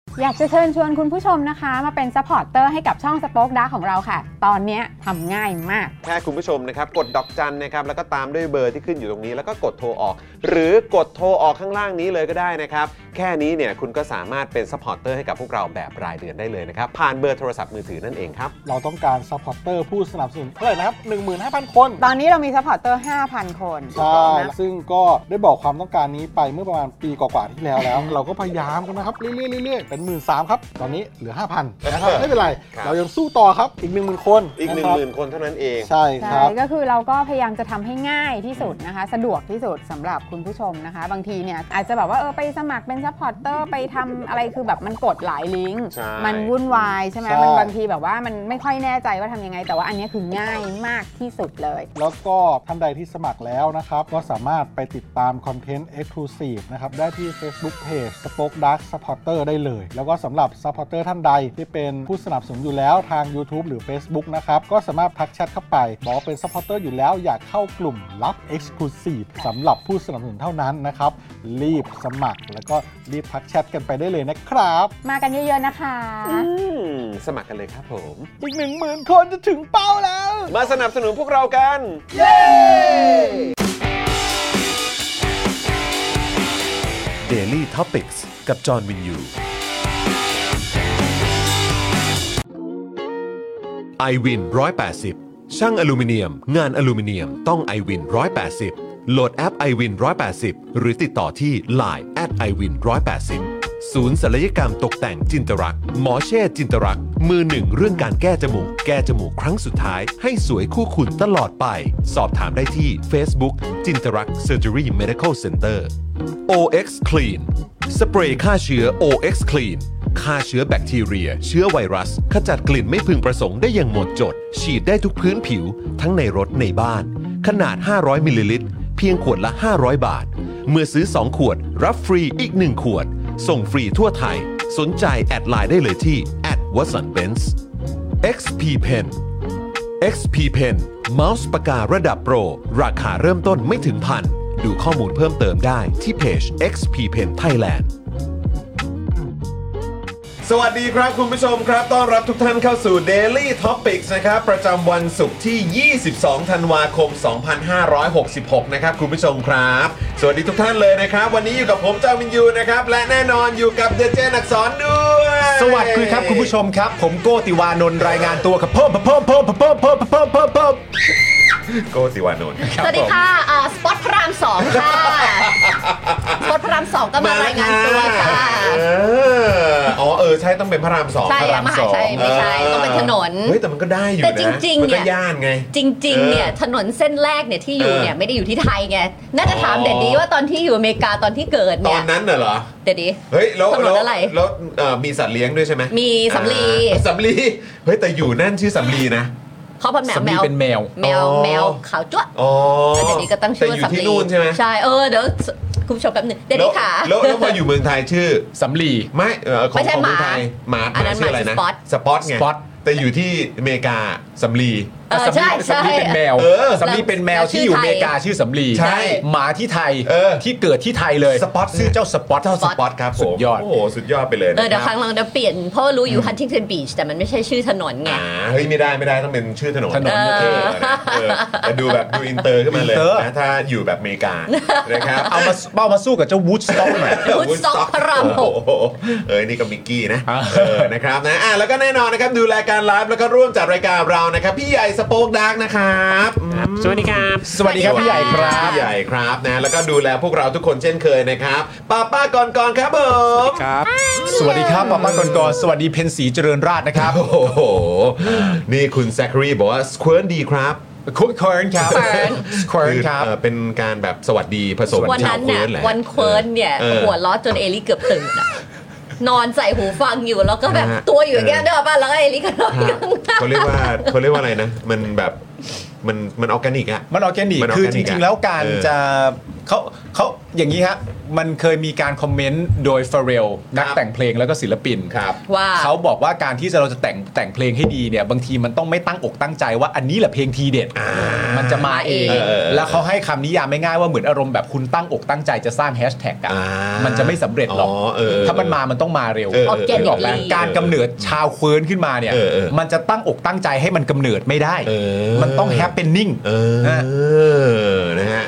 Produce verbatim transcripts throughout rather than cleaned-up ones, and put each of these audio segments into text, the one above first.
อยากจะเชิญชวนคุณผู้ชมนะคะมาเป็นซัพพอร์ตเตอร์ให้กับช่อง Spoke Dark ของเราค่ะตอนนี้ทำง่ายมากแค่คุณผู้ชมนะครับกดดอกจันนะครับแล้วก็ตามด้วยเบอร์ที่ขึ้นอยู่ตรงนี้แล้วก็กดโทรออกหรือกดโทรออกข้างล่างนี้เลยก็ได้นะครับแค่นี้เนี่ยคุณก็สามารถเป็นซัพพอร์ตเตอร์ให้กับพวกเราแบบรายเดือนได้เลยนะครับผ่านเบอร์โทรศัพท์มือถือนั่นเองครับเราต้องการซัพพอร์ตเตอร์ผู้สนับสนุนเท่าไหร่นะครับ หนึ่งหมื่นห้าพัน คนตอนนี้เรามีซัพพอร์ตเตอร์ ห้าพัน คนใช่ซึ่งก็ได้บอกความต้องการนี้ไปเมื่อประมาณปีกว่าๆที่แล้วแล้ว เราก็พยายามกันนะครับเรื่อยๆๆเป็นหมื่นสามพันครับตอนนี้เหลือ ห้าพัน นะครับไม่เป็นไรเรายังสู้ต่อครับอีก หนึ่งหมื่น คนอีก หนึ่งหมื่น คนเท่านั้นเองใช่ครับก็คือเราก็พยายามจะทำให้ง่ายที่สุดนะคะสะดวกที่สุดสำหรับคุณผู้ชมนะคะบางทีเนี่ยอาจจะแบบว่าเออไปสมัครเป็นซัพพอร์ตเตอร์ไปทำอะไรคือแบบมันกดหลายลิงก์มันวุ่นวายใช่ไหมมันบางทีแบบว่ามันไม่ค่อยแน่ใจว่าทำยังไงแต่ว่าอันนี้คือง่ายมากที่สุดเลยแล้วก็ท่านใดที่สมัครแล้วนะครับก็สามารถไปติดตามคอนเทนต์ Exclusive นะครับได้ที่ Facebook Page Spoke Dark Supporter ได้เลยแล้วก็สำหรับ Supporter ท่านใดที่เป็นผู้สนับสนุนอยู่แล้วทาง YouTube หรือ Facebook นะครับก็สามารถทักแชทเข้าไปบอกว่าเป็น Supporter อยู่แล้วอยากเข้ากลุ่มลับ Exclusive สำหรับผู้สนับสนุนเท่านั้นนะครับรีบสมัครแล้วก็รีบทักแชทกันไปได้เลยนะครับมากันเยอะๆนะคะสมัครกันเลยครับผมอีก หนึ่งหมื่น คนจะถึงเป้าแล้วมาสนับสนุนพวกเรากันเย้ Daily Topics กับจอห์นวินยู ไอ วิน หนึ่งร้อยแปดสิบ ช่างอลูมิเนียมงานอลูมิเนียมต้อง ไอ วิน หนึ่งร้อยแปดสิบ โหลดแอป ไอ วิน หนึ่งร้อยแปดสิบ หรือติดต่อที่ ไลน์ แอท ไอ วิน หนึ่งร้อยแปดสิบ ศูนย์ศัลยกรรมตกแต่งจินตรักษ์หมอเช่จินตรักษ์มือหนึ่งเรื่องการแก้จมูกแก้จมูกครั้งสุดท้ายให้สวยคู่คุณตลอดไปสอบถามได้ที่ Facebook จินตรักษ์ Surgery Medical Center โอ เอ็กซ์ Clean สเปรย์ฆ่าเชื้อ โอ เอ็กซ์ Clean ฆ่าเชื้อแบคทีเรียเชื้อไวรัสขจัดกลิ่นไม่พึงประสงค์ได้อย่างหมดจดฉีดได้ทุกพื้นผิวทั้งในรถในบ้านขนาดห้าร้อยมิลลิลิตรเพียงขวดละห้าร้อยบาทเมื่อซื้อสองขวดรับฟรีอีกหนึ่งขวดส่งฟรีทั่วไทยสนใจแอดไลน์ได้เลยที่ แอท วัตสันเบนซ์ เอ็กซ์ พี Pen เอ็กซ์ พี Pen เมาส์ปากการะดับโปรราคาเริ่มต้นไม่ถึงพันดูข้อมูลเพิ่มเติมได้ที่เพจ เอ็กซ์ พี Pen Thailand สวัสดีครับคุณผู้ชมครับต้อนรับทุกท่านเข้าสู่ Daily Topics นะครับประจำวันศุกร์ที่ยี่สิบสองธันวาคมสองพันห้าร้อยหกสิบหกนะครับคุณผู้ชมครับสวัสดีทุกท่านเลยนะครับวันนี้อยู่กับผมจามินยูนะครับและแน่นอนอยู่กับเดเจนอักษรด้วยสวัสดีครับคุณผู้ชมครับผมโกติวานนท์รายงานตัวครับเพิ่มเพิ่มเพิ่มเพิ่มเพิ่มเพิ่มเพิ่มเพิ่มโกติวานนท์สวัสดีค่ะสปอตพระรามสองค่ะสปอตพระรามสองก็มารายงานตัวค่ะอ๋อเออใช่ต้องเป็นพระรามสองใช่มหาชัยไม่ใช่ต้องเป็นถนนเฮ้ยแต่มันก็ได้อยู่นะแต่จริงๆเนี่ยมันก็ย่านไงจริงๆเนี่ยถนนเส้นแรกเนี่ยที่อยู่เนี่ยไม่ได้อยู่ที่ไทยไงน่าจะถามเด็ดดีว่าตอนที่อยู่อเมริกาตอนที่เกิดเนี่ยตอนนั้นน่ะเหรอเด็ดดีเฮ้ยแล้วแล้วแล้วมีสัตว์เลี้ยงด้วยใช่ไหมมีสำลีสำลีเฮ้ยแต่อยู่นั่นชื่อสำลีนะเขาเป็นแมวแมวเป็นแมวแมวแมวขาวจั๊วอ๋อเดี๋ยวนี้ก็ตั้งชื่อว่าสำลีใช่ไหมใช่เออเดี๋ยวคุณผู้ชมแป๊บนึงเดี๋ยวนี้ค่ะแล้วแล้วพออยู่เมืองไทยชื่อสำลีไม่เออของเมืองไทยหมาอันนั้นหมาอะไรนะสปอตไงแต่อยู่ที่อเมริกาสำลีใช่ใช่สำลีเป็นแมวสำลีเป็นแมวที่อยู่อเมริกาชื่อสำลีใช่หมาที่ไทยที่เกิดที่ไทยเลยสปอตชื่อเจ้าสปอตเจ้าสปอตครับสุดยอดโอ้โหสุดยอดไปเลยเออเดี๋ยวครั้งหลังเดี๋ยวเปลี่ยนเพราะรู้อยู่ฮันติงตันบีชแต่มันไม่ใช่ชื่อถนนไงอ่าเฮ้ยไม่ได้ไม่ได้ต้องเป็นชื่อถนนถนนเออจะดูแบบดูอินเตอร์ขึ้นมาเลยนะถ้าอยู่แบบอเมริกานะครับเอามาเป้ามาสู้กับเจ้าวูดสต็อกหน่อยวูดสต็อกพระรามหกเออนี่ก็มิกกี้นะเออนะครับนะอ่ะแล้วก็แน่นอนนะครับดูรายการไลฟ์แล้วก็ร่วมจัดรายการเรานะครับพี่ใหญ่สโป๊กดาร์กนะครับสวัสดีครับสวัสดีครับพี่ใหญ่ครับพี่ใหญ่ครับนะแล้วก็ดูแลพวกเราทุกคนเช่นเคยนะครับป้าป้าก่อนก่อนครับผมครับสวัสดีครับป้าป้าก่อนก่อนสวัสดีเพนสีเจริญราษฎร์นะครับโอ้โหนี่คุณแซคคารีบอกว่าสควอร์ดีครับคุยเคิร์นครับเคิร์นครับเป็นการแบบสวัสดีผสมวันนั้นเนี่ยวันเคิร์นเนี่ยหัวล้อจนเอลี่เกือบตื่นอะนอนใส่หูฟังอยู่แล้วก็แบบตัวอยู่อย่างเงี้ยเด้อป่ะแล้วไอ้ลิก็นอนเขาเรียกว่าเขาเรียกว่าอะไรนะมันแบบมันมันออร์แกนิกอะมันออร์แกนิกคือจริงๆแล้วการจะเขาเขาอย่างนี้ฮะมันเคยมีการคอมเมนต์โดยเฟเรลนักแต่งเพลงแล้วก็ศิลปินครับว่าเขาบอกว่าการที่เราจะแต่งแต่งเพลงให้ดีเนี่ยบางทีมันต้องไม่ตั้งอกตั้งใจว่าอันนี้แหละเพลงทีเด็ดมันจะมาเองเออเออเออแล้วเขาให้คำนิยามไม่ง่ายว่าเหมือนอารมณ์แบบคุณตั้งอกตั้งใจจะสร้างแฮชแท็กอ่ะอ่ามัมันจะไม่สำเร็จหรอกอ๋อเออถ้ามันมามันต้องมาเร็วเออเออ Organically นึกออกไหมการกำเนิดชาวเฟิร์นขึ้นมาเนี่ยเออเออมันจะตั้งอกตั้งใจให้มันกำเนิดไม่ได้เออมันต้องแฮปเป็นนิ่งเออนะฮะ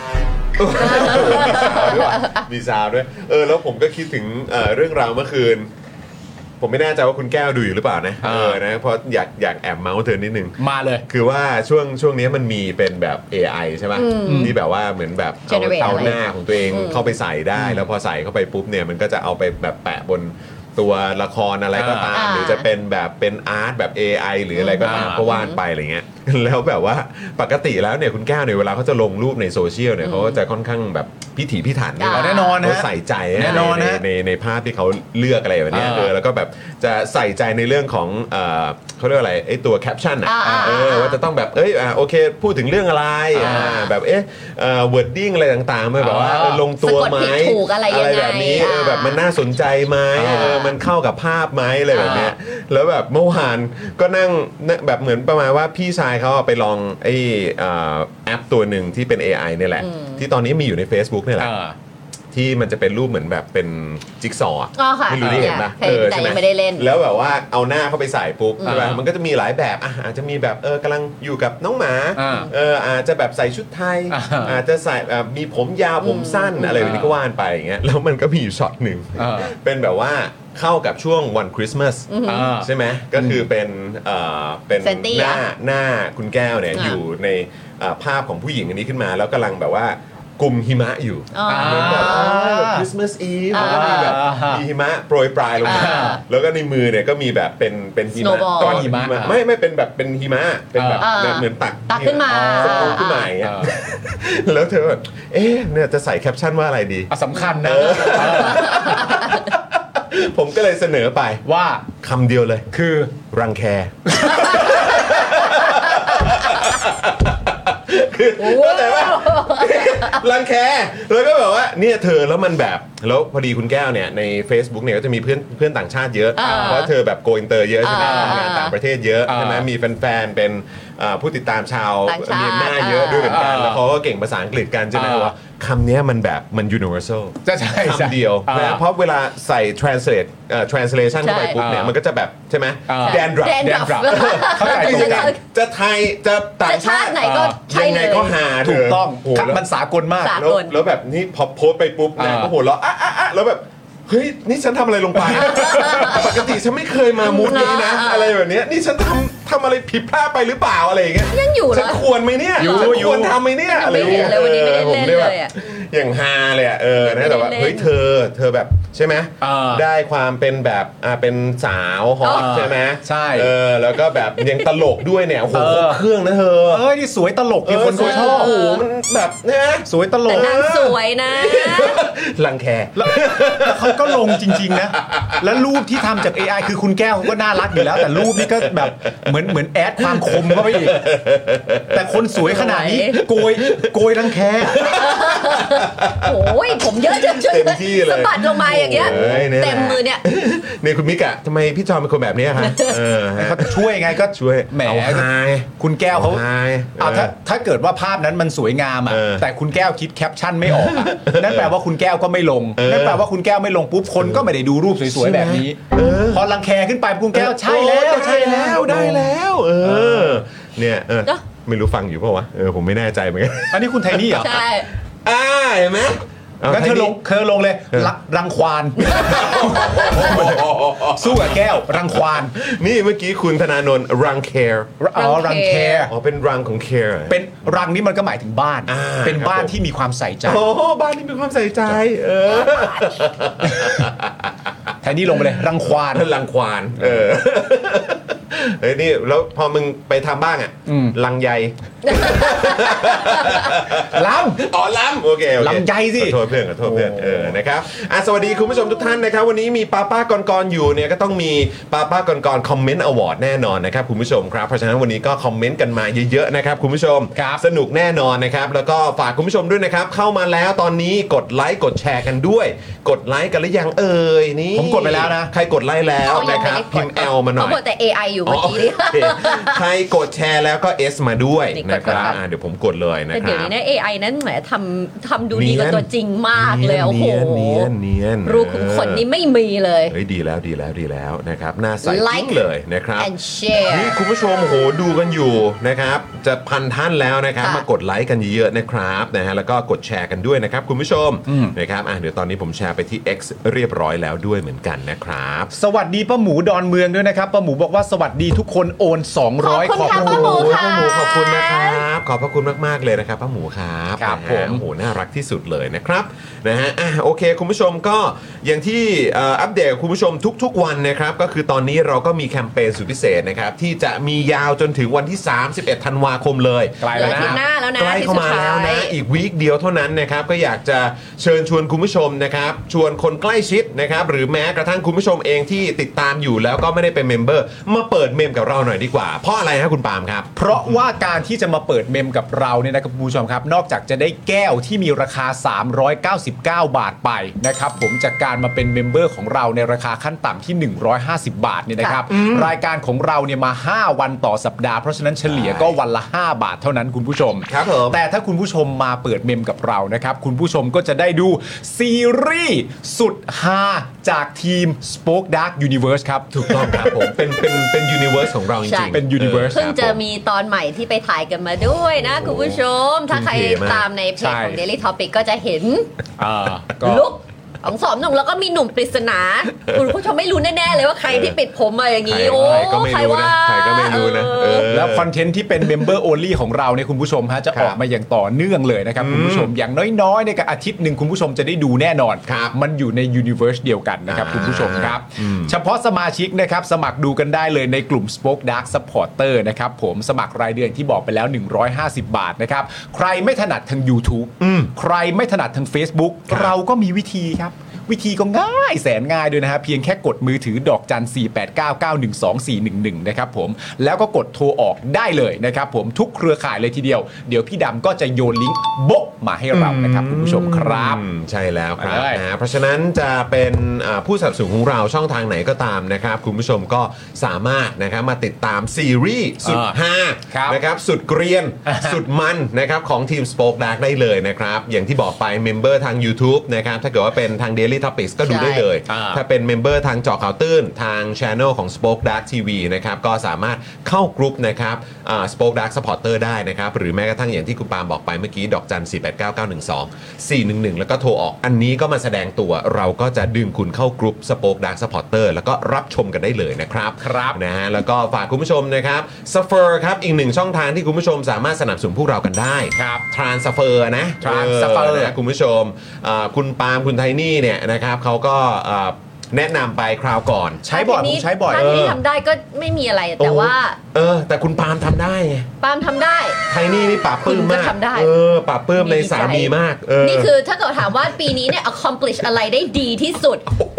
มีซาวด้วยเออแล้วผมก็คิดถึงเอ่อเรื่องราวเมื่อคืน ผมไม่แน่ใจว่าคุณแก้วดูอยู่หรือเปล่านะอ่าเออนะเพราะอยากอยากแอบเมาส์เธอนิดนึงมาเลยคือว่าช่วงช่วงนี้มันมีเป็นแบบ เอ ไอ ใช่ไหมที่แบบว่าเหมือนแบบเอา Generate เอาหน้าอะไรของตัวเองอืมเข้าไปใส่ได้ แล้วพอใส่เข้าไปปุ๊บเนี่ยมันก็จะเอาไปแบบแปะบนตัวละครอะไรก็ตามอ่าหรือจะเป็นแบบเป็นอาร์ตแบบ เอ ไอ หรืออะไรก็ตามอ่าก็ว่านไปอะไรเงี้ย แล้วแบบว่าปกติแล้วเนี่ยคุณแก้วเนี่ยเวลาเขาจะลงรูปในโซเชียลเนี่ยเขาก็จะค่อนข้างแบบพิถีพิถันอ่าแน่นอนนะเขาใส่ใจแน่นอนในนะในในภาพที่เขาเลือกอะไรแบบเนี้ยอ่าเออแล้วก็แบบจะใส่ใจในเรื่องของเอ่อเขาเรียกอะไรไอ้ตัวแคปชั่นอ่ะอ่าเออว่าจะต้องแบบเอ้ยอ่าโอเคพูดถึงเรื่องอะไรอ่าแบบเอ๊ะเอ่อ wording อะไรต่างๆมันแบบว่าอ่าเออลงตัวไหมสะกดผิดถูกอะไรยังไงแบบนี้เอออ่าแบบมันน่าสนใจไหมอ่าเออมันเข้ากับภาพไหมอะไรแบบเนี้ยแล้วแบบเมื่อวานก็นั่งแบบเหมือนประมาณว่าพี่ชายเขาไปลองไอ้อ่าแอปตัวหนึ่งที่เป็น เอ ไอ เนี่ยแหละ ที่ตอนนี้มีอยู่ใน Facebook เนี่ยแหละอ่าที่มันจะเป็นรูปเหมือนแบบเป็นจิ๊กซอว์อะอ๋อค่ะไม่รู้ได้เห็นปะเคยเห็นแต่ใช่หยังไม่ได้เล่นแล้วแบบว่าเอาหน้าเข้าไปใส่ปุ๊บใช่ปะอ่ามัมันก็จะมีหลายแบบอ่ะอาจจะมีแบบเออกำลังอยู่กับน้องหมาอ่าเอออาจจะแบบใส่ชุดไทยอ่าอาจจะใส่แบบมีผมยาวผมสั้นอะไรแบบนี้ก็ว่านไปอย่างเงี้ยแล้วมันก็มีอยู่ช็อตหนึ่งอ่าเป็นแบบว่าเข้ากับช่วงวันคริสต์มาสอ่าใช่ไหมก็คือเป็นเอ่อเป็นเซนตี้หน้าอะหน้าคุณแก้วเนี่ยอ่าอยู่ในเอ่อภาพของผู้หญิงอันนี้ขึ้นมา แล้วกำลังแบบว่ากุมหิมะอยู่อ๋อเหมือนแบบคริสต์มาสอีฟอ่าแล้วก็มีแบบมีหิมะโปรยปลายลงมาอ่าแล้วก็ในมือเนี่ยก็มีแบบเป็นเป็นหิมะ Snowball ก้อนหิมะไม่ไม่เป็นแบบเป็นหิมะเป็นแบบอ่าเหมือนตักตักขึ้นมาสกู๊ปขึ้นมาอย่างเงี้ยแล้วเธอแบบเอ๊ะเนี่ยจะใส่แคปชั่นว่าอะไรดีอ่ะสำคัญนะผมก็เลยเสนอไปว่าคำเดียวเลยคือรังแค คือเข้าใจป่ะรังแคแล้วก็แบบว่าเนี่ยเธอแล้วมันแบบแล้วพอดีคุณแก้วเนี่ยใน Facebook เนี่ยก็จะมีเพื่อนเพื่อนต่างชาติเยอะอ่าเพราะเธอแบบโกอินเตอร์เยอะใช่ไหมอ่าทำงานต่างประเทศเยอะอ่าใช่ไหมมีแฟนๆเป็นอ่าผู้ติดตามชาวต่างชาติเมียนมาเยอะด้วยเหมือนกันอ่าแล้วเขาก็เก่งภาษาอังกฤษกันใช่ไหมอ่าว่าคำเนี้ยมันแบบมัน universal จะใช่ใช่คำเดียวอ่านะเพราะเวลาใส่ translate เอ่อ translation เข้าไปใช่ปุ๊บเนี่ยอ่ามัมันก็จะแบบใช่ไหมอ่าแดนดรอปแดนแดนดรอปเข้าใจตรงกันจะไทยจะต่างชาชาติติไหนก็ใช่ยังไงเลยก็หาเธถูกต้องโอ้โหแล้วมันสากลมากสาแล้วแล้วแบบนี่พอโพสต์ไปปุ๊บนะอ่าก็หัวเราะอ่ะอ่ะอ่ะแล้วแบบเฮ้ยนี่ฉันทำอะไรลงไป ปกติฉันไม่เคยมามูดนี้นะอ่าอะไรแบบเนี้ยนี่ฉันทำทำอะไรผิดพลาดไปหรือเปล่าอะไรอย่างเงี้ยยังอยู่ฉันนะควรไหมเนี่ยอยู่ฉันอยู่ควรทำไหมเนี่ยอะไรไม่เห็นเลยวันนี้ไม่ได้ออผมเล่นแบบเลยอะอย่างฮาเลยอ่ะเออนะแต่ว่าไม่ได้เล่นเฮ้ยเธอเธอแบบใช่ไหมอ่าได้ความเป็นแบบอ่าเป็นสาวฮอตอ่าใช่ไหมใช่เออแล้วก็แบบยังตลกด้วยเนี่ยโอ้โหเออเครื่องนะเธอเอ้ยนี่สวยตลกมีคนเขาชอบโอ้โหมันแบบนะสวยตลแต่กนางสวยนะรังแคแล้วเขาก็ลงจริง ๆ นะ แล้วรูปที่ทำจาก เอ ไอ คือคุณแก้วเขาก็น่ารักอยู่แล้ว แต่รูปนี่ก็แบบเหมือนเหมือนแอดความคมเข้าไปอีก แต่คนสวยขนาดนี้โกยโกยรังแคโอ้ยผมเยอะจนจนเต็มที่เลยสะบัดลงมาอย่างเงี้ยโอ้ยเนี่ยแหละเต็มมือเนี่ยเนี่ยคุณมิกอะทำไมพี่จอมเป็นคนแบบนี้อะคะเออฮะเขาช่วยไงก็ช่วยแหมเอาไฮคุณแก้วเขาไฮเอาถ้าถ้าเกิดว่าภาพนั้นมันสวยงามอ่ะเออแต่คุณแก้วคิดแคปชั่นไม่ออกอะนั่นแปลว่าคุณแก้วก็ไม่ลงเออนั่นแปลว่าคุณแก้วไม่ลงปุ๊บคนก็ไม่ได้ดูรูปสวยๆแบบนี้เออพอรังแคขึ้นไปคุณแก้วใช่แล้วใช่แล้วได้แล้ว เออ เนี่ยเออเนอะไม่รู้ฟังอยู่เปล่าวะเออผมไม่แน่ใจเหมือนกันอันนี้คุณไทนี่เหรอใช่อ่าเห็นไหมงั้นเธอลงเธอลงเลยรักรังควาน สู้กับแก้วรังควานนี่เมื่อกี้คุณธนาโนนรังแคร์อ๋อรังแคร์อ๋อเป็นรังของแคร์เป็นรังนี้มันก็หมายถึงบ้านอ่าเป็นบ้านครับผมที่มีความใส่ใจโอ้บ้านนี้มีความใส่ใจ เออแทนนี่ลงไปเลยรังควานรังควานเออเฮ้ยนี่แล้วพอมึงไปทำบ้างอ่ะลังใยล้ำอ๋อล้ำโอเคลำใยสิขอโทษเพื่อนขอโทษเพื่อนเออนะครับอ่ะสวัสดีคุณผู้ชมทุกท่านนะครับวันนี้มีป้าป้ากรๆอยู่เนี่ยก็ต้องมีป้าป้ากรๆคอมเมนต์อวอร์ดแน่นอนนะครับคุณผู้ชมครับเพราะฉะนั้นวันนี้ก็คอมเมนต์กันมาเยอะๆนะครับคุณผู้ชมสนุกแน่นอนนะครับแล้วก็ฝากคุณผู้ชมด้วยนะครับเข้ามาแล้วตอนนี้กดไลค์กดแชร์กันด้วยกดไลค์กันหรือยังเอ่ยนี่ผมกดไปแล้วนะใครกดไลค์แล้วนะครับพิมพ์ L มาหน่อยเขากดแต่ เอ ไอ อยู่เมื่อกี้ใครกดแชร์แล้วก็ S มาด้วยนะครับเดี๋ยวผมกดเลยนะครับแต่เดี๋ยวนี้นะ เอ ไอ นั้นแหมทำทำดูดีกว่าตัวจริงมากเลยโอ้โหเนียนเนียนรู้ขุมขนนี่ไม่มีเลยเฮ้ยดีแล้วดีแล้วดีแล้วนะครับหน้าใสจริงเลยนะครับ and share นี่คุณผู้ชมโหดูกันอยู่นะครับจะพันท่านแล้วนะครับมากดไลค์กันเยอะๆนะครับนะฮะแล้วก็กดแชร์กันด้วยนะครับคุณผู้ชมนะครับอ่ะเดี๋ยวตอนนี้ผมแชร์ไปที่ X เรียบร้อยแล้วด้วยเหมือนกันนะครับสวัสดีป้าหมูดอนเมืองด้วยนะครับป้าหมูบอกว่าสวัสดีทุกคนโอนสองร้อยขอบคุณป้าหมูค่ะป้าหมูขอบคุณนะครับขอบพระคุณมากๆเลยนะครับป้าหมูครับครับผมโอ้โหน่ารักที่สุดเลยนะครับนะฮะอ่ะโอเคคุณผู้ชมก็อย่างที่อัปเดตคุณผู้ชมทุกๆวันนะครับก็คือตอนนี้เราก็มีแคมเปญสุดพิเศษนะครับที่จะมียาวจนถึงวันที่สามสิบเอ็ดธันวาคมเลยใกล้แล้วนะหน้าแล้วนะใกล้เข้ามาแล้วนะอีกวีคเดียวเท่านั้นนะครับก็อยากจะเชิญชวนคุณผู้ชมนะครับชวนคนใกล้ชิดนะครับหรือแม้กระทั่งคุณผู้ชมเองที่ติดตามอยู่แล้วก็ไม่ได้เป็นเมมเบอร์มาเปิดเมมกับเราหน่อยดีกว่าเพราะอะไรฮะคุณปาล์มครับเพราะว่าการที่จะมาเปิดเมมกับเราเนี่ยนะครับคุณผู้ชมครับนอกจากจะได้แก้วที่มีราคาสามร้อยเก้าสิบเก้าบาทไปนะครับผมจากการมาเป็นเมมเบอร์ของเราในราคาขั้นต่ำที่หนึ่งร้อยห้าสิบบาทเนี่ยนะครับรายการของเราเนี่ยมาห้าวันต่อสัปดาห์เพราะฉะนั้นเฉลี่ยก็วันละห้าบาทเท่านั้นคุณผู้ชมครับผมแต่ถ้าคุณผู้ชมมาเปิดเมมกับเรานะครับคุณผู้ชมก็จะได้ดูซีรีส์สุดฮาจากทีม Spoke Dark Universe ครับถูกต้องครับผมเป็นเป็นเป็น Universe ของเราจริงๆเป็น Universe เพิ่งจะมีตอนใหม่ที่ไปถ่ายกันมาด้วยนะคุณผู้ชมถ้าใครตามในเพจของ Daily Topic ก็จะเห็นลุกของสองหนุ่มแล้วก็มีหนุ่มปริศนาคุณผู้ชมไม่รู้แน่ๆเลยว่าใครที่ปิดผมมาอย่างนี้โอ้ใครว่าใครก็ไม่รู้นะแล้วคอนเทนต์ที่เป็น Member Only ของเราเนี่ยคุณผู้ชมฮะจะออกมาอย่างต่อเนื่องเลยนะครับคุณผู้ชมอย่างน้อยๆในอาทิตย์หนึ่งคุณผู้ชมจะได้ดูแน่นอนมันอยู่ใน Universe เดียวกันนะครับคุณผู้ชมครับเฉพาะสมาชิกนะครับสมัครดูกันได้เลยในกลุ่ม Spoke Dark Supporter นะครับผมสมัครรายเดือนที่บอกไปแล้วหนึ่งร้อยห้าสิบบาทนะครับใครไม่ถนัดทาง YouTube ใครไม่ถนัดทาง Facebook เราก็มีวิธีครับวิธีก็ง่ายแสนง่ายด้วยนะฮะเพียงแค่กดมือถือดอกจันสี่ แปด เก้า เก้า หนึ่ง สอง สี่ หนึ่ง หนึ่งนะครับผมแล้วก็กดโทรออกได้เลยนะครับผมทุกเครือข่ายเลยทีเดียวเดี๋ยวพี่ดำก็จะโยนลิงก์โบ๊ะมาให้เรานะครับคุณผู้ชมครับใช่แล้วครับนะเพราะฉะนั้นจะเป็นผู้สนับสนุนของเราช่องทางไหนก็ตามนะครับคุณผู้ชมก็สามารถนะครับมาติดตามซีรีส์สุดฮานะครับสุดเกรียนสุดมันนะครับของทีม Spoke Dark ได้เลยนะครับอย่างที่บอกไปเมมเบอร์ทาง YouTube นะครับถ้าเกิดว่าเป็นทาง Daily Topics ก็ดูได้เลยถ้าเป็นเมมเบอร์ทางเจาะข่าวตื้นทาง Channel ของ Spoke Dark ที วี นะครับก็สามารถเข้ากรุ๊ปนะครับ Spoke Dark Supporter ได้นะครับหรือแม้กระทั่งอย่างที่คุณปาล์มบอกไปเมื่อกี้ดอกจันสี่ แปด เก้า เก้า หนึ่ง สอง สี่ หนึ่ง หนึ่งแล้วก็โทรออกอันนี้ก็มาแสดงตัวเราก็จะดึงคุณเข้ากรุ๊ป Spoke Dark Supporter แล้วก็รับชมกันได้เลยนะครับครับนะฮะแล้วก็ฝากคุณผู้ชมนะครับ Suffer ครับอีกหนึ่งช่องทางที่คุณผู้ชมสามารถสนับสนุนพวกเรากันได้ครับ Transfer นะ Transfer นะคุณผู้ชมคุณปาล์มคุณไทนี่เนี่ยนะครับเขาก็แนะนำไปคราวก่อนใช้บ่อยผมใช้บ่อยถ้าที่ทำได้ก็ไม่มีอะไรแต่ว่าเออแต่คุณปาล์มทำได้ปาล์มทำได้ไทนี่นี่ปราบปลื้มมากเออปราบปลื้มในสามีมากนี่คือถ้าเกิดถามว่าปีนี้เนี่ย accomplish อะไรได้ดีที่สุด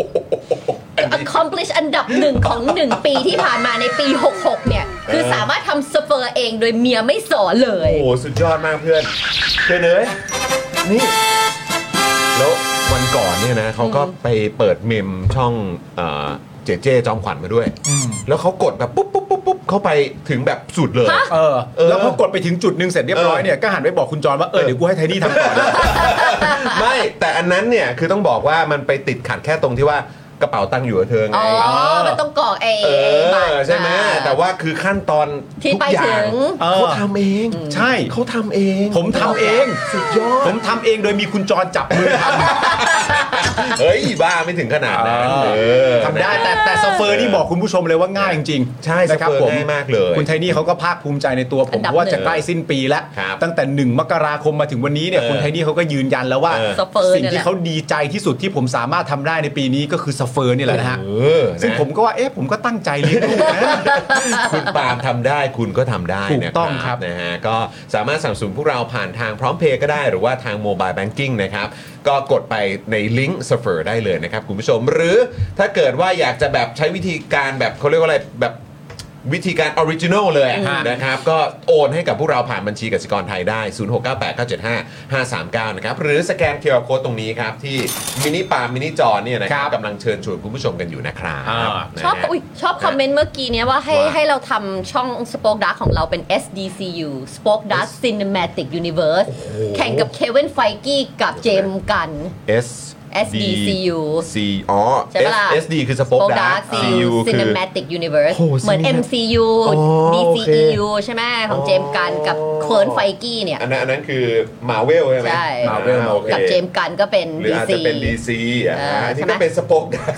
accomplish อันดับหนึ่งของหนึ่งปีที่ผ่านมาในปีหกหกเนี่ยคือสามารถทำสเฟอร์เองโดยเมียไม่สอนเลยโอ้สุดยอดมากเพื่อนเพื่อนเอ้ยนี่แล้ววันก่อนเนี่ยนะเขาก็ไปเปิดเมมช่องเจเจจอมขวัญมาด้วยแล้วเขากดแบบปุ๊บปุ๊บปุ๊บปุ๊บเขาไปถึงแบบสุดเลยเออแล้วพอกดไปถึงจุดนึงเสร็จเรียบร้อยเนี่ยก็หันไปบอกคุณจอนว่าเออเดี๋ยวกูให้ไทนี่ทำต่อไม่แต่อันนั้นเนี่ยคือต้องบอกว่ามันไปติดขัดแค่ตรงที่ว่ากระเป๋าตังค์อยู่กับเธอไงอ๋อมันต้องกรอกเอบัตรใช่ไหมแต่ว่าคือขั้นตอนทุกอย่างเขาทำเองใช่เขาทำเองผมทำเองสุดยอดผมทำเองโดยมีคุณจรจับมือทำเฮ้ยบ้าไม่ถึงขนาดนั้นเออทำได้แต่แต่ซัฟเฟอร์นี่บอกคุณผู้ชมเลยว่าง่ายจริงๆใช่นะครับซัฟเฟอร์ผมง่ายมากเลยคุณไทนี่เขาก็ภาคภูมิใจในตัวผมอันดับเพราะว่าหนึ่งจะใกล้สิ้นปีแล้วครับตั้งแต่หนึ่งมกราคมมาถึงวันนี้เนี่ยเออคุณไทนี่เขาก็ยืนยันแล้วว่าเออซัฟเฟอร์สิ่งเนี่ยแหที่ละเขาดีใจที่สุดที่ผมสามารถทำได้ในปีนี้ก็คือซัฟเฟอร์นี่แหละนะฮะเออซึ่งนะผมก็ว่าเอ๊ะผมก็ตั้งใจเลี้ยงลูกนะคุณปาล์มทำได้คุณก็ทำได้ถูกนะต้องครับนะฮะก็สามารถสนับสนุนพวกเราผ่านทางพร้อมเพย์ก็ได้หรือว่าทางโมบายแบงกิ้งนะครับก็กดไปในลิงก์ Suffer ได้เลยนะครับคุณผู้ชมหรือถ้าเกิดว่าอยากจะแบบใช้วิธีการแบบเขาเรียกว่าอะไรแบบวิธีการออริจินอลเลยนะครับก็โอนให้กับพวกเราผ่านบัญชีกสิกรไทยได้ ศูนย์ หก เก้า แปด เก้า เจ็ด ห้า ห้า สาม เก้า นะครับหรือสแกน คิว อาร์ Code ตรงนี้ครับที่มินิปาล์มมินิจอเนี่ยนะครับกำลังเชิญชวนคุณผู้ชมกันอยู่นะครับอ่านะฮะชอบอุ๊ยชอบคอมเมนต์เมื่อกี้เนี้ยว่าให้ว่าให้เราทำช่อง Spoke Dark ของเราเป็น เอส ดี ซี ยู Spoke Dark Cinematic Universe แข่งกับเควินไฟกี้กับเจมส์กัน S เอส ดี ซี ยู C อ๋อใช่ปะล่ะ S D คือ Spoke Spoke Dark Dark C U คือ Cinematic Universe โอ้โหเหมือน Cinematic เอ็ม ซี ยูอ๋อดี ซีโอเคอี ยู ใช่ไหมของเจมส์กันกับเคิร์นไฟกี้เนี่ยอันนั้นอันนั้นคือมาเวลใช่ไหมใช่ Marvel โอเคกับเจมส์กันก็เป็นหรือดีอาจซีจะเป็น ดี ซี อ่าเอออัอันนี้ใช่ไหมก็เป็น Spoke Dark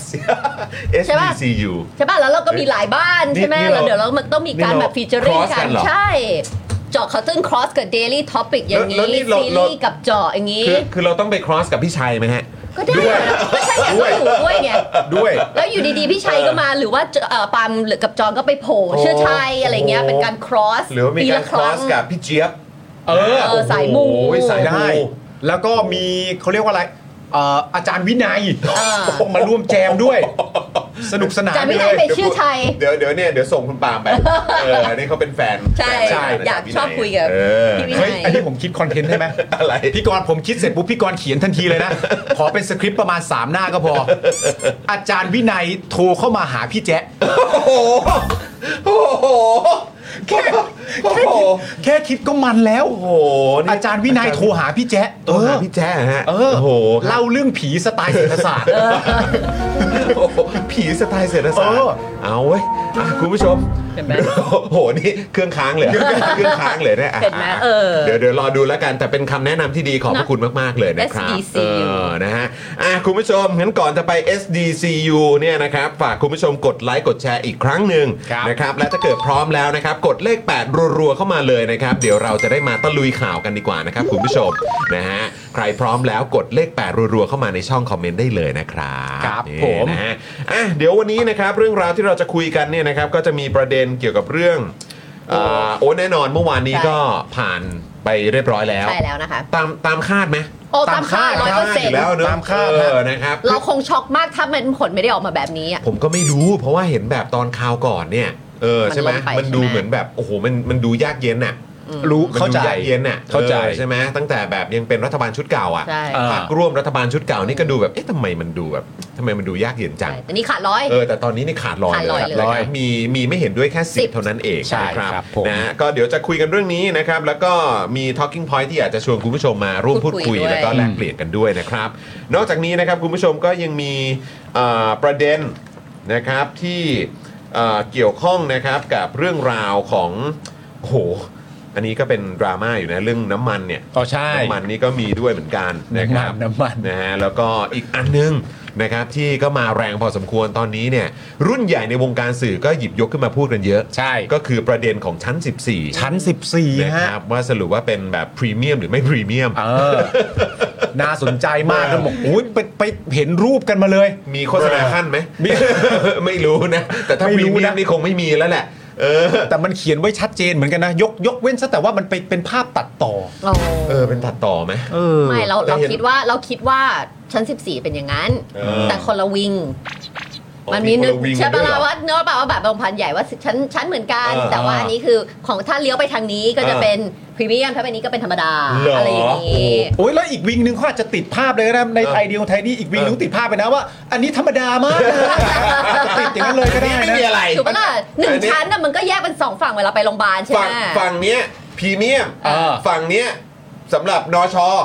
S ใช่ D ปะ C U ใช่ป่ะแล้วเราก็มีหลายบ้านใช่ไหมนี่นี่แล้วเราเดี๋ยวเราต้องมีการนี่เราแบบฟีเจอริ่ง cross กักัน นเหรอใช่ เจาะคาร์ตูนครอสกับ Daily Topic อย่างแล้วนี้นี่เราซีเรารีส์กับเจาะอย่างนี้คือคือเราต้องไป cross กับพี่ชัยไหมฮะก็ได้ก็ใช่อย่างก็อยู่ด้วยไงด้วยแล้วอยู่ดีๆ พี่ชัยก็มาหรือว่าเอ่อปาล์มหรือกับจอนก็ไปโผล่เชื่อชัยอะไรเงี้ยเป็นการ cross หรือว่ามีปีการละครั้ง cross กับพี่เจี๊ยบเออเออสายมูโอ้ยสายมูได้ แล้วก็มีเขาเรียกว่าอะไรเอ่ออาจารย์วินัยเออมาร่วมแจมด้วย สนุกสนานอาจารย์วินัเลย ยไปเชื่อชัยเดี๋ยวเดี๋ยวเนี่ยเดี๋ยวส่งคุณปาล์มไป เอออันนี้เขาเป็นแฟนใช่แฟนอยากชอบคุยกับเออพี่วินัเฮ้ยยอันนี้ผมคิดคอนเทนต์ได้ไหมอะไรพี่กรณ์ผมคิดเสร็จปุ๊บพี่กรณ์เขียนทันทีเลยนะ ขอเป็นสคริปต์ประมาณสามหน้าก็พอ อาจารย์วินัยโทรเข้ามาหาพี่แจ๊ะโอ้โหโอ้โหแค่โอ้แค่โหคิดแค่คิดก็มันแล้วโอ้โหนี่อาจารย์วินัยโทรหาพี่แจ๊ะโทรหาพี่แจ๊ะฮะเออโอ้โหเล่าเรื่องผีสไตล์เศรษฐศาสตร์โอ้โหผีสไตล์เศรษฐศาสตเอร์อเอาเว้ยอ่ะคุณผู้ชมเห็นไหมโอ้โหนี่เครื่องค้างเลยเครื่องค้างเลยเนี่ยอ่ะเห็นไหมเออเดี๋ยวเดี๋ยวรอดูแล้วกันแต่เป็นคำแนะนำที่ดีขอบพระคุณมากๆเลยนะครับเอส ดี ซีเออนะฮะอ่ะคุณผู้ชมงั้นก่อนจะไป เอส ดี ซี ยู เนี่ยนะครับฝากคุณผู้ชมกดไลค์กดแชร์อีกครั้งหนึ่งครับนะครับและถ้าเกิดพร้อมแล้วนะครับกดเลขแปดรัวๆเข้ามาเลยนะครับเดี๋ยวเราจะได้มาตะลุยข่าวกันดีกว่านะครับคุณผู้ชมนะฮะใครพร้อมแล้วกดเลขแปดรัวๆเข้ามาในช่องคอมเมนต์ได้เลยนะครับครับนี่ผมนะฮะอ่ะเดี๋ยววันนี้นะครับเรื่องราวที่เราจะคุยกันเนี่ยนะครับก็จะมีประเด็นเกี่ยวกับเรื่องเอ่อโอ้แน่นอนเมื่อวานนี้ใช่ก็ผ่านไปเรียบร้อยแล้วใช่แล้วนะคะตามตามคาดไหมโอ้ตามคาดร้อยเปอร์เซ็นยู่ต์แล้วเนอะตามคาดเอฮะอนะครับเราคงช็อกมากถ้ามันผลไม่ได้ออกมาแบบนี้อ่ะผมก็ไม่รู้เพราะว่าเห็นแบบตอนข่าวก่อนเนี่ยเออมันใช่ไหมลงไปมันดูใช่ไหมเหมือนแบบโอ้โหมันมันดูยากเย็นน่ะรู้มันเข้าดูใจยากเย็นน่ะเข้าใจออใช่ไหมตั้งแต่แบบยังเป็นรัฐบาลชุดเก่าอ่ะใช่เออพรรคร่วมรัฐบาลชุดเก่านี่ก็ดูแบบเอ๊ะทำไมมันดูแบบทำไมมันดูยากเย็นจังใช่แต่นี่ขาดร้อยเออแต่ตอนนี้นี่ขาดลอยขาดลอยเลยเลยนะครับมีมีไม่เห็นด้วยแค่สิสิบบ เท่านั้นเองใช่นะครับครับผมนะฮะก็เดี๋ยวจะคุยกันเรื่องนี้นะครับแล้วก็มี talking point ที่อยากจะชวนคุณผู้ชมมาร่วมพูพูดดคุคุยยด้วยแล้วก็แลกเปลี่ยนกันด้วยนะครับนอกจากนี้นะครับคุณผู้ชมก็ยังมีเอ่อประเด็นนะครับที่เอ่อเกี่ยวข้องนะครับกับเรื่องราวของโอ้โหอันนี้ก็เป็นดราม่าอยู่นะเรื่องน้ำมันเนี่ยอ๋อใช่น้ำมันนี่ก็มีด้วยเหมือนกันนะครับน้ำมันนะฮะแล้วก็อีกอันนึงนะครับที่ก็มาแรงพอสมควรตอนนี้เนี่ยรุ่นใหญ่ในวงการสื่อก็หยิบยกขึ้นมาพูดกันเยอะใช่ก็คือประเด็นของชั้น สิบสี่ชั้นสิบสี่นะฮะครับว่าสรุปว่าเป็นแบบพรีเมียมหรือไม่พรีเมียมเออ น่าสนใจมากกันบอกโอ้ยไปไปเห็นรูปกันมาเลยมีโฆษณาขั้นไหมมีไม่รู้นะ แต่ถ้าไม่พรีรู้เมียนะมนี่คงไม่มีแล้วแหละเออแต่มันเขียนไว้ชัดเจนเหมือนกันนะ ยกยกเว้นซะแต่ว่ามันไปเป็นภาพตัดต่อโอ้เออเป็นตัดต่อไหมเออไม่เราแต่เราเห็นคิดว่าเราคิดว่าชั้นสิบสี่เป็นอย่างนั้นเออแต่คนละวิงอ๋อมันมีนึกคนละวิงใช่ด้ปะวยเหรล่ะอว่าเนื้อเปล่าว่าแบบบางพันใหญ่ว่าชั้นชั้นเหมือนกันเออแต่ว่าอันนี้คือของถ้าเลี้ยวไปทางนี้ก็จะเออเป็นพรีเมียมถ้าเป็นนี้ก็เป็นธรรมดาเหรอออะไรอย่างนี้โอ้ยแล้วอีกวิงหนึ่งเขาอาจจะติดภาพเลยนะในไอเดียของไทยนี่อีกวิงหนึงติดภาพไปนะว่า อันนี้ธรรมดามากนะจะติดอย่างนั้นเลยก็ได้ไม่นะมีอะไรถูกปะล่ะหนึ่งอันเนี้ยชั้นน่ะมันก็แยกเป็นสองฝั่งเวลาไปโรงพยาบาลใช่ไหฝั่มงฝั่งเนี้ยพรีเมียมเออฝั่งเนี้ยสำหรับนชเ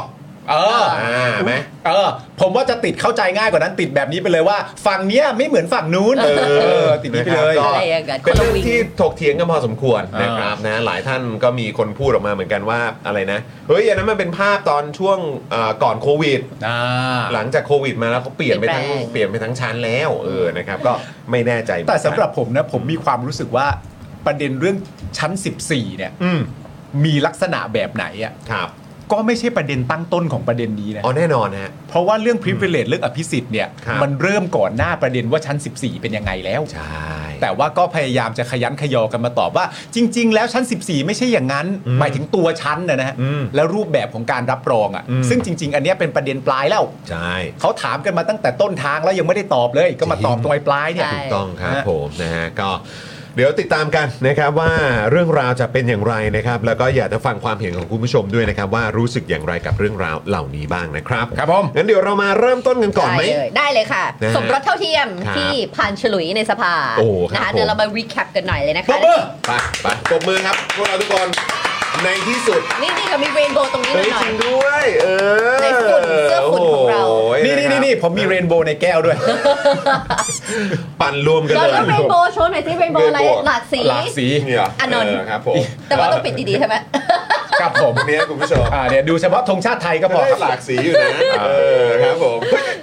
เอออ่าไหมเออผมว่าจะติดเข้าใจง่ายกว่านั้นติดแบบนี้ไปเลยว่าฝั่งเนี้ยไม่เหมือนฝั่งนู้นเออติดนี้ไปเลยอะไรอย่างเงี้ยเป็นเรื่องที่ถกเถียงกันพอสมควรอ่านนะครับนะหลายท่านก็มีคนพูดออกมาเหมือนกันว่าอะไรนะเฮ้ยอันนั้นมันเป็นภาพตอนช่วงเอ่อก่อนโควิดอ่าหลังจากโควิดมาแล้วเขาเปลี่ยนไปทั้งเปลี่ยนแปลงเปลี่ยนไปทั้งชั้นแล้วเออนะครับก็ไม่แน่ใจแต่สำหรับผมนะผมมีความรู้สึกว่าประเด็นเรื่องชั้นสิบสี่เนี่ยอืมมีลักษณะแบบไหนอ่ะครับก็ไม่ใช่ประเด็นตั้งต้นของประเด็นนี้นะอ๋อแน่นอนฮะเพราะว่าเรื่อง privilege เรื่องอภิสิทธิ์เนี่ยครับมันเริ่มก่อนหน้าประเด็นว่าชั้นสิบสี่เป็นยังไงแล้วใช่แต่ว่าก็พยายามจะขยันขยอกันมาตอบว่า จริง ๆ แล้วชั้นสิบสี่ไม่ใช่อย่างนั้นอืมหมายถึงตัวชั้นนะฮะอืมแล้วรูปแบบของการรับรองอ่ะอืมซึ่งจริง ๆ อันเนี้ยเป็นประเด็นปลายแล้วใช่เขาถามกันมาตั้งแต่ต้นทางแล้วยังไม่ได้ตอบเลย ก็มาตอบตรงไอ้ปลายเนี่ยใช่ถูกต้องครับฮะผมนะฮะก็เดี๋ยวติดตามกันนะครับว่าเรื่องราวจะเป็นอย่างไรนะครับแล้วก็อยากจะฟังความเห็นของคุณผู้ชมด้วยนะครับว่ารู้สึกอย่างไรกับเรื่องราวเหล่านี้บ้างนะครับครับผมงั้นเดี๋ยวเรามาเริ่มต้นกันก่อนไหมได้เลยได้เลยค่ะนะฮะสมรสเท่าเทียมครับที่ผ่านฉลุยในสภาโอ้ครับนะคะผมเดี๋ยวเรามา recap กันหน่อยเลยนะปรคะบมือไปไปปรบมือครับพวกเราทุกคนในที่สุดนี่นี่เรามีเรนโบว์ตรงนี้หเฮ้ยน่อจยริงด้วยเออในฝุ่นเสื้อฝุ่นของเราโอ้ยนี่นี่นี่นี่ผมมีเรนโบว์ในแก้วด้วยปั่นรวมกันเราเลยต้องเรนโบว์โชว์หน่อยสิเรนโบว์อะไร Rainbow หลากสีหลากสีเนี่ยอานนท์เครับผมแต่ว่าต้องปิดดีๆใช่ไหมครับผมเนี่ยคุณผู้ชมอ่าเดี๋ยวดูเฉพาะธงชาติไทยก็พอได้ครับหลากสีอยู่นะเออครับผม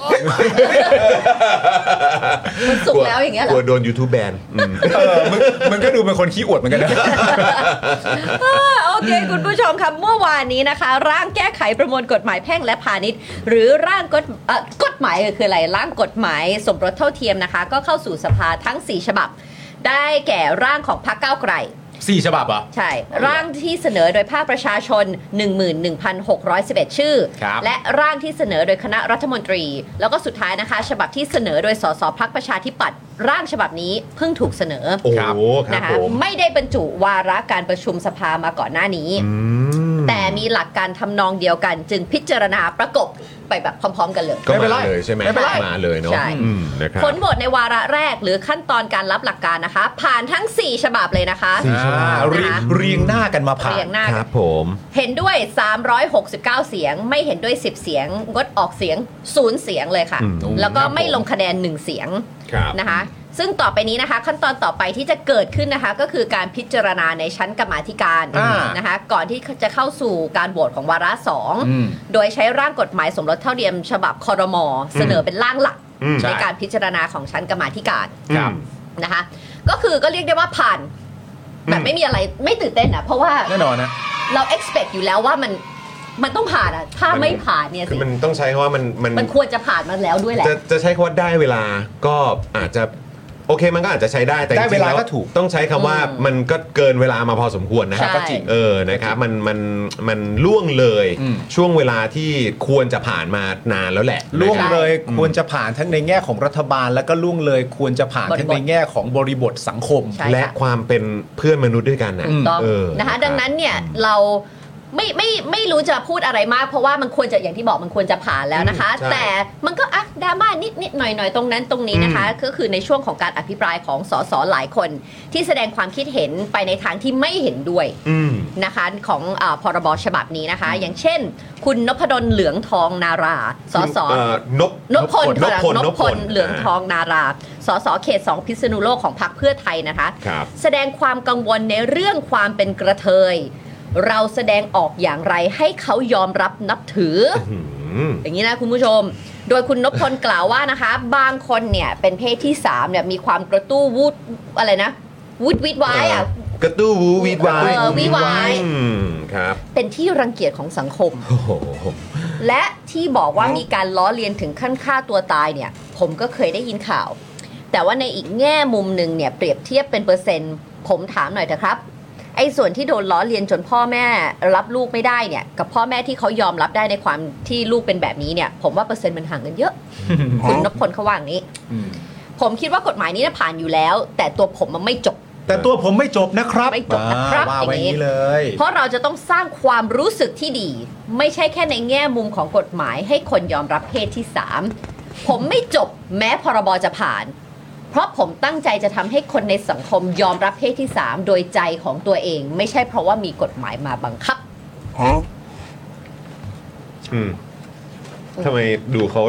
มันสุกแล้วอย่างเงี้ยเหรกลัอวโดน YouTube แบนอืมเออมึงมึงก็ดูเป็นคนขี้อวดเหมือนกันนะอ่าโอเคคุณผู้ชมครับเมื่อวานนี้นะคะ ร่างแก้ไขประมวลกฎหมายแพ่งและพาณิชย์ หรือร่างกฎเอ่อกฎหมายคืออะไรร่างกฎหมายสมรสเท่าเทียมนะคะ ก็เข้าสู่สภาทั้งสี่ฉบับ ได้แก่ร่างของพรรคก้าวไกลสี่ฉบับเหรอ่ะใช่ ร่างที่เสนอโดยภาคประชาชน หนึ่งหมื่นหนึ่งพันหกร้อยสิบเอ็ด ชื่อครับและร่างที่เสนอโดยคณะรัฐมนตรี แล้วก็สุดท้ายนะคะ ฉบับที่เสนอโดยสสพรรคประชาธิปัตย์ร่างฉบับนี้เพิ่งถูกเสนอโอ้โหครันะบคะผมไม่ได้บรรจุวาระการประชุมสภามาก่อนหน้านี้อืมแต่มีหลักการทำนองเดียวกัน จึงพิจารณาประกบไปแบบพร้อม ๆ กันเลยก็ไม่เป็นไรมาเลยใช่ไหมไม่เป็นไรมาเลยเนาะใช่อืมนะครับผลโหวตในวาระแรกหรือขั้นตอนการรับหลักการนะคะ ผ่านทั้ง สี่ ฉบับเลยนะคะสี่ฉบับอ่าเรียงเรียงหน้ากันมาผ่าเรียนงหน้าคกัรันบผมเห็นด้วย สามร้อยหกสิบเก้า เสียง ไม่เห็นด้วย สิบ เสียง งดออกเสียง ศูนย์ เสียงเลยค่ะอืมแล้วก็ครับผมไม่ลงคะแนน หนึ่ง เสียงครับนะคะ ซึ่งต่อไปนี้นะคะ ขั้นตอนต่อไปที่จะเกิดขึ้นนะคะ ก็คือการพิจารณาในชั้นกรรมาธิการอ่านะคะ ก่อนที่จะเข้าสู่การโหวตของวาระสองอืมโดยใช้ร่างกฎหมายสมรสเท่าเทียมฉบับครม เสนอเป็นร่างหลักอืมในการพิจารณาของชั้นกรรมาธิการครับนะคะ ก็คือก็เรียกได้ว่าผ่านแบบไม่มีอะไรไม่ตื่นเต้นอ่ะเพราะว่าแน่นอนนะเรา expect อยู่แล้วว่ามันมันต้องผ่านอ่ะถ้าไม่ผ่านเนี่ยคืสิอมันต้องใช้คำว่ามันมันมันควรจะผ่านมาแล้วด้วยแหละจะจะใช้คำว่าได้เวลาก็อาจจะโอเคมันก็อาจจะใช้ได้แต่ได้จริงๆเวลาแล้ก็ถูกต้องใช้คำว่าอืมมันก็เกินเวลามาพอสมควรนะใช่ก็จริงเออนะครับมันมันมันล่วงเลยอืมช่วงเวลาที่ควรจะผ่านมานานแล้วแหละล่วงนะครับเลยควรจะผ่านทั้งในแง่ของรัฐบาล แล้วก็ล่วงเลยควรจะผ่านบริบททั้งในแง่ของบริบทสังคมใช่และความเป็นเพื่อนมนุษย์ด้วยกันนะอืมต้องเออนะคะรับดังนั้นเนี่ยเราไม่ไม่ไม่รู้จะพูดอะไรมาก เพราะว่ามันควรจะอย่างที่บอกมันควรจะผ่านแล้วนะคะอืมใช่แต่มันก็อ่ะดราม่านิดนิดหน่อยหน่อยตรงนั้นตรงนี้นะคะ ก็คือในช่วงของการอภิปรายของสสหลายคน ที่แสดงความคิดเห็นไปในทางที่ไม่เห็นด้วยอืมนะคะของอาพรบฉบับนี้นะคะ อย่างเช่น คุณนพดลเหลืองทองนาราสสเอ่อนบนพพลนพพลนนพพพพลลเหลืองทองนาราสสเขตสองพิษณุโลกของพรรคเพื่อไทยนะคะครับแสดงความกังวลในเรื่องความเป็นกระเทย เราแสดงออกอย่างไรให้เขายอมรับนับถืออืมอย่างนี้นะคุณผู้ชม โดยคุณนพพลกล่าวว่านะคะ บางคนเนี่ยเป็นเพศที่สามเนี่ยมีความกระตู้วูดอะไรนะวูดวิดไว้อะกระตู้วูวีดวายเออวีดวายอืมครับเป็นที่รังเกียจของสังคมโอ้โหและที่บอกว่ามีการล้อเลียนถึงขั้นฆ่าตัวตายเนี่ยผมก็เคยได้ยินข่าว แต่ว่าในอีกแง่มุมหนึ่งเนี่ยเปรียบเทียบเป็นเปอร์เซ็นต์ผมถามหน่อยเถอะครับไอ้ส่วนที่โดนล้อเลียนจนพ่อแม่รับลูกไม่ได้เนี่ยกับพ่อแม่ที่เขายอมรับได้ในความที่ลูกเป็นแบบนี้เนี่ยผมว่าเปอร์เซ็นต์มันห่างกันเยอะ คุณนพพลเขาว่าอย่างนี้อืมผมคิดว่ากฎหมายนี้น่ะผ่านอยู่แล้ว แต่ตัวผมมันไม่จบแต่ตัวผมไม่จบนะครับไม่จบนะครับอ่าว่าไว้อย่างนี้นี้เลยเพราะเราจะต้องสร้างความรู้สึกที่ดี ไม่ใช่แค่ในแง่มุมของกฎหมายให้คนยอมรับเพศที่สามผมไม่จบแม้พรบจะผ่าน เพราะผมตั้งใจจะทำให้คนในสังคมยอมรับเพศที่สามโดยใจของตัวเอง ไม่ใช่เพราะว่ามีกฎหมายมาบังคับอืมทำไมดูเขา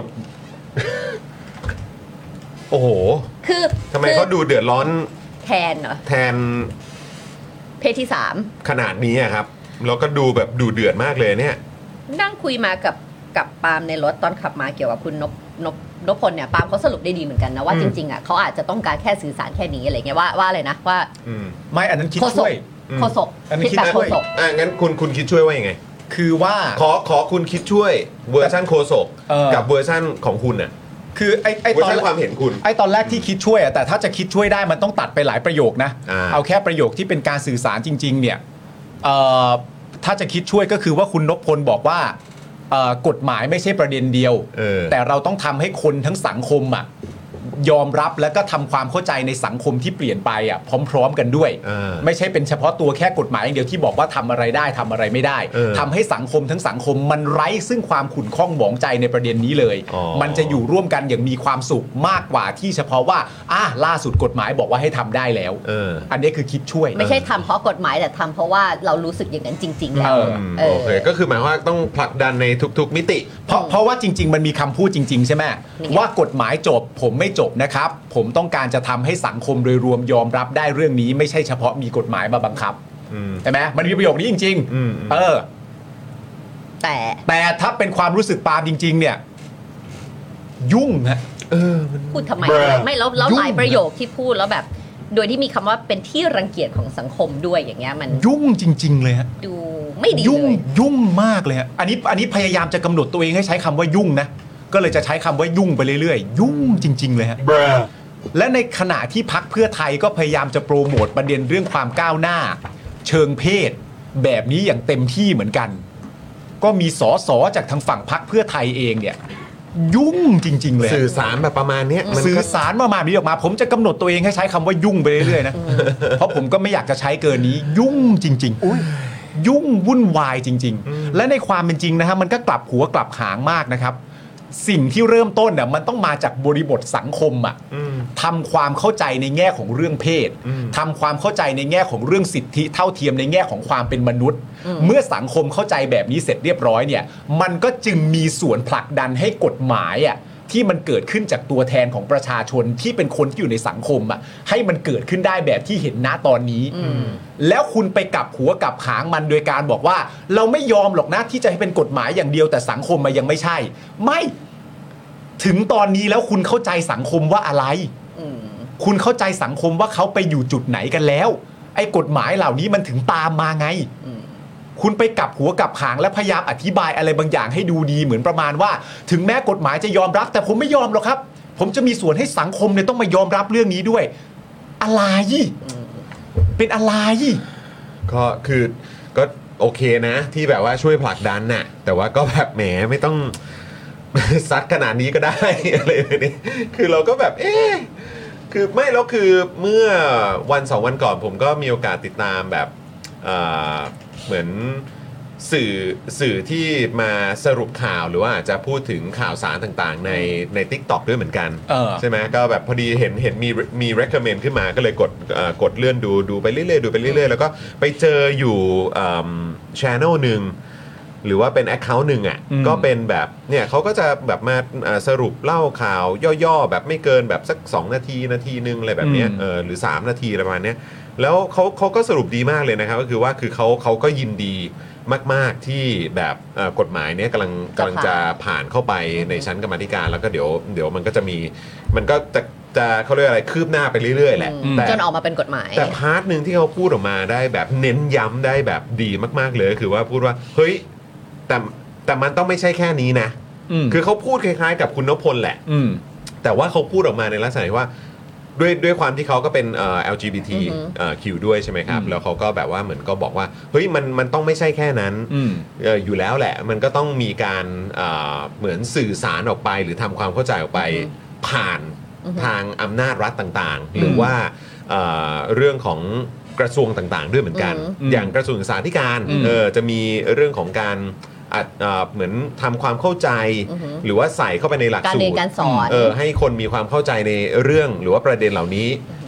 โอ้โหคือทำไมเขาดูเดือดร้อนแทนเหรอแทนเพศที่สามขนาดนี้อะครับแล้วก็ดูแบบดูเดือดมากเลยเนี่ยนั่งคุยมากับกับปาล์มในรถตอนขับมาเกี่ยวกับคุณนพนพนพพลเนี่ยปาล์มเขาสรุปได้ดีเหมือนกันนะว่าอืมจริงๆอ่ะเขาอาจจะต้องการแค่สื่อสารแค่นี้อะไรเงี้ยว่าว่าอะไรนะว่าอืมไม่อันนั้นคิดโฆษช่กวยโฆษกอันนี้คิดแบบคิดโฆช่วยษกอ่ะงั้นคุณคุณคิดช่วยว่ายังไงคือว่าขอขอคุณคิดช่วยเวอร์ชันโคศกเออกับเวอร์ชันของคุณน่ะคือไอ้ไอ้เวอตอร์นชันความเห็นคุณไอ้ตอนแรกที่คิดช่วยอะแต่ถ้าจะคิดช่วยได้มันต้องตัดไปหลายประโยคนะอ่าเอาแค่ประโยคที่เป็นการสื่อสารจริง ๆ เนี่ยเอ่อถ้าจะคิดช่วยก็คือว่าคุณนพพลบอกว่าเอ่อกฎหมายไม่ใช่ประเด็นเดียวเออแต่เราต้องทำให้คนทั้งสังคมอ่ะยอมรับแล้วก็ทำความเข้าใจในสังคมที่เปลี่ยนไปอ่ะพร้อม ๆ กันด้วยเออไม่ใช่เป็นเฉพาะตัวแค่กฎหมายอย่างเดียวที่บอกว่าทำอะไรได้ทำอะไรไม่ได้เออทำให้สังคมทั้งสังคมมันไร้ซึ่งความขุ่นข้องหมองใจในประเด็นนี้เลยอ๋อมันจะอยู่ร่วมกันอย่างมีความสุขมากกว่าที่เฉพาะว่าอ่ะล่าสุดกฎหมายบอกว่าให้ทำได้แล้วเอออันนี้คือคิดช่วยไม่ใช่ทำเพราะกฎหมายแต่ทำเพราะว่าเรารู้สึกอย่างนั้นจริง ๆ แล้วเอออืมเออโอเคก็คือหมายความว่าต้องผลักดันในทุกๆมิติเพราะเพราะว่าจริง ๆ มันมีคำพูดจริง ๆ ใช่ไหมนี่ไงว่ากฎหมายจบผมไม่จบนะครับ ผมต้องการจะทำให้สังคมโดยรวมยอมรับได้เรื่องนี้ ไม่ใช่เฉพาะมีกฎหมายมาบังคับอืมใช่ไหมมันมีประโยคนี้จริงอืมๆ เออแต่แต่ถ้าเป็นความรู้สึกปาล์มจริง ๆ เนี่ย ยุ่งฮะเออมันพูดทำไม Bruh ไม่แล้วแล้วยุ่งหลายประโยคที่พูดแล้วแบบ โดยที่มีคำว่าเป็นที่รังเกียจของสังคมด้วยอย่างเงี้ยมันยุ่งจริง ๆ เลยฮะดูไม่ดียุ่งเลยยุ่งมากเลยฮะอันนี้อันนี้พยายามจะกำหนดตัวเองให้ใช้คำว่ายุ่งนะก็เลยจะใช้คำว่ายุ่งไปเรื่อยๆ ยุ่งจริง ๆ เลยฮะ และในขณะที่พักเพื่อไทยก็พยายามจะโปรโมทประเด็นเรื่องความก้าวหน้า เชิงเพศ แบบนี้อย่างเต็มที่เหมือนกัน ก็มีสสจากทางฝั่งพักเพื่อไทยเองเนี่ย ยุ่งจริง ๆ เลยสื่อสารแบบประมาณเนี้ยมันสื่ก็อสารมามานี้ออกมา ผมจะกำหนดตัวเองให้ใช้คำว่ายุ่งไปเรื่อยๆนะเพราะผมก็ไม่อยากจะใช้เกินนี้ ยุ่งจริงๆยุ่งวุ่นวายจริง ๆ และในความเป็นจริงนะฮะมันก็กลับหัวกลับหางมากนะครับ สิ่งที่เริ่มต้นเนี่ยมันต้องมาจากบริบทสังคมอ่ะทำความเข้าใจในแง่ของเรื่องเพศทำความเข้าใจในแง่ของเรื่องสิทธิเท่าเทียมในแง่ของความเป็นมนุษย์ เมื่อสังคมเข้าใจแบบนี้เสร็จเรียบร้อยเนี่ยมันก็จึงมีส่วนผลักดันให้กฎหมายอ่ะที่มันเกิดขึ้นจากตัวแทนของประชาชนที่เป็นคนที่อยู่ในสังคมอ่ะให้มันเกิดขึ้นได้แบบที่เห็นณตอนนี้ แล้วคุณไปกลับหัวกลับหางมันโดยการบอกว่า เราไม่ยอมหรอกนะที่จะให้เป็นกฎหมายอย่างเดียวแต่สังคมมันยังไม่ใช่ ไม่ถึงตอนนี้แล้วคุณเข้าใจสังคมว่าอะไร คุณเข้าใจสังคมว่าเขาไปอยู่จุดไหนกันแล้ว ไอ้กฎหมายเหล่านี้มันถึงตามมาไง คุณไปกลับหัวกลับหางและพยายามอธิบายอะไรบางอย่างให้ดูดีเหมือนประมาณว่า ถึงแม้กฎหมายจะยอมรับ แต่ผมไม่ยอมหรอกครับ ผมจะมีส่วนให้สังคมเนี่ยต้องมายอมรับเรื่องนี้ด้วย อะไรเป็นอะไรก็คือก็โอเคนะ ที่แบบว่าช่วยผลักดันน่ะแต่ว่าก็แบบแหมไม่ต้อง ซัดขนาดนี้ก็ได้ อะไรแบบนี้คือเราก็แบบเอ๊ะคือไม่แล้วคือเมื่อวันสองวันก่อนผมก็มีโอกาสติดตามแบบเอ่อเหมือนสื่อสื่อที่มาสรุปข่าวหรือว่าอาจจะพูดถึงข่าวสารต่างๆในใน TikTok ด้วยเหมือนกันเออใช่ไหมก็แบบพอดีเห็นเห็นมีมี recommend ขึ้นมาก็เลยกดเอ่อกดเลื่อนดูดูไปเรื่อยๆดูไปเรื่อยๆแล้วก็ไปเจออยู่เอิ่ม channel หนึ่งหรือว่าเป็น account หนึ่งอ่ะอืมก็เป็นแบบเนี่ยเขาก็จะแบบมาอ่าสรุปเล่าข่าวย่อๆแบบไม่เกินแบบสักสองนาทีนาทีนึงอะไรแบบเนี้ยอืมเออหรือสามนาทีอะไรประมาณเนี้ยแล้วเขาเขาก็สรุปดีมากเลยนะครับก็คือว่าคือเขาเขาก็ยินดีมากๆที่แบบเอ่อกฎหมายเนี้ยกำลังกำลังจะผ่านเข้าไปในชั้นกรรมาธิการแล้วก็เดี๋ยวเดี๋ยวมันก็จะมีมันก็จะจะเขาเรียกอะไรคืบหน้าไปเรื่อยๆแหละอืมแต่จนออกมาเป็นกฎหมายแต่พาร์ทหนึ่งที่เขาพูดออกมาได้แบบเน้นย้ำได้แบบดีมากๆเลยก็คือว่าพูดว่าเฮ้ยแต่แต่มันต้องไม่ใช่แค่นี้นะอืมคือเขาพูดคล้ายๆกับคุณนพพลแหละอืมแต่ว่าเขาพูดออกมาในลักษณะที่ว่าด้วยด้วยความที่เขาก็เป็นเอ่อ แอล จี บี ทีอือฮึเอ่อ Q ด้วยใช่ไหมครับอืมแล้วเขาก็แบบว่าเหมือนก็บอกว่าเฮ้ยมันมันต้องไม่ใช่แค่นั้นอืมเอ่ออยู่แล้วแหละ มันก็ต้องมีการเอ่อเหมือนสื่อสารออกไป หรือทำความเข้าใจออกไปผ่านทางอำนาจรัฐต่างๆ หรือว่าเอ่อเรื่องของกระทรวงต่างๆ ด้วยเหมือนกันอืมอย่างกระทรวงศึกษาธิการอืมเออจะมีเรื่องของการอ่ะเอ่อเหมือนทำความเข้าใจอือฮึหรือว่าใส่เข้าไปในหลักการสูเรียตนรการสอนเออให้คนมีความเข้าใจในเรื่องหรือว่าประเด็นเหล่านี้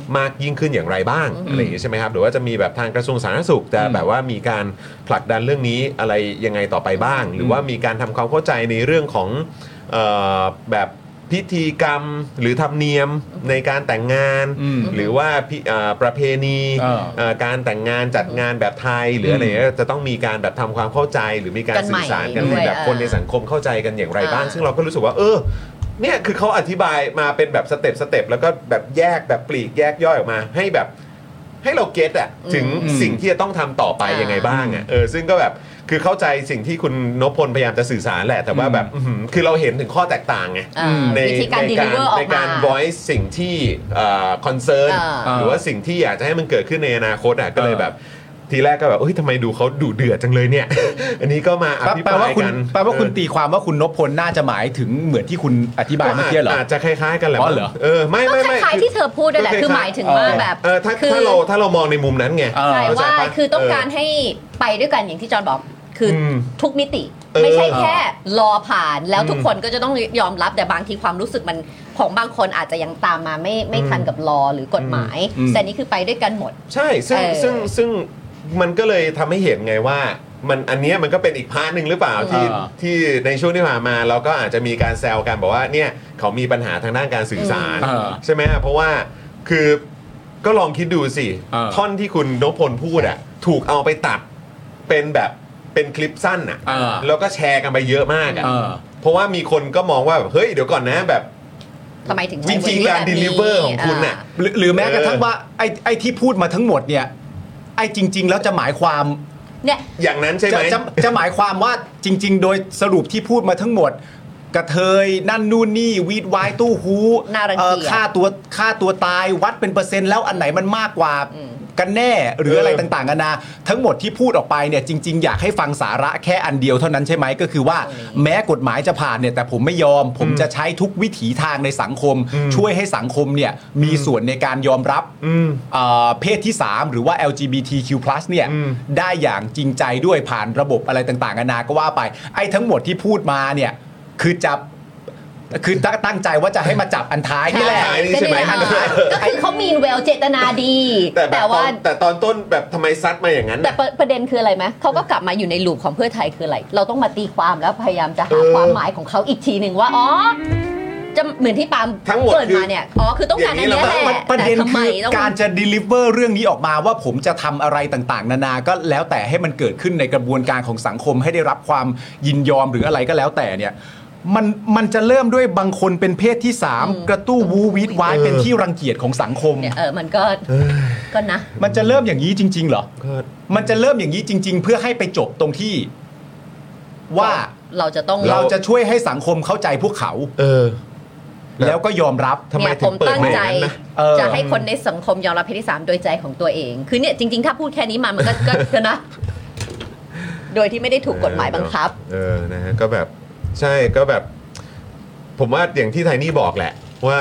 มากยิ่งขึ้นอย่างไรบ้างอะไรอย่างนี้ใช่ไหมครับหรือว่าจะมีแบบทางกระทรวงสาธารณสุขจะแบบว่ามีการผลักดันเรื่องนี้อะไรยังไงต่อไปบ้าง หรือว่ามีการทำความเข้าใจในเรื่องของเอ่อแบบพิธีกรรมหรือธรรมเนียมในการแต่งงาน หรือว่าพิอ่าประเพณีอ่าอ่าการแต่งงานจัดงานแบบไทยหรืออะไรเงี้ยจะต้องมีการแบบทำความเข้าใจหรือมีการกันใหม่สื่อสารกันด้ให้วยแบบคนในสังคมเข้าใจกันอย่างไรบ้างอ่าซึ่งเราก็รู้สึกว่าเออเนี่ยคือเขาอธิบายมาเป็นแบบสเต็ปสเต็ปแล้วก็แบบแยกแบบปลีกแยกย่อยออกมาให้แบบให้เราเก็ตอะถึงสิ่งที่จะต้องทำต่อไปยังไงบ้างอะเออซึ่งก็แบบคือเข้าใจสิ่งที่คุณนพพลพยายามจะสื่อสารแหละแต่ว่าแบบอื้อหือคือเราเห็นถึงข้อแตกต่างไงอ่าในวิธีการใน deliver ออกมาในการ voice สิ่งที่คอนเซิร์นอ่าหรือว่าสิ่งที่อยากจะให้มันเกิดขึ้นในอนาคตอ่ะก็เลยแบบทีแรกก็แบบเฮ้ยทำไมดูเขาดุเดือดจังเลยเนี่ย อันนี้ก็มาอภิปแปลราว่าย คุณกันแปลว่าคุณตีความว่าคุณนพพลน่าจะหมายถึงเหมือนที่คุณอธิบายเมื่อกี้เหรออาจจะคล้ายๆกันแหละอ๋อเหรอเออไม่ก็ไม่คไม่ล้ายๆที่เธอพูดนั่นแหละคือหมายถึงว่าแบบเออถ้าคือถ้าเราถ้าเรามองในมุมนั้นไงเออใช่เข้ใจว่าปะคือต้องการให้ไปด้วยกันอย่างที่จอห์นบอกคืออมทุกมิติเออไม่ใช่แค่รอผ่านแล้วทุกคนก็จะต้องยอมรับแต่บางทีความรู้สึกมันของบางคนอาจจะยังตามมาไม่ไม่ทันกับรอหรือกฎหมายอืมแต่นี่คือไปด้วยกันหมดใช่ซึ่งเออซึ่งซึ่งมันก็เลยทำให้เห็นไงว่ามันอันเนี้ยมันก็เป็นอีกพาร์ทหนึ่งหรือเปล่าที่อ่าที่ในช่วงที่ผ่านมาเราก็อาจจะมีการแซวกันบอกว่าเนี่ยเขามีปัญหาทางด้านการสื่อสารอ่าใช่ไหมฮะเพราะว่าคือก็ลองคิดดูสิอ่าท่อนที่คุณนพพลพูดอ่ะถูกเอาไปตัดเป็นแบบเป็นคลิปสั้นอ่ะอ่าแล้วก็แชร์กันไปเยอะมากอ่ะเออเพราะว่ามีคนก็มองว่าแบบเฮ้ยเดี๋ยวก่อนนะแบบทำไมถึงจริงๆการ deliver ของคุณน่ะหรือหรือแม้กระทั่งว่าไอ้ไอ้ที่พูดมาทั้งหมดเนี่ยไอ้จริง ๆ แล้วจะหมายความเนี่ยอย่างนั้นใช่ไหจะมจะจะหมายความว่าจริง ๆ โดยสรุปที่พูดมาทั้งหมด กระเทยนั่นนู่นนี่วีดวายตู้ฮูน่ารังเกียจเอ่อค่าตัวค่าตัวตายวัดเป็นเปอร์เซ็นต์แล้วอันไหนมันมากกว่ากันแน่หรืออะไรต่างๆกันานาทั้งหมดที่พูดออกไปเนี่ยจริง ๆ อยากให้ฟังสาระแค่อันเดียวเท่านั้นใช่ไหมก็คือว่าแม้กฎหมายจะผ่านเนี่ยแต่ผมไม่ยอม ผมจะใช้ทุกวิถีทางในสังคม ช่วยให้สังคมเนี่ยมีส่วนในการยอมรับเอ่อเพศที่สามหรือว่า แอล จี บี ที คิว พลัส เนี่ยได้อย่างจริงใจด้วยผ่านระบบอะไรต่างๆกันานาก็ว่าไปไอ้ทั้งหมดที่พูดมาเนี่ยคือจะคือตั้งใจว่าจะให้มาจับอันท้ายนี่แหละใช่นี่ใช่ไหมก็เนี่ยค่ะก็คือเขามีแววเจตนาดีแต่แบบแต่ตว่าอนแต่ตอนต้นแบบทำไมซัดมาอย่างนั้นแต่น่ะประประเด็นคืออะไรไหมเขาก็กลับมาอยู่ในลูปของเพื่อไทยคืออะไร เราต้องมาตีความแล้วพยายามจะหาเออความหมายของเขาอีกทีหนึ่งว่าอ๋อจะเหมือนที่ปาล์มทั้งหมดเปิดคือมาเนี่ยอ๋อคือต้องการอันเนี้ยแหละประเด็นแต่ทำไมคือต้องการจะ deliver เรื่องนี้ออกมาว่าผมจะทำอะไรต่างๆ นานาก็แล้วแต่ให้มันเกิดขึ้นในกระบวนการของสังคมให้ได้รับความยินยอมหรืออะไรก็แล้วแต่เนี่ยมันมันจะเริ่มด้วยบางคนเป็นเพศที่สามกระตู้วูวีดวายเป็นที่รังเกียจของสังคมเนี่ยเออมันก็ก็นะมันจะเริ่มอย่างนี้จริง ๆ เหรอก็มันจะเริ่มอย่างนี้จริง ๆ เพื่อให้ไปจบตรงที่ว่าเราจะต้องเราจะช่วยให้สังคมเข้าใจพวกเขาเออแล้วก็ยอมรับทำไมเนี่ยถึผงมเปิดตั้งมาอใจย่างนั้นนะเออจะให้คนในสังคมยอมรับเพศที่สามโดยใจของตัวเอง คือเนี่ยจริง ๆ ถ้าพูดแค่นี้มามันก็ก็ก็นะ โดยที่ไม่ได้ถูกกฎหมายบังคับเออนะฮะก็แบบใช่ก็แบบ ผมว่าอย่างที่ไทนี่บอกแหละ ว่า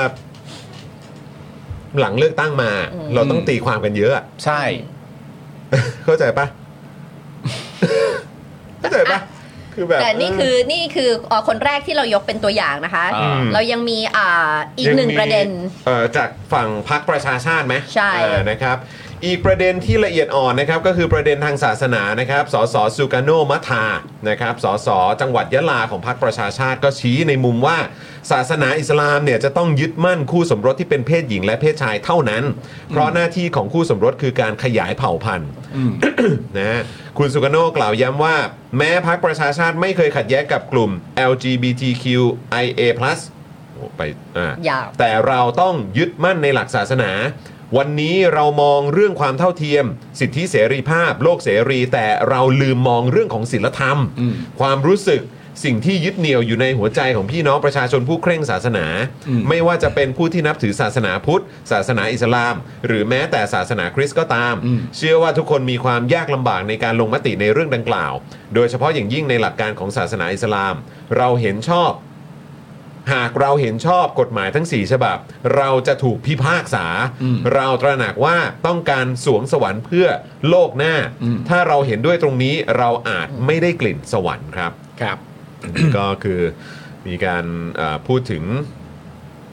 หลังเลือกตั้งมา เราต้องตีความกันเยอะอะใช่เข้าใจปะ เข้าใจปะคือแบบแต่นี่คือนี่คือเอ่อคนแรกที่เรายกเป็นตัวอย่างนะคะอืมเรายังมีอ่าอีกยังหนึ่งมีประเด็นเอ่อจากฝั่งพรรคประชาชาติไหมใช่เออนะครับ อีกประเด็นที่ละเอียดอ่อนนะครับก็คือประเด็นทางศาสนานะครับสสซูกาโนมัทานะครับสสจังหวัดยะลาของพรรคประชาชาติก็ชี้ในมุมว่าศาสนาอิสลามเนี่ยจะต้องยึดมั่นคู่สมรสที่เป็นเพศหญิงและเพศชายเท่านั้น เพราะหน้าที่ของคู่สมรสคือการขยายเผ่าพันธุ์ นะฮะคุณสุกาโนกล่าวย้ำว่าแม้พรรคประชาชาติไม่เคยขัดแย้งกับกลุ่ม แอล จี บี ที คิว ไอ เอ พลัส โอ้ไปอ่ายาวแต่เราต้องยึดมั่นในหลักศาสนา วันนี้เรามองเรื่องความเท่าเทียม สิทธิเสรีภาพ โลกเสรี แต่เราลืมมองเรื่องของศีลธรรม ความรู้สึกสิ่งที่ยึดเหนี่ยวอยู่ในหัวใจของพี่น้องประชาชนผู้เคร่งศาสนา ไม่ว่าจะเป็นผู้ที่นับถือศาสนาพุทธ ศาสนาอิสลาม หรือแม้แต่ศาสนาคริสต์ก็ตาม เชื่อว่าทุกคนมีความยากลำบากในการลงมติในเรื่องดังกล่าว โดยเฉพาะอย่างยิ่งในหลักการของศาสนาอิสลาม เราเห็นชอบ หากเราเห็นชอบกฎหมายทั้งสี่ฉบับ เราจะถูกพิพากษา เราตระหนักว่าต้องการสวงสวรรค์เพื่อโลกหน้า ถ้าเราเห็นด้วยตรงนี้เราอาจไม่ได้กลิ่นสวรรค์ครับครับก็คือมีการเอ่อพูดถึง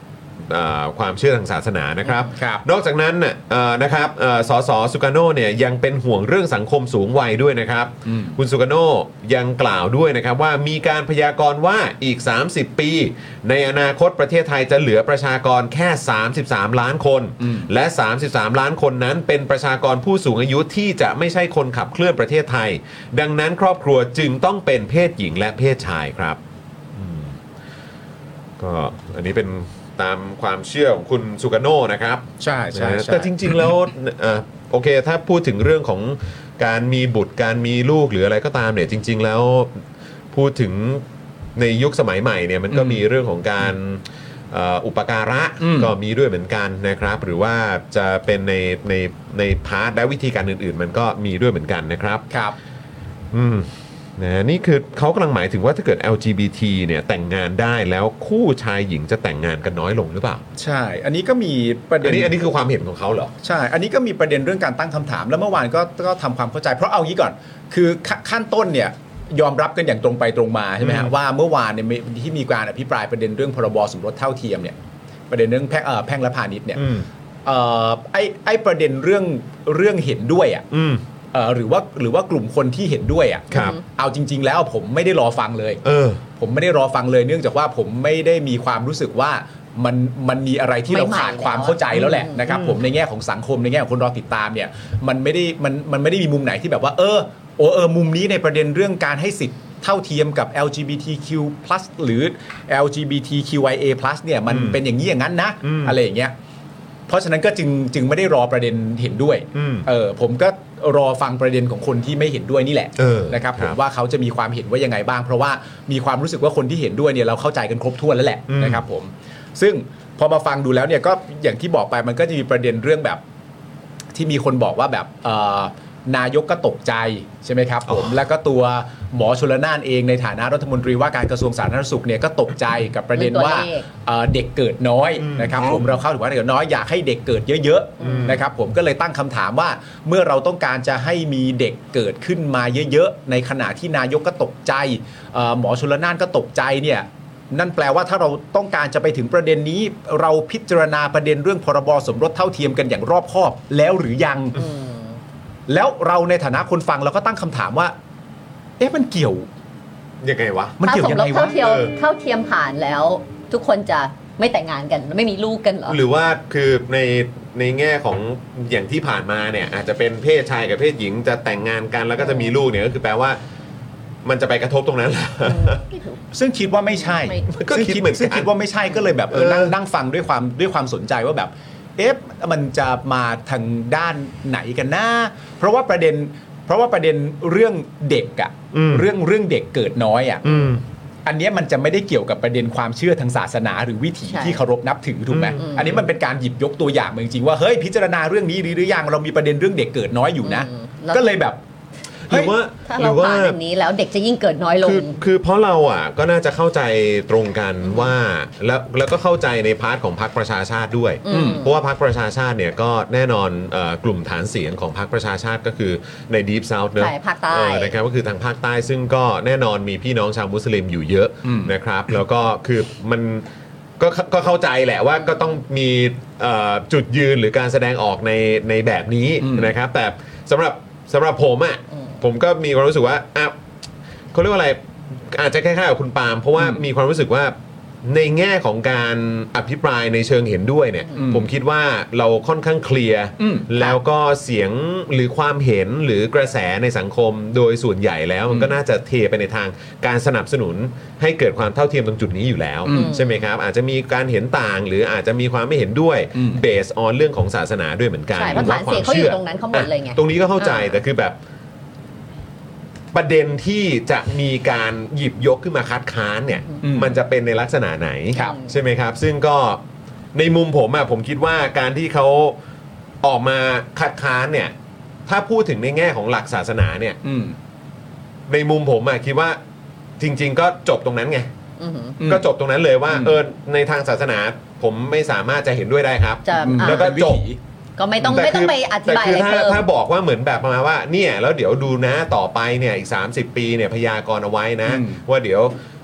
เอ่อความเชื่อทางศาสนานะครับครับนอกจากนั้นน่ะเอ่อนะครับเอ่อสสสุกาโนเนี่ยยังเป็นห่วงเรื่องสังคมสูงวัยด้วยนะครับอืมคุณสุกาโนยังกล่าวด้วยนะครับว่ามีการพยากรณ์ว่าอีกสามสิบปีในอนาคตประเทศไทยจะเหลือประชากรแค่สามสิบสามล้านคนและสามสิบสามล้านคนนั้นเป็นประชากรผู้สูงอายุที่จะไม่ใช่คนขับเคลื่อนประเทศไทยดังนั้นครอบครัวจึงต้องเป็นเพศหญิงและเพศชายครับอืมก็อันนี้เป็นตามความเชื่อของคุณสุกาโนนะครับใช่ใช่นะใช่แต่จริง ๆ แล้วเอ่อโอเคถ้าพูดถึงเรื่องของการมีบุตรการมีลูกหรืออะไรก็ตามเนี่ยจริง ๆ แล้วพูดถึงในยุคสมัยใหม่เนี่ยมันก็มีเรื่องของการเอ่ออุปการะอืมก็มีด้วยเหมือนกันนะครับ หรือว่าจะเป็นในในในพาร์ทและวิธีการอื่น ๆ มันก็มีด้วยเหมือนกันนะครับครับอืมนะนี่คือเขากำลังหมายถึงว่าถ้าเกิด แอล จี บี ที เนี่ยแต่งงานได้แล้วคู่ชายหญิงจะแต่งงานกันน้อยลงหรือเปล่าใช่ อันนี้ก็มีประเด็อันนนี้อันนี้คือความเห็นของเขาเหรอใช่ อันนี้ก็มีประเด็นเรื่องการตั้งคำถาม แล้วเมื่อวานก็ก็ทำความเข้าใจ เพราะเอางี้ก่อน คือขขั้นต้นเนี่ยยอมรับกันอย่างตรงไปตรงมาใช่ไหมฮะอืมว่าเมื่อวานเนี่ยมีที่มีการอภิปรายประเด็นเรื่องพรบสมรสเท่าเทียมเนี่ยประเด็นเรื่องแพ่งเอ่อแพ่งและพาณิชย์เนี่ยอืมเอ่อไอ้ไอ้ประเด็นเรื่องเรื่องเห็นด้วยอ่ะอืมเอ่อหรือว่าหรือว่ากลุ่มคนที่เห็นด้วยอ่ะครับเอาจริง ๆ แล้วผมไม่ได้รอฟังเลยเออผมไม่ได้รอฟังเลยเนื่องจากว่าผมไม่ได้มีความรู้สึกว่ามันมันมีอะไรที่เราใหม่ๆขาดความเข้าใจแล้วแหละอืมนะครับผมในแง่ของสังคมในแง่ของคนรอติดตามเนี่ยมันไม่ได้มันมันไม่ได้มีมุมไหนที่แบบว่าเออโอเออมุมนี้ในประเด็นเรื่องการให้สิทธิ์เท่าเทียมกับ แอล จี บี ที คิว พลัส หรือ แอล จี บี ที คิว ไอ เอ พลัส เนี่ยมันอืมเป็นอย่างนี้อย่างนั้นนะอืมอะไรอย่างเงี้ยเพราะฉะนั้นก็จึงจึงไม่ได้รอประเด็นเห็นด้วยอืมเออผมก็รอฟังประเด็นของคนที่ไม่เห็นด้วยนี่แหละเออนะครับคผรับมว่าเขาจะมีความเห็นว่ายังไงบ้าง เพราะว่ามีความรู้สึกว่าคนที่เห็นด้วยเนี่ยเราเข้าใจกันครบถ้วนแล้วแหละอืมนะครับผมซึ่งพอมาฟังดูแล้วเนี่ยก็อย่างที่บอกไปมันก็จะมีประเด็นเรื่องแบบที่มีคนบอกว่าแบบเอ่อนายกก็ตกใจใช่ไหมครับผมแล้วก็ตัวหมอชลน่านเองในฐานะรัฐมนตรีว่าการกระทรวงสาธารณสุขเนี่ยก็ตกใจกับประเด็นว่าเรื่องตัวเลขเอ่อเด็กเกิดน้อยนะครับผมเราเข้าถึงว่าเด็กเกิดน้อยอยากให้เด็กเกิดเยอะๆนะครับผมก็เลยตั้งคำถามว่าเมื่อเราต้องการจะให้มีเด็กเกิดขึ้นมาเยอะๆในขณะที่นายกก็ตกใจเอ่อหมอชลน่านก็ตกใจเนี่ยนั่นแปลว่าถ้าเราต้องการจะไปถึงประเด็นนี้ เราพิจารณาประเด็นเรื่องพรบสมรสเท่าเทียมกันอย่างรอบคอบแล้วหรือยังแล้วเราในฐานะคนฟังเราก็ตั้งคำถามว่า เอ๊ะมันเกี่ยวยังไงวะมันถ้าเกี่ยวสมยังรไงสเท่าวะเทียมเออเท่าเทียมผ่านแล้ว ทุกคนจะไม่แต่งงานกันไม่มีลูกกันเหรอหรือว่าคือในในแง่ของอย่างที่ผ่านมาเนี่ยอาจจะเป็นเพศชายกับเพศหญิงจะแต่งงานกันแล้วก็จะมีลูกเนี่ยก็คือแปลว่า มันจะไปกระทบตรงนั้นเหรอซึ่งคิดว่าไม่ใช่ไม่ก็ซึ่งคิดคิดเหมือนกันซึ่งคิดว่าไม่ใช่ก็เลยแบบเออเออนั่งนั่งฟังด้วยความด้วยความสนใจว่าแบบ เอ๊ะมันจะมาทางด้านไหนกันนะเพราะว่าประเด็นเพราะว่าประเด็นเรื่องเด็กอะอืมเรื่องเรื่องเด็กเกิดน้อยอะอืมอันเนี้ยมันจะไม่ได้เกี่ยวกับประเด็นความเชื่อทางศาสนาหรือวิถีใช่ที่เคารพนับถือถูกไหมอืมอันนี้มันเป็นการหยิบยกตัวอย่างมาจริงๆว่าเฮ้ยพิจารณาเรื่องนี้หรือยังเรามีประเด็นเรื่องเด็กเกิดน้อยอยู่นะอืมแล้วก็เลยแบบหรือว่าถ้าหรืเราอว่าผ่านอย่างนี้แล้วเด็กจะยิ่งเกิดน้อยลงคือคือเพราะเราอ่ะก็น่าจะเข้าใจตรงกันว่าแล้วแล้วก็เข้าใจในพาร์ทของพรรคประชาชาติด้วยอืมเพราะว่าพรรคประชาชาติเนี่ยก็แน่นอนเอ่อกลุ่มฐานเสียงของพรรคประชาชาติก็คือใน Deep South เนอะใช่ภาคใต้เออนะครับก็คือทางภาคใต้ซึ่งก็แน่นอนมีพี่น้องชาวมุสลิมอยู่เยอะอืมนะครับ แล้วก็คือมันก็ก็เข้าใจแหละว่าก็ต้องมีเอ่อจุดยืนหรือการแสดงออกในในแบบนี้นะครับ แต่สำหรับสำหรับผมอ่ะผมก็มีความรู้สึกว่าอ่ะเขาเรียกว่าอะไรอาจจะคล้ายๆกับคุณปาล์มเพราะว่ามีความรู้สึกว่าในแง่ของการอภิปรายในเชิงเห็นด้วยเนี่ย ผมคิดว่าเราค่อนข้างเคลียร์อืมแล้วก็เสียงหรือความเห็นหรือกระแสในสังคมโดยส่วนใหญ่แล้วมันก็น่าจะเทไปในทางการสนับสนุนให้เกิดความเท่าเทียมตรงจุดนี้อยู่แล้วอืมใช่ไหมครับอาจจะมีการเห็นต่าง หรืออาจจะมีความไม่เห็นด้วยอืมเบสออนเรื่องของศาสนาด้วยเหมือนกันใช่เพราะหอว่ฐานเสียงเขาอยู่ตรงนั้นเขาหมดเลยไงอ่ะตรงนี้ก็เข้าใจอ่าแต่คือแบบ ประเด็นที่จะมีการหยิบยกขึ้นมาคัดค้านเนี่ยอืมมันจะเป็นในลักษณะไหนครับใช่ไหมครับ ซึ่งก็ในมุมผมอะผมคิดว่าการที่เขาออกมาคัดค้านเนี่ย ถ้าพูดถึงในแง่ของหลักศาสนาเนี่ยอืมในมุมผมอะคิดว่าจริง ๆ ก็จบตรงนั้นไงอือหืออืมก็จบตรงนั้นเลยว่าอืมเออในทางศาสนาผมไม่สามารถจะเห็นด้วยได้ครับจะอืมอ่ะแล้วก็เป็นวิจบถีก็ไม่ต้องแต่ไม่ต้องคืไปอธิบายแต่อะไรคือถ้าเพิ่มถ้าบอกว่าเหมือนแบบประมาณว่าเนี่ยแล้วเดี๋ยวดูนะต่อไปเนี่ยอีกสามสิบปีเนี่ยพยากรณ์เอาไว้นะอืมว่าเดี๋ยว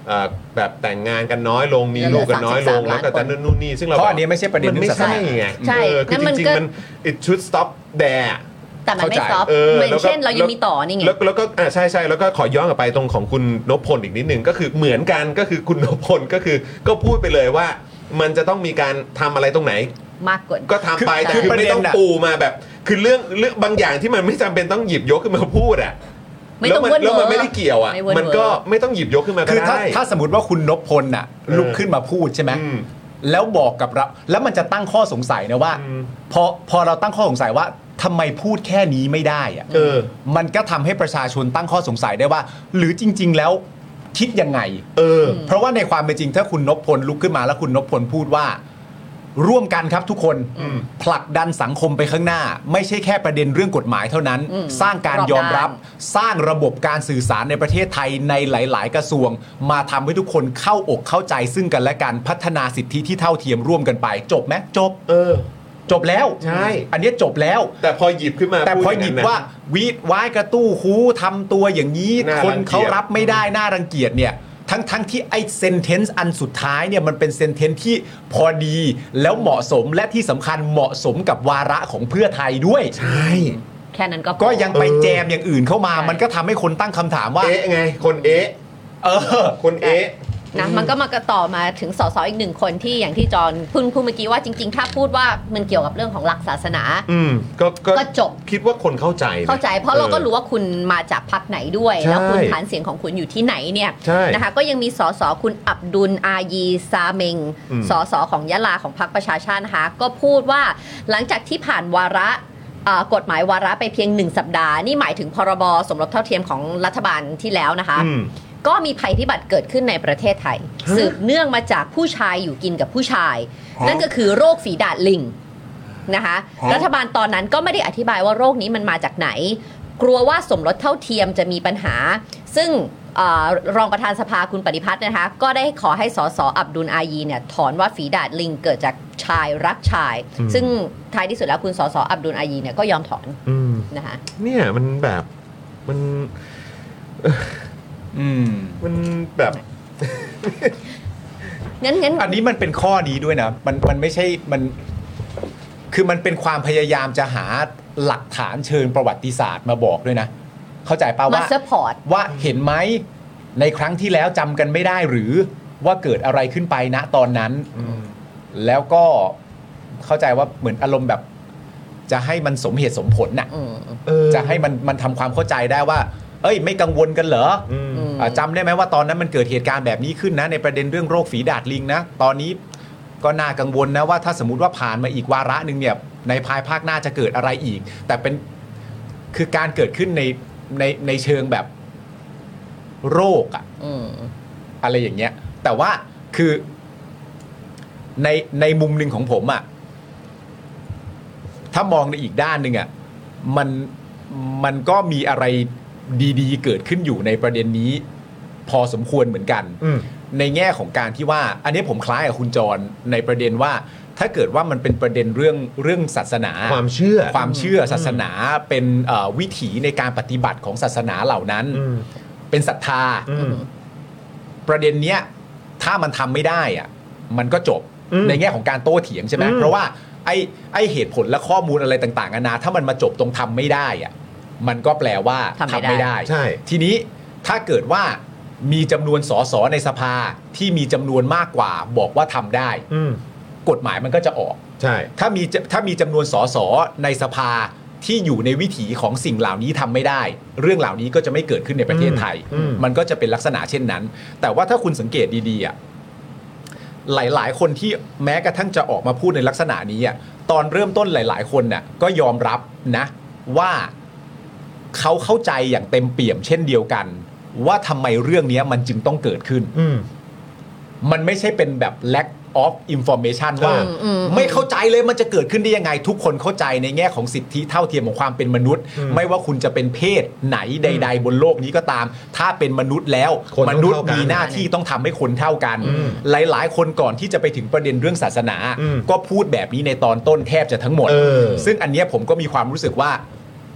แบบแต่งงานกันน้อยลงมีลูกกันน้อยลงแล้วก็แต่นู่นนี่ซึ่งเราเพราะอันนี้ไม่ใช่ประเด็นมันไม่ใช่ไงใช่คือจริงๆมัน it should stop there แต่มันไม่ซอฟต์เออเหมือนแล้วก็เช่นเรายังมีต่อนี่ไงแล้วแล้วก็อ่าใช่ใช่แล้วก็ขอย้อนกลับไปตรงของคุณนพพลอีกนิดนึงก็คือเหมือนกันก็คือคุณนพพลก็คือก็พูดไปเลยว่ามันจะต้องมีการทำอะไรตรงไหนมากกว่าก็ทำไปแต่คือคือประเด็ไม่นต้องน่ะปูมาแบบ คือเรื่องเรื่องบางอย่างที่มันไม่จำเป็นต้องหยิบยกขึ้นมาพูดอ่ะไม่แล้วต้องมันเวิร์ดแล้วมันเวิร์ดไม่ได้เกี่ยวอ่ะไม่เวิร์ดมันก็ไม่ต้องหยิบยกขึ้นมาก็คือถ้าได้ถ้าสมมติว่าคุณนพพลน่ะลุกขึ้นมาพูดใช่ไหมอืมแล้วบอกกับเราแล้วมันจะตั้งข้อสงสัยนะว่าอืมพอพอเราตั้งข้อสงสัยว่าทำไมพูดแค่นี้ไม่ได้อะเออมันก็ทำให้ประชาชนตั้งข้อสงสัยได้ว่า หรือจริง ๆ แล้วคิดยังไงเออเพราะว่าในความเป็นจริงถ้าคุณนพพลลุกขึ้นมาแล้วคุณนพพลพูดว่า ร่วมกันครับทุกคนผลักดันสังคมไปข้างหน้า ไม่ใช่แค่ประเด็นเรื่องกฎหมายเท่านั้นอืมสร้างการยอมรับ สร้างระบบการสื่อสารในประเทศไทยในหลาย ๆ กระทรวง มาทำให้ทุกคนเข้าอกเข้าใจซึ่งกันและกันพัฒนาสิทธิที่เท่าเทียมร่วมกันไป จบไหมจบเออจบแล้วใช่อันนี้จบแล้วแต่พอหยิบขึ้นมาแต่พอพูดหยิบงนั้นว่าวีดว้ายกระตู้คูทำตัวอย่างนี้น่าคนรังเกียจเขารับไม่ได้น่ารังเกียจเนี่ยทั้งทั้งที่ไอ้เซนเทนซ์อันสุดท้ายเนี่ยมันเป็นเซนเทนซ์ที่พอดีแล้วเหมาะสมและที่สำคัญเหมาะสมกับวาระของเพื่อไทยด้วยใช่แค่นั้นก็พอก็ยังไปเออแจมอย่างอื่นเข้ามาใช่มันก็ทำให้คนตั้งคำถามว่าเอ๊ะไง คนเอ๊ะเออคนเอ๊ะนะมันก็มากระต่อมาถึงสสอีกหนึ่งคนที่อย่างที่จอห์นพูดพูดเมื่อกี้ว่าจริง ๆ ถ้าพูดว่ามันเกี่ยวกับเรื่องของหลักศาสนาอืมก็ก็จบคิดว่าคนเข้าใจนะเข้าใจเพราะเราก็รู้ว่าคุณมาจากพรรคไหนด้วยใช่แล้วคุณฐานเสียงของคุณอยู่ที่ไหนเนี่ยใช่นะคะก็ยังมีสสคุณอับดุลอายีซาเมงอืมสสของยะลาของพรรคประชาชาตินะคะก็พูดว่าหลังจากที่ผ่านวาระเอ่อกฎหมายวาระไปเพียงหนึ่งสัปดาห์นี่หมายถึงพรบสมรสเท่าเทียมของรัฐบาลที่แล้วนะคะอืมก็มีภัยพิบัติเกิดขึ้นในประเทศไทย สืบเนื่องมาจากผู้ชายอยู่กินกับผู้ชาย นั่นก็คือโรคฝีดาษลิงนะคะรัฐบาลตอนนั้นก็ไม่ได้อธิบายว่าโรคนี้มันมาจากไหน กลัวว่าสมรสเท่าเทียมจะมีปัญหา ซึ่งเอ่อรองประธานสภาคุณปฏิพัฒน์นะคะก็ได้ขอให้สสอับดุลอายีเนี่ยถอนว่าฝีดาษลิงเกิดจากชายรักชาย ซึ่งท้ายที่สุดแล้วคุณสสอับดุลอายีเนี่ยก็ยอมถอนอืมนะคะเนี่ยมันแบบมันอืมมันแบบงั้นงั้นอันนี้มันเป็นข้อนี้ด้วยนะ มันมันไม่ใช่มันคือมันเป็นความพยายามจะหาหลักฐานเชิงประวัติศาสตร์มาบอกด้วยนะ เข้าใจป่ามาว่าซัพพอร์ตว่าเห็นไหมในครั้งที่แล้วจำกันไม่ได้หรือว่าเกิดอะไรขึ้นไปณตอนนั้น แล้วก็เข้าใจว่าเหมือนอารมณ์แบบ จะให้มันสมเหตุสมผลน่ะอืมเออจะให้มันมันทำความเข้าใจได้ว่า เอ้ย ไม่กังวลกันเหรออืมอืมอ่าจำได้ไหมว่าตอนนั้นมันเกิดเหตุการณ์แบบนี้ขึ้นนะ ในประเด็นเรื่องโรคฝีดาษลิงนะ ตอนนี้ก็น่ากังวลนะว่าถ้าสมมติว่าผ่านมาอีกวาระหนึ่งเนี่ยในภายภาคหน้าจะเกิดอะไรอีก แต่เป็นคือการเกิดขึ้นในในในเชิงแบบโรคอะอืมอะไรอย่างเงี้ย แต่ว่าคือในในมุมหนึ่งของผมอะถ้ามองในอีกด้านหนึ่งอะมันมันก็มีอะไรดีๆ เกิดขึ้นอยู่ในประเด็นนี้ พอสมควรเหมือนกันอืมในแง่ของการที่ว่า อันนี้ผมคล้ายกับคุณจรในประเด็นว่า ถ้าเกิดว่ามันเป็นประเด็นเรื่องเรื่องศาสนาความเชื่อความเชื่อศาสนาเป็นเอ่อวิถีในการปฏิบัติของศาสนาเหล่านั้นอืมเป็นศรัทธาอืมประเด็นเนี้ยถ้ามันทำไม่ได้อะมันก็จบอืมในแง่ของการโต้เถียงใช่ไหมอืมเพราะว่าไอ้ไอ้เหตุผลและข้อมูลอะไรต่างๆนานาถ้ามันมาจบตรงทำไม่ได้อะมันก็แปลว่าทำไม่ได้ใช่ทีนี้ถ้าเกิดว่ามีจำนวนสสในสภาที่มีจำนวนมากกว่าบอกว่าทำได้อืมกฎหมายมันก็จะออกใช่ถ้ามีจะถ้ามีจำนวนสสในสภาที่อยู่ในวิถีของสิ่งเหล่านี้ทำไม่ได้ เรื่องเหล่านี้ก็จะไม่เกิดขึ้นในประเทศไทยอืมมันก็จะเป็นลักษณะเช่นนั้น แต่ว่าถ้าคุณสังเกตดีๆอ่ะหลายๆ คนที่แม้กระทั่งจะออกมาพูดในลักษณะนี้อ่ะตอนเริ่มต้นหลาย ๆ คนน่ะก็ยอมรับนะว่าเขาเข้าใจอย่างเต็มเปี่ยมเช่นเดียวกัน ว่าทำไมเรื่องนี้มันจึงต้องเกิดขึ้นอืมมันไม่ใช่เป็นแบบ lack of information ว่าอืมอืมไม่เข้าใจเลยมันจะเกิดขึ้นได้ยังไง ทุกคนเข้าใจในแง่ของสิทธิเท่าเทียมของความเป็นมนุษย์อืมไม่ว่าคุณจะเป็นเพศไหนใด ๆ บนโลกนี้ก็ตาม ถ้าเป็นมนุษย์แล้วคนต้องมนุษย์เท่ากันมีหน้าที่ต้องทำให้คนเท่ากันอืมหลายๆ คนก่อนที่จะไปถึงประเด็นเรื่องศาสนาอืมก็พูดแบบนี้ในตอนต้นแทบจะทั้งหมดเออซึ่งอันเนี้ยผมก็มีความรู้สึกว่า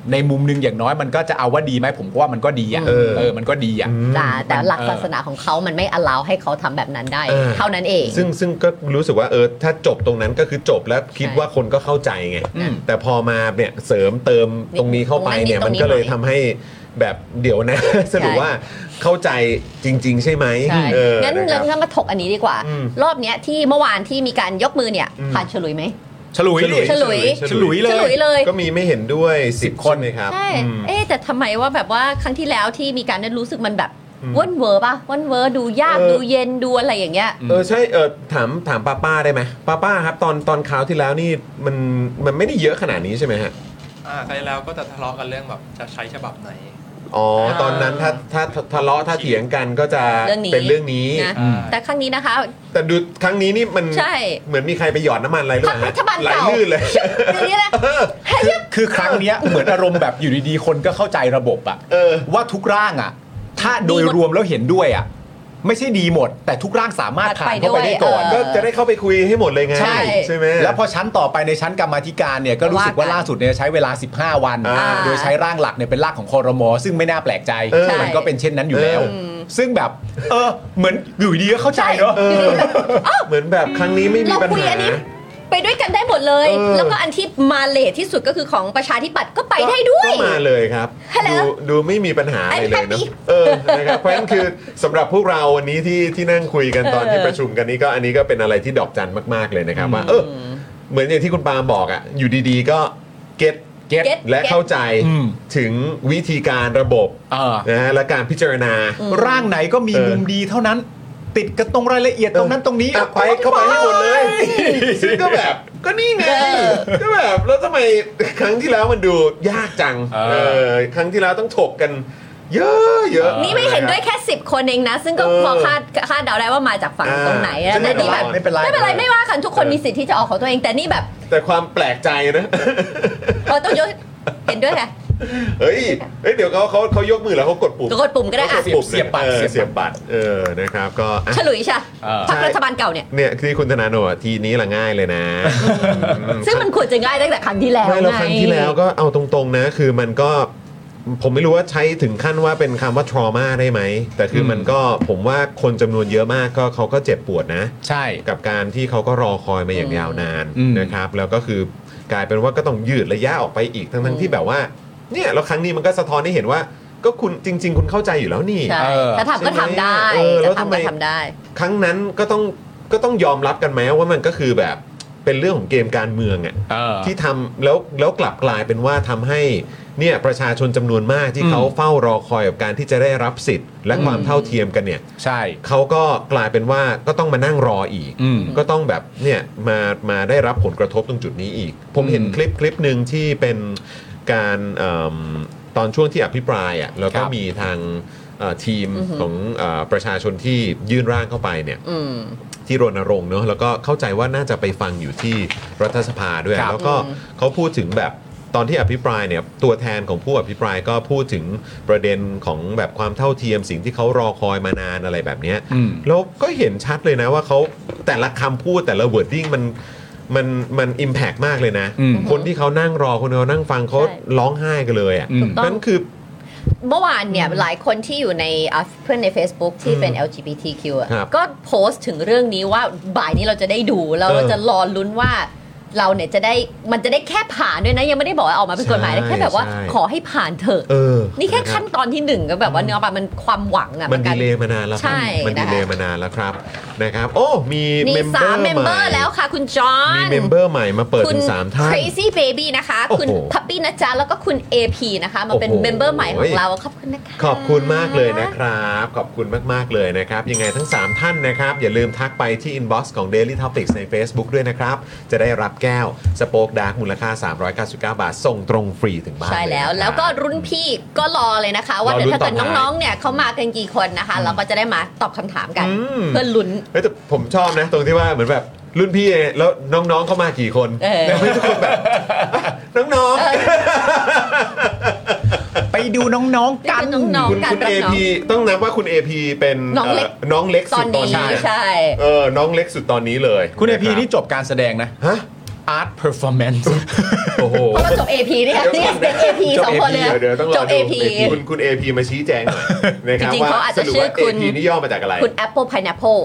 ในมุมนึงอย่างน้อยมันก็จะเอาว่าดีไหมผมว่ามันก็ดีอ่ะเออเออมันก็ดีอ่ะแต่แต่หลักเออศาสนาของเขามันไม่ allow ให้เขาทำแบบนั้นได้เออเท่านั้นเองซึ่งซึ่งก็รู้สึกว่าเออถ้าจบตรงนั้นก็คือจบแล้วคิดใช่ว่าคนก็เข้าใจไงอืมแต่พอมาเนี่ยเสริมเติมตรงนี้เข้าไปเนี่ยตรมันงนั้นมีก็เลยตรงนี้ทำให้แบบเดี๋ยวนะ สรุปว่าเข้าใจจริง ๆ ใช่ไหมใช่เอองั้นนะคเรารับงั้นมาถกอันนี้ดีกว่าอืมรอบเนี้ยที่เมื่อวานที่มีการยกมือเนี่ยอืมผ่านฉลุยไหมฉลุยดิฉลุยฉลุยเลฉลุยยเลยก็มีไม่เห็นด้วยสิบคนไหมครับใช่อืมเอ๊ะแต่ทำไมว่าแบบว่าครั้งที่แล้วที่มีการได้รู้สึกมันแบบอืมว่นเวอร์ป่ะว่นเวอร์ดูยากเออดูเย็นดูอะไรอย่างเงี้ยเออใช่เออถามถามป้าป้าได้ไหมป้าป้าครับตอนตอนคราวที่แล้วนี่มันมันไม่ได้เยอะขนาดนี้ใช่ไหมฮะอ่าใครแล้วก็จะทะเลาะกันเรื่องแบบจะใช้ฉบับไหนอ๋อตอนนั้นถ้าถ้าถ้าทะเลาะถ้าเถียงกันก็จะเรื่องนี้เป็นเรื่องนี้นะอืมแต่ครั้งนี้นะคะแต่ดูครั้งนี้นี่มันใช่เหมือนมีใครไปหยอดน้ำมันอะไรหรือเปล่าพรรครัฐบาลไหลเก่าลื่นเลยอย่างนี้แหละคือครั้งเนี้ยเหมือนอารมณ์แบบอยู่ดีๆคนก็เข้าใจระบบอะเออว่าทุกร่างอะถ้าโดยรวมแล้วเห็นด้วยอะไม่ใช่ดีหมด แต่ทุกร่างสามารถผ่านเข้าไปได้ก่อนเออก็จะได้เข้าไปคุยให้หมดเลยไงใช่ใช่ไหมแล้วพอชั้นต่อไปในชั้นกรรมาธิการเนี่ยก็รู้สึกว่าว่ากันล่าสุดเนี่ยใช้เวลาสิบห้าวันอ่าโดยใช้ร่างหลักเนี่ยเป็นร่างของคอรมอซึ่งไม่น่าแปลกใจเออมันก็เป็นเช่นนั้นอยู่แล้วเออซึ่งแบบเออเหมือนอยู่ดีก็เข้าใจเนาะเออเหมือนแบบครั้งนี้ไม่มีเราปัญคุยหาอันนี้ไปด้วยกันได้หมดเลยเออแล้วก็อันที่มาเลทที่สุดก็คือของประชาธิปัตย์ก็ไปได้ด้วยก็มาเลยครับฮัลโหลดูดูไม่มีปัญหาอะไรเลย I'm เนอะ happy เออนะครับเพราะฉะนั้นคือสำหรับพวกเราวันนี้ที่ที่นั่งคุยกันตอนที่เออประชุมกันนี้ก็อันนี้ก็เป็นอะไรที่ดอกจันมากๆเลยนะครับว่าเออเหมือนอย่างที่คุณปาล์มบอกอ่ะอยู่ดีๆก็เก็ตเก็ต Get และเข้าใจอืมถึงวิธีการระบบเออนะฮะและการพิจารณาร่างไหนก็มีเออมุมดีเท่านั้น ติดกันตรงรายละเอียดตรงนั้นตรงนี้อ่ะไปเข้าไปให้หมดเลยซึ่งก็แบบก็นี่ไงเออก็แบบแล้วทำไมครั้งที่แล้วมันดูยากจังเออเออครั้งที่แล้วต้องถกกัน เยอะเยอะนี่ไม่เห็นด้วยแค่สิบคนเองนะ ซึ่งก็เออพอคาดคาดเดาได้ว่ามาจากฝั่งอ่าตรงไหนอะซึ่งแต่นี่แบบไม่เป็นไรไม่เป็นไรไม่ว่ากันทุกคนมีสิทธิ์ที่จะออกของตัวเองแต่นี่แบบแต่ความแปลกใจนะเออต้องยกเห็นด้วยค่ะเฮ้ยเฮ้ยเดี๋ยวเขาเขาเขายกมือแล้วเขากดปุ่มกดปุ่มก็ได้เขาอ่ะกดปุ่มเสียบบัตรออเสีเสียยบบ บับัตตรรเออนะครับก็อ่ะฉลุยใช่เออพรรครัฐบาลเก่าเนี่ยเนี่ยที่คุณธนาโนอ่ะทีนี้ละง่ายเลยนะซึ่งมันควรจะง่ายตั้งแต่ครั้งที่แล้วไม่แล้วไงครั้งที่แล้วก็เอาตรงๆนะ คือมันก็ผมไม่รู้ว่าใช้ถึงขั้นว่าเป็นคำว่า trauma ได้ไหม แต่คือมันก็ผมว่าคนจำนวนเยอะมากก็เขาก็เจ็บปวดนะใช่กับการที่เขาก็รอคอยมาอย่างยาวนานอืมนะครับ แล้วก็คือกลายเป็นว่าก็ต้องยืดระยะออกไปอีกทั้งๆที่แบบว่าเนี่ยแล้วครั้งนี้มันก็สะท้อนให้เห็นว่าก็คุณจริง ๆ คุณเข้าใจอยู่แล้วนี่ใช่เออถ้าทำก็ทำได้เออแล้วจะทำไมทำก็ทำได้ครั้งนั้นก็ต้องก็ต้องยอมรับกันไหมว่ามันก็คือแบบเป็นเรื่องของเกมการเมืองอ่ะเออที่ทำแล้วแล้วกลับกลายเป็นว่าทำให้เนี่ยประชาชนจำนวนมากที่อืมเขาเฝ้ารอคอยกับการที่จะได้รับสิทธิ์ และความเท่าเทียมกันเนี่ยใช่เขาก็กลายเป็นว่าก็ต้องมานั่งรออีกอืมก็ต้องแบบเนี่ยมามาได้รับผลกระทบตรงจุดนี้อีก ผมเห็นอืมคลิปคลิปหนึ่งที่เป็นการเอิ่มตอนช่วงที่อภิปรายอ่ะแล้วก็ครับมีทางเอ่อทีมของเอ่อประชาชนที่ยื่นร่างเข้าไปเนี่ยอืมที่รณรงค์เนอะแล้วก็เข้าใจว่าน่าจะไปฟังอยู่ที่รัฐสภาด้วยครับแล้วก็อืมเขาพูดถึงแบบตอนที่อภิปรายเนี่ยตัวแทนของผู้อภิปรายก็พูดถึงประเด็นของแบบความเท่าเทียมสิ่งที่เขารอคอยมานานอะไรแบบเนี้ยอืมแล้วก็เห็นชัดเลยนะว่าเขาแต่ละคำพูดแต่ละ wording มันมันมันอิมแพกมากเลยนะอืมคนที่เขานั่งรอคนที่เขานั่งฟังเขาใช่ร้องไห้กันเลยอ่ะอืมถูกต้องนั่นคือเมื่อวานเนี่ยหลายคนที่อยู่ในอ่ะเพื่อนใน Facebook ที่เป็น แอล จี บี ที คิว อะครับก็โพสต์ถึงเรื่องนี้ว่าบ่ายนี้เราจะได้ดูแล้วเราเออจะรอลุ้นว่าเราเนี่ยจะได้มันจะได้แค่ผ่านด้วยนะ ยังไม่ได้บอกว่าออกมาเป็นกฎหมายนะใช่แค่แบบว่าใช่ขอให้ผ่านเถอะเออนี่แค่ขั้นตอนที่หนึ่งก็แบบว่าเนื้อปลามันความหวังอะมันกัดีเลย์มานานแล้วคใช่รับมันดีนะคะเลย์มานานแล้วครับนะครับ โอ้มีมีเมมเบอสามร์เมมเบอใหร์แล้วค่ะคุณจอห์มีนเมมเบอร์ใหม่มาเปิดคุถึณงสามท่าน Crazy Baby นะคะโอ้โหคุณพัปปี้นะจ๊ะแล้วก็คุณ เอ พี นะคะมาเป็นโอ้โหเมมเบอร์ใหม่ของเราขอบคุณนะคะขอบคุณมากเลยนะครับ ขอบคุณมาก ๆ เลยนะครับ ยังไงทั้ง สาม ท่านนะครับ อย่าลืมทักไปที่ inbox ของ Daily Topics ใน Facebook ด้วยนะครับ จะได้รับแก้วสโป๊กดาร์กมูลค่า สามร้อยเก้าสิบเก้า บาท ส่งตรงฟรีถึงบ้านใช่แล้วเยนะครับแล้วก็รุ่นพี่ก็รอเลยนะคะ ว่ารอเดี๋ยวถ้าเกิดลุ้นต่อท้ายน้องๆเนี่ยเขามากันกี่คนนะคะ เราก็จะได้มาตอบคำถามกันอืมเพื่อลุ้นเฮ้ยแต่ผมชอบนะ ตรงที่ว่าเหมือนแบบรุ่นพี่แล้วน้อง ๆ เข้ามากี่คนเออแล้วทุกคนแบบ น้องไปดูน้องๆกันไปดูน้องๆ คุณกันคุณ เอ พี ต้องนับว่าคุณ เอ พี เป็นน้องเล็กน้องเล็กตสุอนดตอนนี้นี้ใช่เออน้องเล็กสุดตอนนี้เลยคุณเอพีะรับนี่จบการแสดงนะฮะ Art Performance โอ้โหเพราะเราจบ เอ พี เนี่ยเนี่ยเป็น เอ พี สองคนเลยเดี๋ยวต้องรจอบ ดูเอ พีคุณคุณ เอ พี มาชี้แจงหน่อยนะครับจริงๆว่าเขาอาจจะสรุปชื่อว่าคุณเอ พี นี่ย่อมาจากอะไรคุณ Apple Pineapple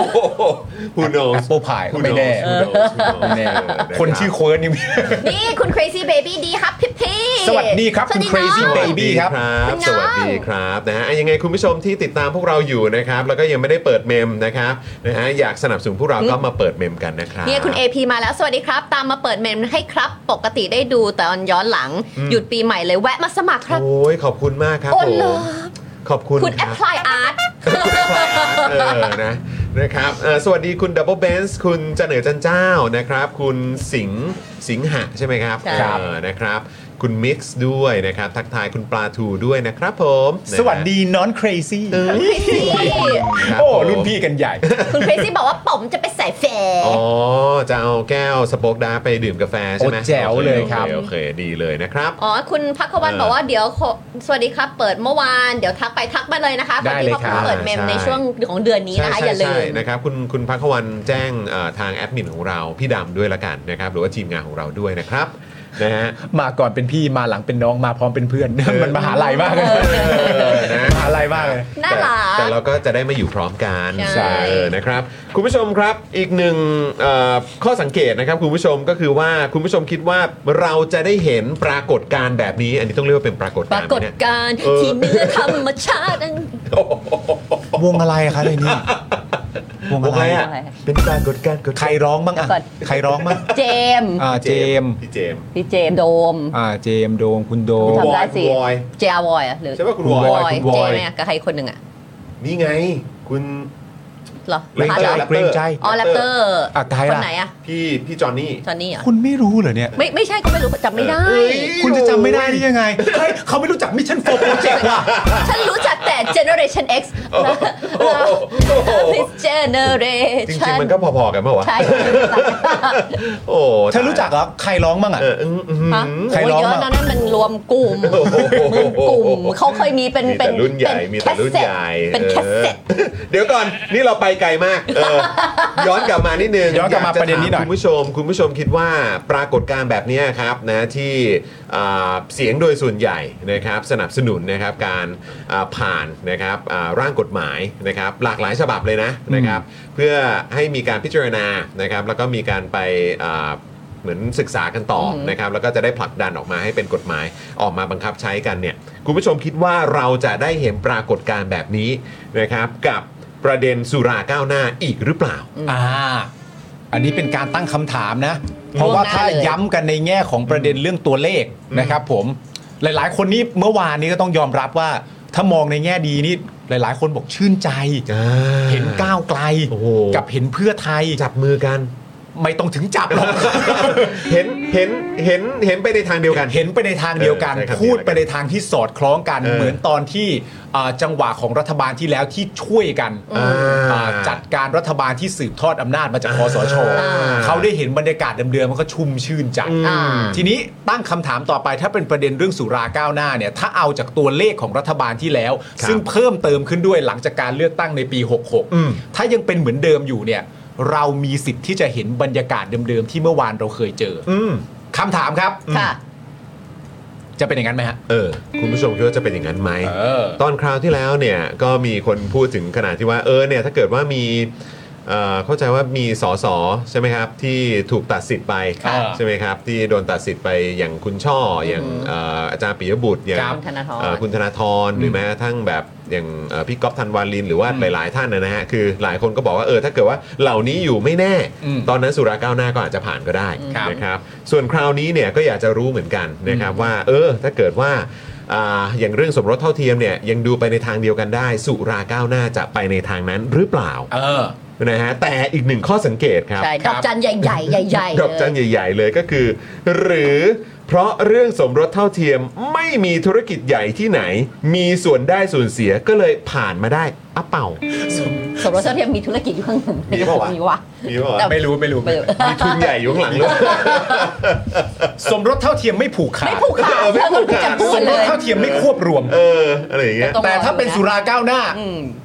Who knows Apple Pie ก็ Who ไม่แน่ knows Who knows Who knows ไม่แน่เออคนชื่อเคิร์นนี่นี่คุณ Crazy Baby ดีครับพี่พี่สวัสดีครับคุณสวัส Crazy น้อง Baby ครับครับ สวัสดีครับนะฮะยังไงคุณผู้ชมที่ติดตามพวกเราอยู่นะครับแล้วก็ยังไม่ได้เปิดเมมนะครับนะฮะอยากสนับสนุนพวกเราก็มาเปิดเมมกันนะครับเนี่ยคุณ เอ พี มาแล้วสวัสดีครับ ตามมาเปิดเมมให้ครับ ปกติได้ดูแต่ตอนย้อนหลัง หยุดปีใหม่เลยแวะมาสมัครครับโอ้ยขอบคุณมากครับโอ้ผมเลิฟขอบคุณคุณครับ Apply Art เออนะนะครับเอ่อสวัสดีคุณ Double Benz คุณจันเหนือจันเจ้านะครับ คุณสิงห์สิงหะใช่ไหมครับใช่เออนะครับคุณมิกซ์ด้วยนะครับทักทายคุณปลาทูด้วยนะครับผมนะฮะสวัสดีน้อน Crazy ครับโอ้ผมรุ่นพี่กันใหญ่คุณ Crazy บอกว่าผมจะไปใส่แฟร์อ๋อจะเอาแก้วสโป๊กดาร์กไปดื่มกาแฟใช่ไหมโอ้แจ๋วเลยครับโอเคโอเคดีเลยนะครับอ๋อคุณพักวันเออบอกว่าเดี๋ยวขอสวัสดีครับ เปิดเมื่อวานเดี๋ยวทักไปทักมาเลยนะคะได้เลยคนที่เขาเพิ่งเปิดเมมใช่ในช่วงของเดือนนี้นะคะใช่อย่าลืใช่มนะครับคุณคุณพักวันแจ้งเอ่อทางแอดมินของเราพี่ดำด้วยละกันนะครับหรือว่าทีมงานของเราด้วยนะครับนะฮะมาก่อนเป็นพี่มาหลังเป็นน้องมาพร้อมเป็นเพื่อน มันมหาลัยมากเลยเออนะมหาลัยมากเลยน่ารักแต่เราก็จะได้มาอยู่พร้อมกันใช่เออนะครับคุณผู้ชมครับอีกหนึ่งเอ่อข้อสังเกตนะครับคุณผู้ชมก็คือว่าคุณผู้ชมคิดว่าเราจะได้เห็นปรากฏการณ์แบบนี้ อันนี้ต้องเรียกว่าเป็นปรากฏปการราณ์กฏไหมเนี่ยการณ์เออที่เหนื้อธรรมชาตินั้นวงอะไรอะคะเลยนี่วงวงอะอะไร ไรอ่ะอะไรเป็นปรากฏการณ์ใครร้องบ้างอะก่อนใครร้องบ้างเจมส์อ่าเจมส์พี่เจมส์พี่เจมส์โดมอ่าเจมส์โดมคุณโดมทำได้สิคุณวอยเจอวอยอะหรือใช่ป่ะคุณคุณววออยยคุณเจวอยไหมอะกับใครคนหนึ่งอะนี่ไงคุณเหรอเกรงใจเหรอเกรงใจอ๋อแรปเตอร์อ่ะใครคนล่ะไหนอะพี่พี่จอห์นนี่จอนนี่เหรอคุณไม่รู้เหรอเนี่ยไม่ไม่ใช่ก็ไม่รู้จำไม่ได้คุณจะจำไม่ได้ได้ยังไงเฮ้ยเขาไม่รู้จักมิชชั่นโฟร์โปรเจกต์ว่ะฉันรู้จักแต่ Generation X โอ้โหโอ้โห This จริง Generation ๆมันก็พอๆกันเปล่าวะใช่โอ้เธอรู้จักเหรอใครร้องบ้างอะเอออืมอืมฮะใครโอ้ยร้องเยอะบ้างนะนั่นมันรวมกลุ่มมึงกลุ่มเขาเคยมีเป็นมีเป็แต่นรุ่นใหญ่เป็มีแต่รุ่นใหญ่เป็นแคสเซ็ตเออเดี๋ยวก่อนนี่เราไปไกลมากเออย้อนกลับมานิดนึงย้อนกลับมาประเด็นนี้หน่อยคุณผู้ชมคุณผู้ชมคิดว่าปรากฏการณ์แบบนี้ครับนะที่อ่าเสียงโดยส่วนใหญ่นะครับสนับสนุนนะครับการอ่าผ่านนะครับอ่าร่างกฎหมายนะครับหลากหลายฉบับเลยนะนะครับเพื่อให้มีการพิจารณานะครับแล้วก็มีการไปอ่าเหมือนศึกษากันต่อนะครับแล้วก็จะได้ผลักดันออกมาให้เป็นกฎหมายออกมาบังคับใช้กันเนี่ยคุณผู้ชมคิดว่าเราจะได้เห็นปรากฏการณ์แบบนี้นะครับกับประเด็นสุราก้าวหน้าอีกหรือเปล่าอ่า อันนี้เป็นการตั้งคำถามนะ เพราะว่าถ้าย้ำกันในแง่ของประเด็นเรื่องตัวเลขนะครับผมหลายๆ คนนี้เมื่อวานนี้ก็ต้องยอมรับว่าถ้ามองในแง่ดีนี่หลาย ๆ คนบอกชื่นใจ เห็นก้าวไกลโอ้โหกับเห็นเพื่อไทยจับมือกันไม่ต้องถึงจับหรอกเห็นเห็นเห็นเห็นไปในทางเดียวกันเห็นไปในทางเดียวกันเออใช่ครับพูดไปในทางที่สอดคล้องกันเออเหมือนตอนที่อ่าจังหวะของรัฐบาลที่แล้วที่ช่วยกันอ่าอ่าจัดการรัฐบาลที่สืบทอดอำนาจมาจากคอสชอ่าเขาได้เห็นบรรยากาศเดิมๆมันก็ชุ่มชื่นใจอ่าทีนี้ตั้งคำถามต่อไปถ้าเป็นประเด็นเรื่องสุราก้าวหน้าเนี่ยถ้าเอาจากตัวเลขของรัฐบาลที่แล้วครับซึ่งเพิ่มเติมขึ้นด้วยหลังจากการเลือกตั้งในปี หกหกอืมถ้ายังเป็นเหมือนเดิมอยู่เนี่ยเรามีสิทธิ์ที่จะเห็นบรรยากาศเดิมๆที่เมื่อวานเราเคยเจออืมคำถามครับค่ะจะเป็นอย่างนั้นไหมฮะเออคุณผู้ชมคิดว่าจะเป็นอย่างนั้นไหมเออตอนคราวที่แล้วเนี่ยก็มีคนพูดถึงขนาดที่ว่าเออเนี่ยถ้าเกิดว่ามีเอ่อเข้าใจว่ามีสสใช่ไหมครับที่ถูกตัดสิทธิ์ไปครับใช่ไหมครับที่โดนตัดสิทธิ์ไปอย่างคุณช่ออย่างเอ่ออาจารย์ปิยบุตรอย่างครับคุณธนาธรเอ่อคุณธนาธรหรือแม้กระทั่งแบบอย่างเอ่อพี่ก๊อฟธันวาลินหรือว่าอืมหลาย ๆ ท่านนะฮะคือหลายคนก็บอกว่าเออถ้าเกิดว่าเหล่านี้อยู่ไม่แน่อืมตอนนั้นสุราก้าวหน้าก็อาจจะผ่านก็ได้ครับนะครับส่วนคราวนี้เนี่ยก็อยากจะรู้เหมือนกันนะครับว่าเออถ้าเกิดว่าอ่าอย่างเรื่องสมรสเท่าเทียมเนี่ยยังดูไปในทางเดียวกันได้ สุราก้าวหน้าจะไปในทางนั้นหรือเปล่าเออนะฮะแต่อีกหนึ่งข้อสังเกตครับใช่ดอกจันใหญ่ๆใหญ่ๆดอกจันเลยใหญ่ ๆ เลยก็คือ หรือเพราะเรื่องสมรสเท่าเทียมไม่มีธุรกิจใหญ่ที่ไหน มีส่วนได้ส่วนเสียก็เลยผ่านมาได้อะเป่าสมรสเท่าเทียมมีธุรกิจอยู่ข้างหลังมีเปล่าวะมีวะมีเปล่าวะแต่ไม่รู้ไม่รู้ไม่รู้มีทุนใหญ่อยู่ข้างหลังเลยสมรสเท่าเทียมไม่ผูกขาดไม่ผูกขาดเออไม่เธอผูก็กขาดจะพูสดมเลรสยเท่าเทียมไม่ควบรวมเอออะไรอย่างเงี้ยต้องแต่ถ้าเป็นสุราก้าวหน้าอืม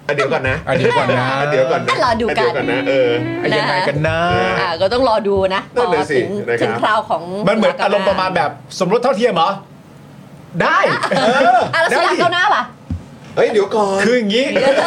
อ่ะเดี๋ยวก่อนนะอ่ะเดี๋ยวก่อนนะเดี๋ยวก่อนนะรอดูกันเยวก่อนนะเออยังไงกันนะอ่าก็ต้องรอดูนะนั่นน่ะสิถึงนะครับถึงคราวของมันเหมือนอารมณ์ประมาณแบบสมรสเท่าเทียมเหรอได้เอออ่ะแล้วสุราก้าวหน้าล่ะเฮ้ยเดี๋ยวก่อนคืออย่างนี้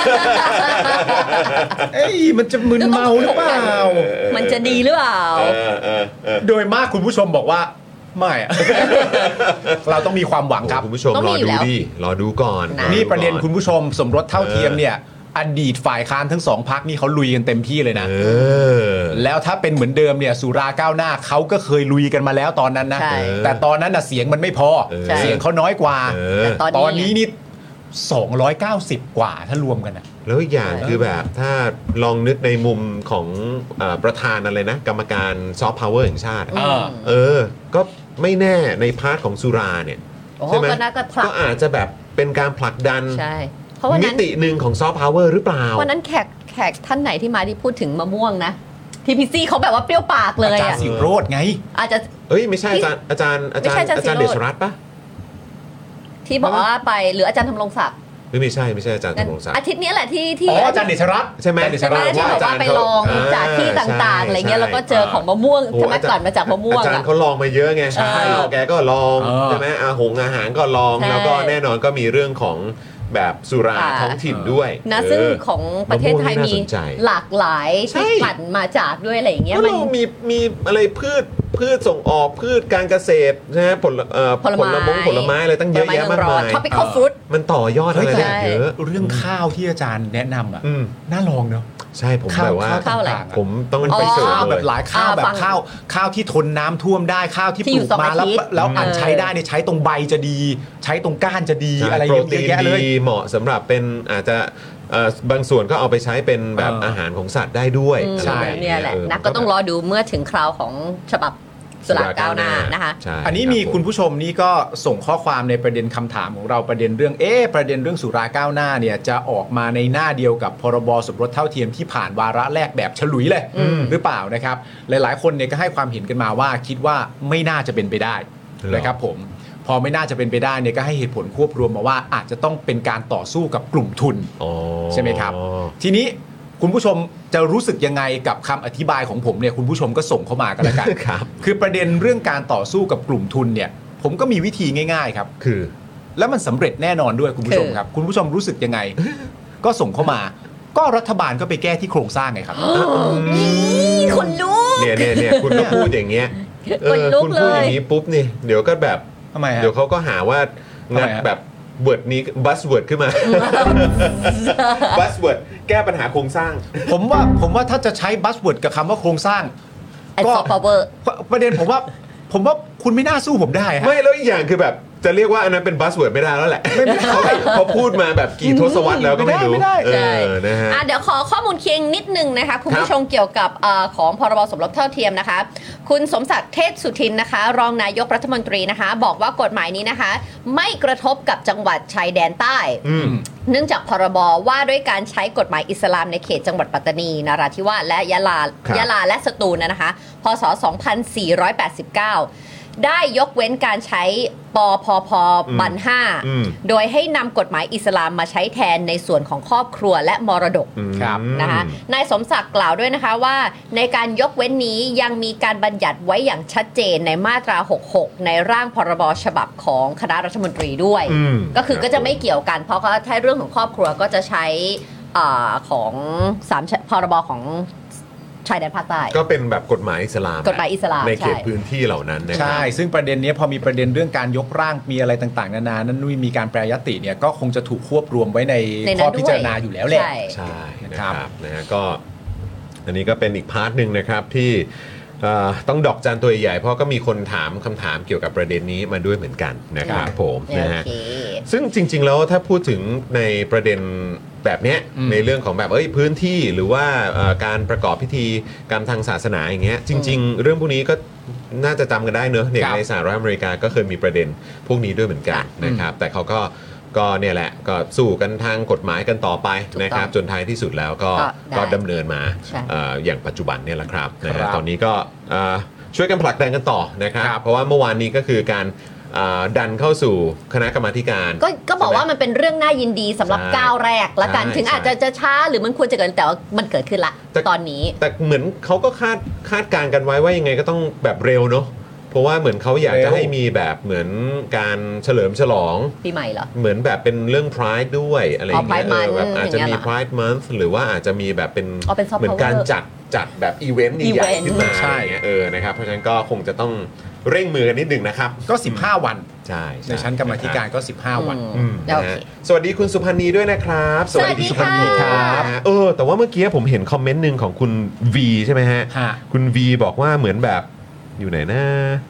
เอ้ยมันจะมึนเมาหรือเปล่ามันจะดีหรือเปล่าเออเออเออโดยมากคุณผู้ชมบอกว่าไม่อะ เราต้องมีความหวังครับคุณผู้ชมต้องรมีออยู่ดูแล้วดิรอดูก่อนนะอนี่ประเด็นก่อคุณผู้ชมสมรสเท่าเทียมเนี่ย อดีตฝ่ายค้านทั้งสองพักนี่เขาลุยกันเต็มที่เลยนะเออแล้วถ้าเป็นเหมือนเดิมเนี่ยสุราก้าวหน้าเขาก็เคยลุยกันมาแล้วตอนนั้นนะใช่แต่ตอนนั้นน่ะเสียงมันไม่พอใช่เสียงเขาน้อยกว่าเออแต่ตอนตอนนี้นี้นี่สองร้อยเก้าสิบกว่าถ้ารวมกันนะแล้วอีกอย่างคือแบบถ้าลองนึกในมุมของเอ่อประธานอะไรนะ กรรมการซอฟต์พาวเวอร์แห่งชาติอะเออเออ ก็ไม่แน่ในพาร์ทของสุราเนี่ยโอ้โหใช่ไหมก็น่าก็ผลักก็อาจจะแบบเป็นการผลักดันใช่ เพราะวันมินั้นติหนึ่งของซอฟต์พาวเวอร์หรือเปล่าวันนั้นแขกแขกท่านไหนที่มาที่พูดถึงมะม่วงนะทีพีซีเขาแบบว่าเปรี้ยวปากเลอาย จารอ่ะย์สิโรจน์ไงอาจจะเอ้ยไม่ใช่อาจารย์อาจารย์อาจารไม่ใช่ย์อาจารย์อาจารย์ศิเดโรจน์ชรัตน์ปะที่บอกว่าไปหรืออาจารย์ธำรงศักดิ์หรือไม่ใช่ไม่ใช่อาจารย์ธำรงศักดิ์อาทิตย์นี้แหละที่ที่อ๋ออาจารย์เดชรัตน์ใช่ไหมอาจารย์เดชใช่ไหมรัตน์ที่บอกว่าไปลองจากที่ต่างๆอะไรเงี้ยแล้วก็เจอของมะม่วงโอ้ใช่ไหมอาจารย์ก่อนมาจากมะม่วงอาจารอะย์เขาลองมาเยอะไงใช่ข้าวแกก็ลองเออใช่ไหมอาหงอาหารก็ลองใช่แล้วก็แน่นอนก็มีเรื่องของแบบสุราค่ะท้องถิ่นด้วยนะเออซึ่งของประเทศไทยมะม่วงนี่มีน่าสนใจหลากหลายใช่ที่กลั่นมาจากด้วยอะไรอย่างเงี้ยก็มันเรามีมีอะไรพืชพืชส่งออกพืชการเกษตรนะฮะผลเอ่อผลไม้ผลมงผลไม้อะไรตั้งเยอะแยะมากมายท็อปิคอลฟรุตมันต่อยอดอะไรเฮ้ยได้เยอะเรื่องข้าวที่อาจารย์แนะนำอ่ะอืมน่าลองเนาะใช่ผมข้าวแบบว่าข้าวอะไรต่างๆอะผมต้องมันไปเป็นเสิร์ชข้าวเลแบยบหลายข้าวอ่าแบบฟังข้าวข้าวที่ทนน้ำท่วมได้ข้าวที่ที่ปอยู่ลูกสองมาอาแล้วทิตย์แล้วอันเออใช้ได้เนี่ยใช้ตรงใบจะดี ใช้ตรงก้านจะดีใช่อะไรโปรเยอะตีนแยะเลยดีเหมาะสำหรับเป็นอาจจะเอ่อบางส่วนก็เอาไปใช้เป็นแบบเออออาหารของสัตว์ได้ด้วยอืมอะไรใช่แบบเนี่ยแหละเออนะก็ต้องรอดูเมื่อถึงคราวของฉบับสุราก้าวหน้านะคะใช่อันนี้มีรับผคุณผู้ชมนี่ก็ส่งข้อความในประเด็นคำถามของเราประเด็นเรื่องเอ๊ะประเด็นเรื่องสุราก้าวหน้าเนี่ยจะออกมาในหน้าเดียวกับพรบสมรสเท่าเทียมที่ผ่านวาระแรกแบบฉลุยเลยหรือเปล่านะครับหลายๆคนเนี่ยก็ให้ความเห็นกันมาว่าคิดว่าไม่น่าจะเป็นไปได้นะครับผมพอไม่น่าจะเป็นไปได้เนี่ยก็ให้เหตุผลควบรวมมาว่าอาจจะต้องเป็นการต่อสู้กับกลุ่มทุนอ๋อใช่ไหมครับ ทีนี้คุณผู้ชมจะรู้สึกยังไงกับคำอธิบายของผมเนี่ยคุณผู้ชมก็ส่งเข้ามากันแล้วกันครับคือประเด็นเรื่องการต่อสู้กับกลุ่มทุนเนี่ย ผมก็มีวิธีง่ายๆครับคือแล้วมันสำเร็จแน่นอนด้วยคุณผู้ชมครับ คุณผู้ชมรู้สึกยังไง ก็ส่งเข้ามา ก็รัฐบาลก็ไปแก้ที่โครงสร้างไงครับนี่คนลุกเนี่ยเนี่ยเนี่ยคุณก็พูดอย่างเงี้ยเอคนอลุกคุณพูดเลยอย่างนี้ปุ๊บนี่เดี๋ยวก็แบบทำไมฮะเดี๋ยวเขาก็หาว่าทำไมงัดฮะแบบเวิร์ดนี้บัสเวิร์ดขึ้นมาบัสเวิร์ดแก้ปัญหาโครงสร้างผมว่าผมว่าถ้าจะใช้บัสเวิร์ดกับคำว่าโครงสร้างไอ้ซอฟต์พาวเวอร์ประเด็นผมว่า ผมว่าคุณไม่น่าสู้ผมได้ฮะไม่แล้วอีกอย่างคือแบบจะเรียกว่าอันนั้นเป็นบัสเวิร์ดไม่ได้แล้วแหละไม่ได้พอพูดมาแบบกี่ทศวรรษแล้วก็ไม่รู้ไม่ได้เอใช่อนะฮะอ่ะเดี๋ยวขอข้อมูลเคียงนิดนึงนะคะคุณผู้ชมเกี่ยวกับเออของพรบสมรสเท่าเทียมนะคะ คุณสมศักดิ์เทพสุทินนะคะ รองนายกรัฐมนตรีนะคะ บอกว่ากฎหมายนี้นะคะ ไม่กระทบกับจังหวัดชายแดนใต้อืมเนื่องจากพรบว่าด้วยการใช้กฎหมายอิสลามในเขตจังหวัดปัตตานีนราธิวาสและยะลาครับยะลาและสตูลนะคะพศสองพันสี่ร้อยแปดสิบเก้าได้ยกเว้นการใช้ปพพบันห้าอืมโดยให้นำกฎหมายอิสลามมาใช้แทนในส่วนของครอบครัวและมรดกครับนะคะนายสมศักดิ์กล่าวด้วยนะคะว่าในการยกเว้นนี้ยังมีการบัญญัติไว้อย่างชัดเจนในมาตราหกสิบหกในร่างพรบฉบับของคณะรัฐมนตรีด้วยอืมก็คือก็จะไม่เกี่ยวกัน เพราะเขาถ้าเรื่องของครอบครัวก็จะใช้อาของสามพรบของชายแดนภาคใต้ก็เป็นแบบกฎหมายอิสลามกฎหมายอิสลามในเขตใช่พื้นที่เหล่านั้นนะครัใช่ ซึ่งประเด็นนี้พอมีประเด็นเรื่องการยกร่างมีอะไรต่างๆนานานั้นนุ้ยมีการแปรยติเนี่ยก็คงจะถูกควบรวมไว้ในในนั้นข้อด้วยพิจารณาอยู่แล้วแหละใช่ใช่นะคครัรับ บนะฮะก็อันนี้ก็เป็นอีกพาร์ทหนึ่งนะครับที่เอ่อต้องดอกจันตัวใหญ่เพราะก็มีคนถามคำถามเกี่ยวกับประเด็นนี้มาด้วยเหมือนกันนะครับผมโอนะฮะเคซึ่งจริง ๆ แล้วถ้าพูดถึงในประเด็นแบบเนี้ยอืมในเรื่องของแบบเอ้ยพื้นที่หรือว่าเอ่อการประกอบพิธีกรรมทางศาสนาอย่างเงี้ยจริง ๆ เรื่องพวกนี้ก็น่าจะจำกันได้เนอะเนี่ยครับในสหรัฐอเมริกาก็เคยมีประเด็นพวกนี้ด้วยเหมือนกันนะครับแต่เขาก็ก็เนี่ยแหละก็สู้กันทางกฎหมายกันต่อไปนะครับจนท้ายที่สุดแล้วก็ก็ได้ก็ดำเนินมาใช่เอ่ออย่างปัจจุบันเนี่ยแหละครับนะครัฮะบตอนนี้ก็เอ่อช่วยกันผลักดันกันต่อนะครับครับเพราะว่าเมื่อวานนี้ก็คือการเอ่อดันเข้าสู่คณะกรรมาธิการก็ก็บอกว่ามันเป็นเรื่องน่ายินดีสำหรับก้าวแรกละกันถึงอาจจะจะช้าหรือมันควรจะเกิดแต่ว่ามันเกิดขึ้นละตอนนี้แต่เหมือนเขาก็คาดคาดการณ์กันไว้ว่ายังไงก็ต้องแบบเร็วเนาะเพราะว่าเหมือนเขาอยากจะให้มีแบบเหมือนการเฉลิมฉลองปีใหม่เหรอเหมือนแบบเป็นเรื่อง Pride ด้วยอะไรอย่างเงี้ยแบบอาจจะมี Pride Month หรือว่าอาจจะมีแบบเป็นเหมือนการจัดจัดแบบอีเวนต์ใหญ่ขึ้นมาใช่เออนะครับเพราะฉะนั้นก็คงจะต้องเร่งมือกันนิดนึงนะครับก็สิบห้าวันใช่ในชั้นกรรมาธิการก็สิบห้าวันสวัสดีคุณสุพันธ์นีด้วยนะครับสวัสดีสุพันธ์นีครับเออแต่ว่าเมื่อกี้ผมเห็นคอมเมนต์นึงของคุณ V ใช่ไหมฮะคุณ V บอกว่าเหมือนแบบอยู่ไหนนะ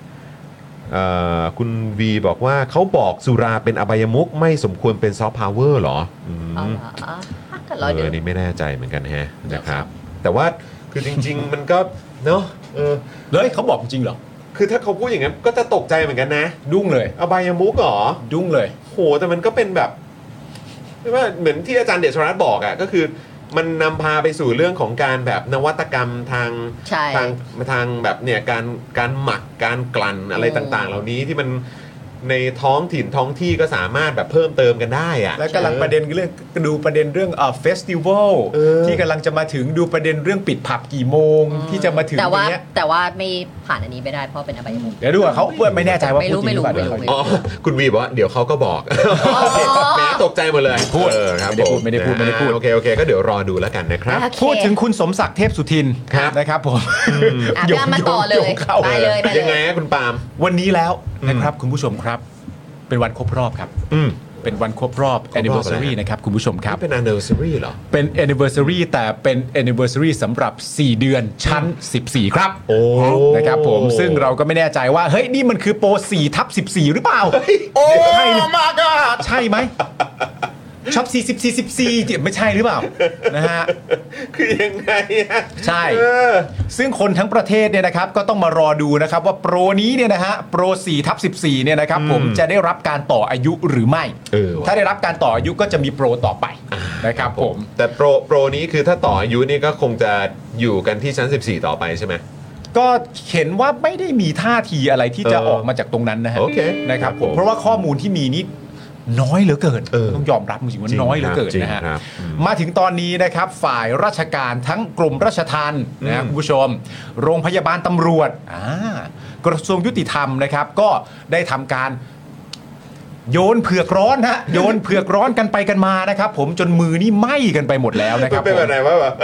คุณ V บอกว่าเขาบอกสุราเป็นอบายมุขไม่สมควรเป็นซอฟต์พาวเวอร์หรออืมเออนี่ไม่แน่ใจเหมือนกันฮะนะครับแต่ว่าคือจริงๆมันก็เนาะเออเลยเขาบอกจริงเหรอคือถ้าเขาพูดอย่างนั้นก็จะตกใจเหมือนกันนะดุ้งเลยอบายมุขเหรอดุ้งเลยโหแต่มันก็เป็นแบบไม่ว่าเหมือนที่อาจารย์เดชรัตน์บอกอ่ะก็คือมันนำพาไปสู่เรื่องของการแบบนวัตกรรมทางทางทางแบบเนี่ยการการหมักการกลั่นอะไรต่างๆเหล่านี้ที่มันในท้องถิ่นท้องที่ก็สามารถแบบเพิ่มเติมกันได้อะแล้วกำลังประเด็นเรื่องดูประเด็นเรื่องเอ่อเฟสติวัลที่กำลังจะมาถึงดูประเด็นเรื่องปิดผับกี่โมงที่จะมาถึงแต่ว่าเนี้ยแต่ว่าไม่ผ่านอันนี้ไม่ได้เพราะเป็นอบายมุขเดี๋ยวดูว่าเขาไม่แน่ใจว่าพูดจริงหรือเปล่าอ๋อคุณวีบอกว่าเดี๋ยวเขาก็บอกแหมตกใจหมดเลยพูดครับผมไม่ได้พูดไม่ได้พูดโอเคโอเคก็เดี๋ยวรอดูแล้วกันนะครับพูดถึงคุณสมศักดิ์เทพสุทินนะครับผมยกมาต่อเลยไปเลยยังไงคุณปาล์มวันนี้แล้วนะครับคุณผู้ชมครับเป็นวันครบรอบครับเป็นวันครบรอบ anniversary นะครับคุณผู้ชมครับเป็น anniversary เหรอเป็น anniversary แต่เป็น anniversary สำหรับสี่เดือนชั้นสิบสี่ครับโอ้นะครับผมซึ่งเราก็ไม่แน่ใจว่าเฮ้ยนี่มันคือโปรสี่ทับสิบสี่หรือเปล่าโอ้ใช่มากอ่ะใช่ไหมช็อปสี่สิบสี่สิบสี่ไม่ใช่หรือเปล่านะฮะคือยังไงอ่ะใช่ซึ่งคนทั้งประเทศเนี่ยนะครับก็ต้องมารอดูนะครับว่าโปรนี้เนี่ยนะฮะโปรสี่ทับสิบสี่เนี่ยนะครับผมจะได้รับการต่ออายุหรือไม่ถ้าได้รับการต่ออายุก็จะมีโปรต่อไปนะครับผมแต่โปรโปรนี้คือถ้าต่ออายุนี่ก็คงจะอยู่กันที่ชั้นสิบสี่ต่อไปใช่ไหมก็เห็นว่าไม่ได้มีท่าทีอะไรที่จะออกมาจากตรงนั้นนะฮะนะครับผมเพราะว่าข้อมูลที่มีนี่น้อยเหลือเกินต้องยอมรับจริงๆว่าน้อยเหลือเกินนะฮะมาถึงตอนนี้นะครับฝ่ายราชการทั้งกรมราชทัณฑ์นะคุณผู้ชมโรงพยาบาลตำรวจกระทรวงยุติธรรมนะครับก็ได้ทำการโยนเผือกร้อนฮะโยนเผือกร้อนกันไปกันมานะครับผมจนมือนี่ไหม้กันไปหมดแล้วนะครับเป็นแบบไหนวะแบบ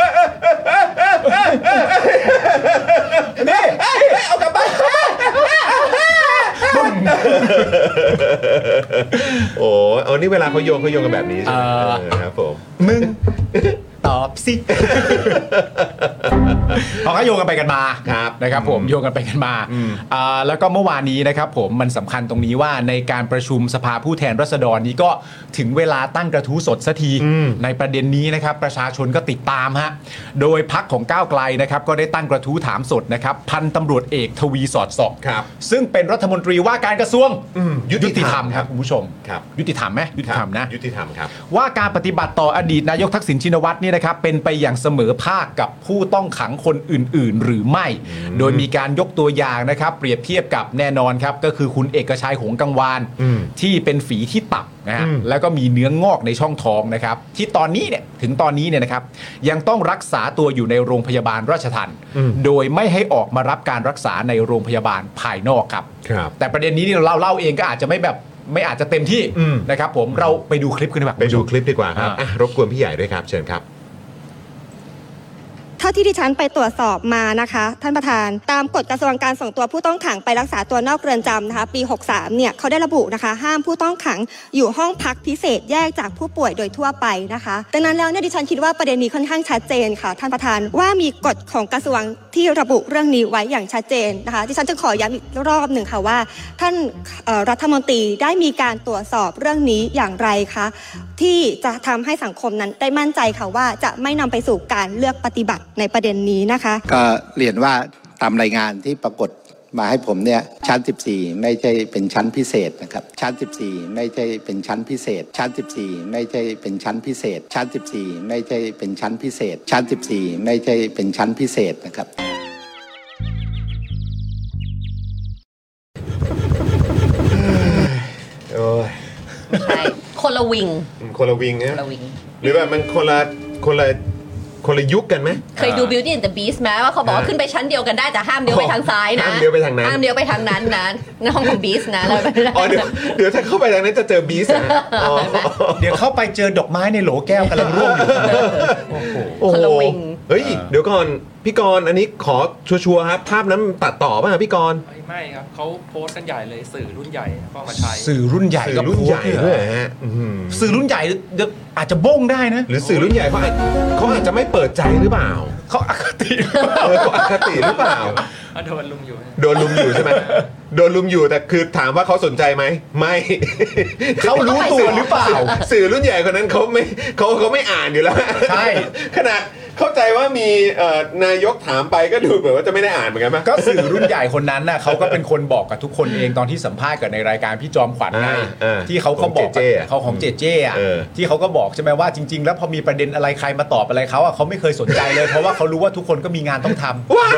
นี่เอากลับบ้านโอ้เอานี่เวลาเขาโยงเขาโยงกันแบบนี้ใช่ไหมครับผมมึงตอบสิเขาก็โยงกันไปกันมานะครับผมโยงกันไปกันมาแล้วก็เมื่อวานนี้นะครับผมมันสำคัญตรงนี้ว่าในการประชุมสภาผู้แทนราษฎรนี้ก็ถึงเวลาตั้งกระทู้สดสักทีในประเด็นนี้นะครับประชาชนก็ติดตามฮะโดยพรรคของก้าวไกลนะครับก็ได้ตั้งกระทู้ถามสดนะครับพันตำรวจเอกทวีสอดส่องซึ่งเป็นรัฐมนตรีว่าการกระทรวงยุติธรรมครับคุณผู้ชมยุติธรรมไหมยุติธรรมนะยุติธรรมครับว่าการปฏิบัติต่ออดีตนายกทักษิณชินวัตรนี่นะครับเป็นไปอย่างเสมอภาคกับผู้ต้องขังคนอื่นๆหรือไม่โดยมีการยกตัวอย่างนะครับเปรียบเทียบกับแน่นอนครับก็คือคุณเอกชัยหงส์กังวานที่เป็นฝีที่ตับนะฮะแล้วก็มีเนื้องอกในช่องท้องนะครับที่ตอนนี้เนี่ยถึงตอนนี้เนี่ยนะครับยังต้องรักษาตัวอยู่ในโรงพยาบาลราชทัณฑ์โดยไม่ให้ออกมารับการรักษาในโรงพยาบาลภายนอกครับแต่ประเด็นนี้ที่เราเล่าเองก็อาจจะไม่แบบไม่อาจจะเต็มที่นะครับผมเราไปดูคลิปกันดีกว่าไปดูคลิปดีกว่าครับรบกวนพี่ใหญ่ด้วยครับเชิญครับเท่าที่ดิฉันไปตรวจสอบมานะคะท่านประธานตามกฎกระทรวงการส่งตัวผู้ต้องขังไปรักษาตัวนอกเรือนจำนะคะปีหกสิบสามเนี่ยเขาได้ระบุนะคะห้ามผู้ต้องขังอยู่ห้องพักพิเศษแยกจากผู้ป่วยโดยทั่วไปนะคะดังนั้นแล้วเนี่ยดิฉันคิดว่าประเด็นนี้ค่อนข้างชัดเจนค่ะท่านประธานว่ามีกฎของกระทรวงที่ระบุเรื่องนี้ไว้อย่างชัดเจนนะคะดิฉันจะขอย้ำอีกรอบหนึ่งค่ะว่าท่านรัฐมนตรีได้มีการตรวจสอบเรื่องนี้อย่างไรคะที่จะทำให้สังคมนั้นได้มั่นใจค่ะว่าจะไม่นำไปสู่การเลือกปฏิบัติในประเด็นนี้นะคะก็เรียนว่าตามรายงานที่ปรากฏมาให้ผมเนี่ยชั้นสิบสี่ไม่ใช่เป็นชั้นพิเศษนะครับชั้นสิบสี่ไม่ใช่เป็นชั้นพิเศษชั้นสิบสี่ไม่ใช่เป็นชั้นพิเศษชั้นสิบสี่ไม่ใช่เป็นชั้นพิเศษชั้นสิบสี่ไม่ใช่เป็นชั้นพิเศษนะครับโอ้ยใช่ละวิงคนละวิงคนะนละวิงหรือแบบมันคนละคนละคนละยุคกันไหมเคยดู Beauty and the Beast ไหมว่าเขาบอกว่าขึ้นไปชั้นเดียวกันได้แต่ห้ามเดียวไปทางซ้ายนะห้ามเดียวไปทางนั้นห้ามเดียวไปทางนั้นนะในห้องของ Beast นะแล้วอ๋อเดี๋ยวเดี๋ยวถ้าเข้าไปทางนั้นจะเจอบีสนะอ๋อเดี๋ยวเข้าไปเจอดอกไม้ในโหลแก้วกำลังร่วงอยู่โอ้โหคนละวิงเฮ้ยเดี๋ยวก่อนพี่กรณ์อันนี้ขอชัวร์ๆครับภาพนั้นตัดต่อป่ะครับพี่กรณ์ไม่ไม่ครับเขาโพสต์กันใหญ่เลยสื่อรุ่นใหญ่ก็เอามาใช้สื่อรุ่นใหญ่สื่อก็รุ่นใหญ่โพสต์ด้วยฮะอื้อหือสื่อรุ่นใหญ่เดี๋ยวอาจจะบ้งได้นะหรือสื่อรุ่นใหญ่เขาอาจเขาอาจจะไม่เปิดใจหรือเปล่าเขาอคติเออเขาอคติหรือเปล่าอ่ะโดนลุมอยู่โดนลุมอยู่ใช่ไหมโดนลุมอยู่แต่คือถามว่าเขาสนใจไหมไม่เขารู้ตัวหรือเปล่าสื่อรุ่นใหญ่คนนั้นเขาไม่เขาเขาไม่อ่านอยู่แล้วใช่ขนาดเข้าใจว่ามีเอ่อนายกถามไปก็ดูเหมือนว่าจะไม่ได้อ่านเหมือนกันไหมก็สื่อรุ่นใหญ่คนนั้นน่ะเขาก็เป็นคนบอกกับทุกคนเองตอนที่สัมภาษณ์กับในรายการพี่จอมขวัญไงอ่าอ่าที่เขาเขาบอกของเจเจอะเขาของเจเจอ่ะเออที่เขาก็บอกใช่ไหมว่าจริง ๆ แล้วพอมีประเด็นอะไรใครมาตอบอะไรเขาอ่ะเขาไม่เคยสนใจเลย เพราะว่าเขารู้ว่าทุกคนก็มีงานต้องทำว้าย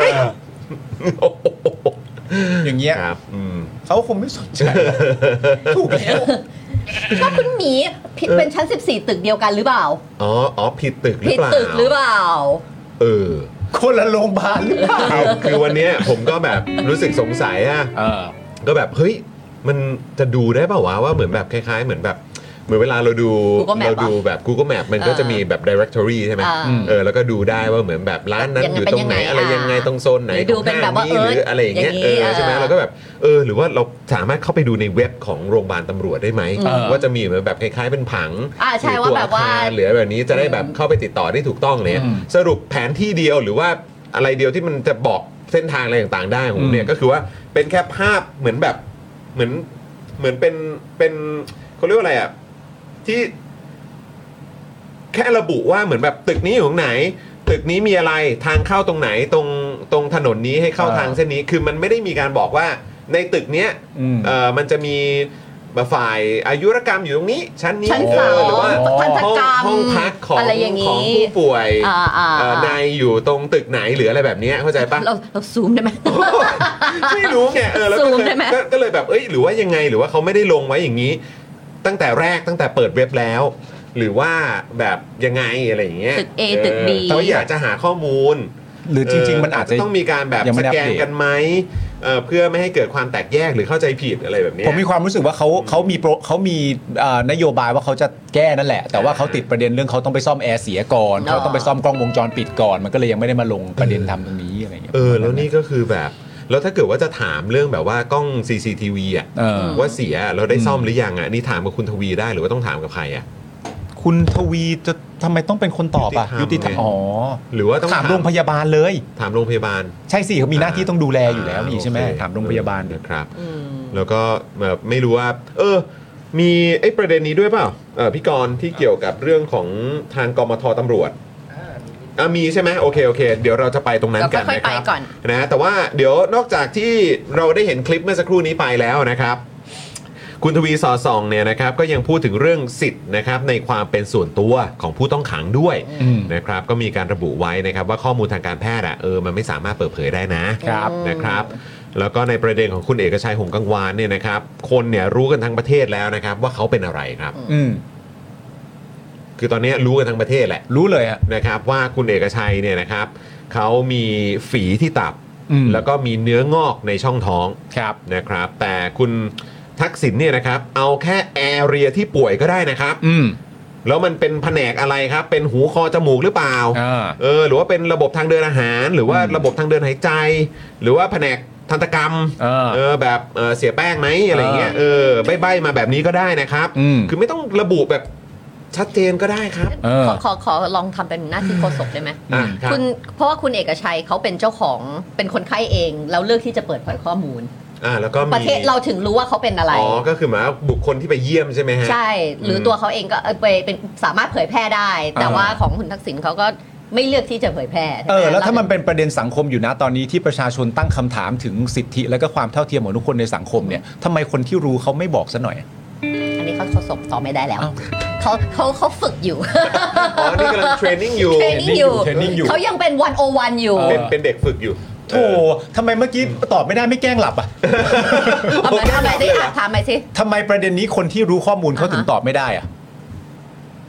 อย่างเงี้ยครับอืมเขาคงไม่สนใจถูกแล้วก็คุณหมีผิดเป็นชั้นสิบสี่ตึกเดียวกันหรือเปล่าอ๋ออ๋อผิดตึกหรืผิอดเปล่าตึกหรือเปล่าเออคนละโรงพยาบาลหรือเปล่าคือคือวันเนี้ยผมก็แบบรู้สึกสงสัยอะเออก็แบบเฮ้ยมันจะดูได้เปล่าวะว่าเหมือนแบบคล้าย ๆ เหมือนแบบเหมือนเวลาเราดู Google Map เราดูแบบ Google Map มันก็จะมีแบบ directory ใช่ไหมอ่าเออแล้วก็ดูได้ว่าเหมือนแบบร้านนั้นยังไงอยู่ตรงไหนเป็นยังไงอะไรยังไงอ่าตรงโซนไหนหรือดูเป็นแบบว่าของห้งนี้เออหรืออะไรอย่างเงี้ยอย่างเองี้อใช่ไหมอ่าเราก็แบบเออหรือว่าเราสามารถเข้าไปดูในเว็บของโรงพยาบาลตำรวจได้ไหมเออว่าจะมีเหมือนแบบคล้ายๆเป็นผังอ่าใช่หรือว่าตัวแบบว่าอครหรือแบบนี้จะได้แบบเข้าไปติดต่อได้ถูกต้องเลยอืมสรุปแผนที่เดียวหรือว่าอะไรเดียวที่มันจะบอกเส้นทางอะไรต่างๆได้ของผมเนี่ยอืมก็คือว่าเป็นแค่ภาพเหมือนแบบเหมือนเหมือนเป็นเป็นเขาเรียกว่าอะไรอ่ะที่แค่ระบุว่าเหมือนแบบตึกนี้อยู่ตรงไหน ตึกนี้มีอะไรทางเข้าตรงไหนตรงตรงถนนนี้ให้เข้าอ่าทางเส้นนี้คือมันไม่ได้มีการบอกว่าในตึกเนี้ยอืมเอ่อมันจะมีฝ่ายอายุรกรรมอยู่ตรงนี้ชั้นนี้ชั้นเอสามอหรือว่าทันตห้องกรรมห้องพักของอะไรอย่างของนี้ผู้ป่วยอ่าอ่าเอ่ออ่าในอยู่ตรงตึกไหนหรืออะไรแบบเนี้ยเข้าใจปะเราเราซูมได้ไหมไม่รู้ไงเออแล้วก็ซูมเลยได้ไหมก็ก็เลยแบบเอ้ยหรือว่ายังไงหรือว่าเขาไม่ได้ลงไว้อย่างนี้ ตั้งแต่แรกตั้งแต่เปิดเว็บแล้ว หรือว่าแบบยังไงอะไรอย่างเงี้ยตึก A ตึก B เขาอยากจะหาข้อมูลหรือจริง ๆ มันอาจจะต้องมีการแบบยังไม่สได้แกนอัปเดตกันไหมเอ่อเพื่อไม่ให้เกิดความแตกแยกหรือเข้าใจผิดอะไรแบบเนี้ยผมมีความรู้สึกว่าเขาเขามีโปรเขามีเอ่อนโยบายว่าเขาจะแก้นั่นแหละ แต่ว่าเขาติดประเด็นเรื่องเขาต้องไปซ่อมแอร์เสียก่อนอ๋อเขาต้องไปซ่อมกล้องวงจรปิดก่อน มันก็เลยยังไม่ได้มาลงประเด็นทำตรงนี้อะไรอย่างเงี้ยเออแล้วนี่ก็คือแบบแล้วถ้าเกิดว่าจะถามเรื่องแบบว่ากล้อง ซี ซี ที วี อ่ะเออว่าเสียเราได้ซ่อมอืมหรือยังอ่ะนี่ถามกับคุณทวีได้หรือว่าต้องถามกับใครอ่ะคุณทวีจะทำไมต้องเป็นคนตอบอ่ะยุยุติติธธรรรรมมอ๋อหรือว่าต้องถามโรงพยาบาลเลยถามโรงพยาบาลใช่สิเขามีหน้าที่ต้องดูแลอยู่แล้วนี่ใช่ไหมโอเคถามโรงพยาบาลนะครับอืมแล้วก็แบบไม่รู้ว่า เออ มีไอ้ประเด็นนี้ด้วยเปล่าเออพี่กรณ์ที่เกี่ยวกับเรื่องของทางกมทตำรวจอ่ะมีใช่ไหมโอเคโอเค เดี๋ยวเราจะไปตรงนั้นกันเราค่อยนะๆครับไปก่อนนะแต่ว่าเดี๋ยวนอกจากที่เราได้เห็นคลิปเมื่อสักครู่นี้ไปแล้วนะครับ คุณทวีสอดส่องเนี่ยนะครับก็ยังพูดถึงเรื่องสิทธิ์นะครับในความเป็นส่วนตัวของผู้ต้องขังด้วยอืมนะครับก็มีการระบุไว้นะครับว่าข้อมูลทางการแพทย์อ่ะเออมันไม่สามารถเปิดเผยได้นะครับ นะครับ แล้วก็ในประเด็นของคุณเอกชัยหงส์กังวานเนี่ยนะครับคนเนี่ยรู้กันทั้งประเทศแล้วนะครับว่าเขาเป็นอะไรครับอืมคือตอนนี้รู้กันทั้งประเทศแหละรู้เลยอ่ะนะครับว่าคุณเอกชัยเนี่ยนะครับเขามีฝีที่ตับอืมแล้วก็มีเนื้องอกในช่องท้องครับนะครับแต่คุณทักษิณเนี่ยนะครับเอาแค่แอเรียที่ป่วยก็ได้นะครับอืมแล้วมันเป็นแผนกอะไรครับ เป็นหูคอจมูกหรือเปล่าอ่าเออหรือว่าเป็นระบบทางเดินอาหาร หรือว่าระบบทางเดินหายใจ หรือว่าแผนกทันตกรรมเออเออแบบเออเสียแป้งไหมอะไรเงี้ยเออใบ้ๆมาแบบนี้ก็ได้นะครับอืมคือไม่ต้องระบุแบบชัดเจนก็ได้ครับเออขอขอขอลองทำเป็นหน้าที่โฆษกได้ไหมอ่ะรับคุณเพราะว่าคุณเอกชัยเขาเป็นเจ้าของเป็นคนไข้เองแล้วเลือกที่จะเปิดเผยข้อมูลอ่าแล้วก็มีประเทศเราถึงรู้ว่าเขาเป็นอะไรอ๋อก็คือหมายว่าบุคคลที่ไปเยี่ยมใช่ไหมฮะใช่ หรือตัวเขาเองก็เออไปเป็นสามารถเผยแพร่ได้ แต่อ่าว่าของคุณทักษิณเขาก็ไม่เลือกที่จะเผยแพร่เออแล้วถ้ามันเป็นประเด็นสังคมอยู่นะตอนนี้ที่ประชาชนตั้งคำถามถึงสิทธิและก็ความเท่าเทียมของทุกคนในสังคมเนี่ยทำไมคนที่รู้เขาไม่บอกซะหน่อยอันนี้เขาโฆษกตอบไม่ได้แล้วอ้าวเขาเขาเขาฝึกอยู่อ๋อนี่กำลังเทรนนิ่งอยู่เทรนนิ่งอยู่เทรนนิ่งอยู่เขายังเป็นวันโอวันอยู่เป็นเป็นเด็กฝึกอยู่โธ่ทำไมเมื่อกี้ตอบไม่ได้ไม่แกล้งหลับอ่ะเอามาทำไมสิอ่ะถามไปสิทำไมประเด็นนี้คนที่รู้ข้อมูลเขาถึงตอบไม่ได้อ่ะ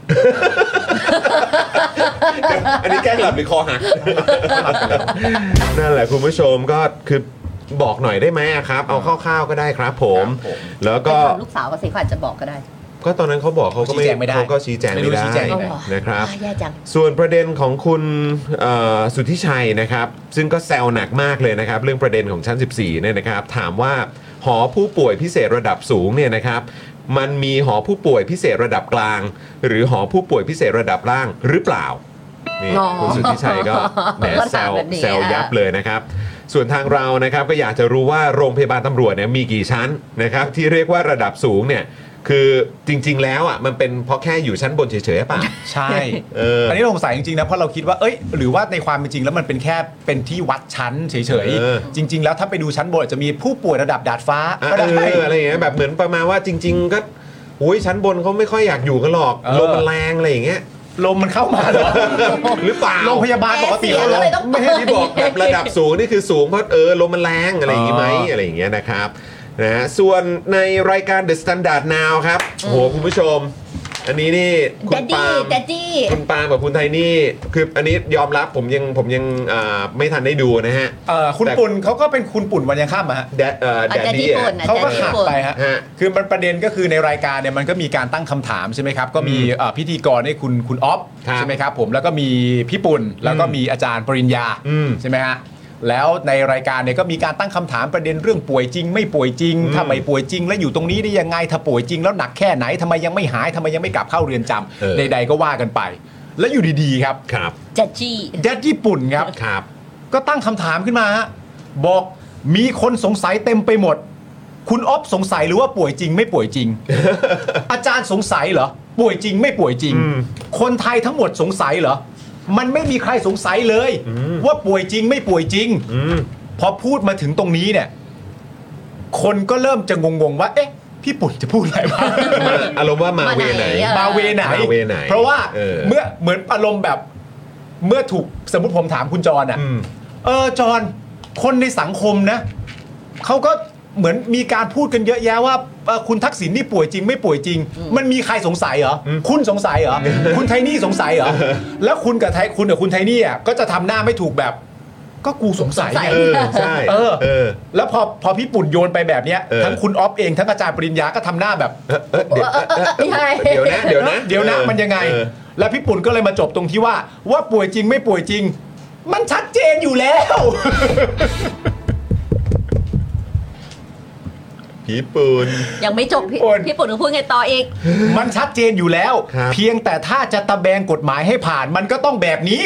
อันนี้แกล้งหลับหรือคอหัก นั่นแหละคุณผู้ชมก็คือบอกหน่อยได้ไหมครับเอาคร่าวๆก็ได้ครับผมแล้วก็ลูกสาวก็สิเขาอาจจะบอกก็ได้ก็ตอนนั้นเขาบอกเขาก็ไม่เขาก็ชี้แจงไม่ได้นะครับส่วนประเด็นของคุณสุทธิชัยนะครับซึ่งก็แซวหนักมากเลยนะครับเรื่องประเด็นของชั้นสิบสี่เนี่ยนะครับถามว่าหอผู้ป่วยพิเศษระดับสูงเนี่ยนะครับมันมีหอผู้ป่วยพิเศษระดับกลางหรือหอผู้ป่วยพิเศษระดับล่างหรือเปล่านี่คุณสุทธิชัยก็แหมแซวแซวยับเลยนะครับส่วนทางเรานะครับก็อยากจะรู้ว่าโรงพยาบาลตำรวจเนี่ยมีกี่ชั้นนะครับที่เรียกว่าระดับสูงเนี่ยคือจริงๆแล้วอ่ะมันเป็นเพราะแค่อยู่ชั้นบนเฉยๆป่ะใช่เอออันนี้เราสงสัยจริงๆนะเพราะเราคิดว่าเอ้ยหรือว่าในความเป็นจริงแล้วมันเป็นแค่เป็นที่วัดชั้นเฉยๆจริงๆแล้วถ้าไปดูชั้นบนจะมีผู้ป่วยระดับดาดฟ้าก็ได้อะไรอย่างเงี้ยแบบเหมือนประมาณว่าจริงๆก็โอ้ยชั้นบนเขาไม่ค่อยอยากอยู่กันหรอกลมมันแรงอะไรอย่างเงี้ยลมมันเข้ามาเหรอหรือเปล่าโรงพยาบาลปกติเขาไม่ให้ที่บอกแบบระดับสูงนี่คือสูงเพราะเออลมมันแรงอะไรอย่างงี้ไหมอะไรอย่างเงี้ยนะครับนะส่วนในรายการ The Standard Now ครับโหคุณผู้ชมอันนี้นี่คุณปาล์มคุณปาล์มกับคุณไทนี่คืออันนี้ยอมรับผมยังผมยังไม่ทันได้ดูนะฮะคุณปุ่นเขาก็เป็นคุณปุ่นวันยังค่ำอะฮะแดดแดดดี้เขาก็หักไปฮะคือมันประเด็นก็คือในรายการเนี่ยมันก็มีการตั้งคำถามใช่ไหมครับก็มีพิธีกรนี่คุณคุณอ๊อฟใช่ไหมครับผมแล้วก็มีพี่ปุ่นแล้วก็มีอาจารย์ปริญญาใช่ไหมฮะแล้วในรายการเนี่ยก็มีการตั้งคำถามประเด็นเรื่องป่วยจริงไม่ป่วยจริงถ้าไม่ป่วยจริงแล้วอยู่ตรงนี้ได้ยังไงถ้าป่วยจริงแล้วหนักแค่ไหนทำไมยังไม่หายทำไมยังไม่กลับเข้าเรือนจำใดๆก็ว่ากันไปแล้วอยู่ดีๆครับครับจัดจี้จัดญี่ปุ่นครับครับก็ตั้งคำถามขึ้นมาบอกมีคนสงสัยเต็มไปหมดคุณอ๊อฟสงสัยหรือว่าป่วยจริงไม่ป่วยจริง อาจารย์สงสัยเหรอป่วยจริงไม่ป่วยจริงคนไทยทั้งหมดสงสัยเหรอมันไม่มีใครสงสัยเลยว่าป่วยจริงไม่ป่วยจริงพอพูดมาถึงตรงนี้เนี่ยคนก็เริ่มจะงงๆว่าเอ๊ะพี่ปุ่นจะพูดอะไรบ้างอารมณ์ว่ามาเวไหนมาเวไหนเพราะว่าเมื่อเหมือนอารมณ์แบบเมื่อถูกสมมติผมถามคุณจรอ่ะเออจรคนในสังคมนะเขาก็เหมือนมีการพูดกันเยอะแยะว่าคุณทักษิณนี่ป่วยจริงไม่ป่วยจริงมันมีใครสงสัยเหรอคุณสงสัยเหรอคุณไทนี่สงสัยเหรอแล้วคุณกับไทคุณกับคุณไทนี่อ่ะก็จะทำหน้าไม่ถูกแบบก็กูสงสัยเออใช่เออแล้วพอพอพี่ปุ่นโยนไปแบบเนี้ยทั้งคุณอ๊อฟเองทั้งอาจารย์ปริญญาก็ทำหน้าแบบเดี๋ยวนะเดี๋ยวนะเดี๋ยวนะมันยังไงแล้วพี่ปุ่นก็เลยมาจบตรงที่ว่าว่าป่วยจริงไม่ป่วยจริงมันชัดเจนอยู่แล้วพี่ปุ่นยังไม่จบพี่พี่ปุ่นพูดไงต่ออีกมันชัดเจนอยู่แล้วเพียงแต่ถ้าจะตะแบงกฎหมายให้ผ่านมันก็ต้องแบบนี้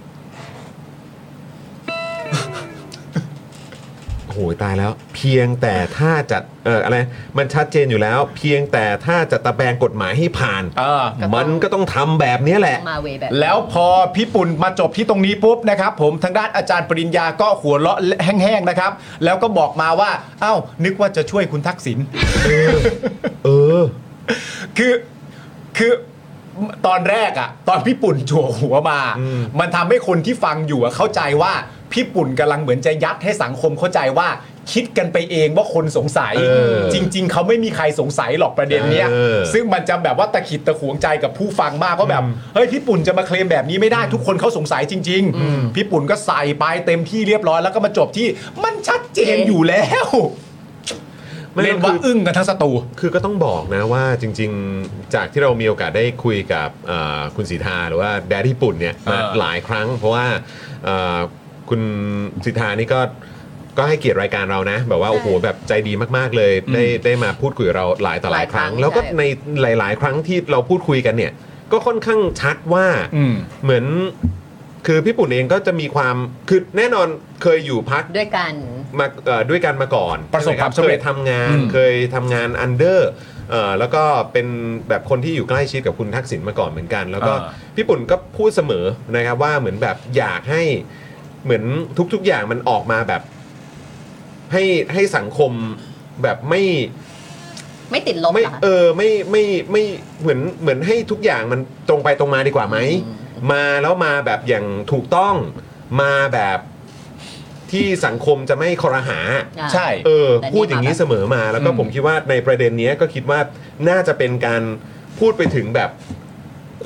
โอ้โหตายแล้วเพียงแต่ถ้าจะเอออะไรมันชัดเจนอยู่แล้วเพียงแต่ถ้าจะตะแบงกฎหมายให้ผ่านมันก็ต้องทำแบบนี้แหละแล้วพอพี่ปุ่นมาจบที่ตรงนี้ปุ๊บนะครับผมทางด้านอาจารย์ปริญญาก็หัวเราะแห้งๆนะครับแล้วก็บอกมาว่าเอ้านึกว่าจะช่วยคุณทักษิณเออเออคือคือตอนแรกอะตอนพี่ปุ่นจั่วหัวมามันทำให้คนที่ฟังอยู่เข้าใจว่าพี่ปุ่นกำลังเหมือนจะยัดให้สังคมเข้าใจว่าคิดกันไปเองว่าคนสงสัยจริงๆเขาไม่มีใครสงสัยหรอกประเด็นเนี้ยซึ่งมันจะแบบว่าตะขิดตะขวงใจกับผู้ฟังมากว่าแบบเฮ้ยพี่ปุ่นจะมาเคลมแบบนี้ไม่ได้ทุกคนเขาสงสัยจริงๆพี่ปุ่นก็ใส่ไปเต็มที่เรียบร้อยแล้วก็มาจบที่มันชัดเจนอยู่แล้วเล่นว่าอึ้งกันทั้งสตูคือก็ต้องบอกนะว่าจริงๆจากที่เรามีโอกาสได้คุยกับคุณสีทาหรือว่าแดดดี้ปุ่นเนี่ยมาหลายครั้งเพราะว่าคุณสิทธานี่ก็ก็ให้เกียรติรายการเรานะแบบว่าโอ้โหแบบใจดีมากๆเลยได้ได้มาพูดคุยกับเราหลายต่อหลายครั้งแล้วก็ในหลายๆครั้งที่เราพูดคุยกันเนี่ยก็ค่อนข้างชัดว่าเหมือนคือพี่ปุ่นเองก็จะมีความคือแน่นอนเคยอยู่พักด้วยกันมาด้วยกันมาก่อนประสบความสำเร็จทำงานเคยทำงานอันเดอร์แล้วก็เป็นแบบคนที่อยู่ใกล้ชิดกับคุณทักษิณมาก่อนเหมือนกันแล้วก็พี่ปุ่นก็พูดเสมอนะครับว่าเหมือนแบบอยากให้เหมือนทุกๆอย่างมันออกมาแบบให้ให้สังคมแบบไม่ไม่ติดลบไม่เออไม่ไม่ไม่เหมือนเหมือนให้ทุกอย่างมันตรงไปตรงมาดีกว่าไหมมาแล้วมาแบบอย่างถูกต้องมาแบบที่สังคมจะไม่คอรหาใช่เออพูดอย่างนี้เสมอมาแล้วก็ผมคิดว่าในประเด็นนี้ก็คิดว่าน่าจะเป็นการพูดไปถึงแบบ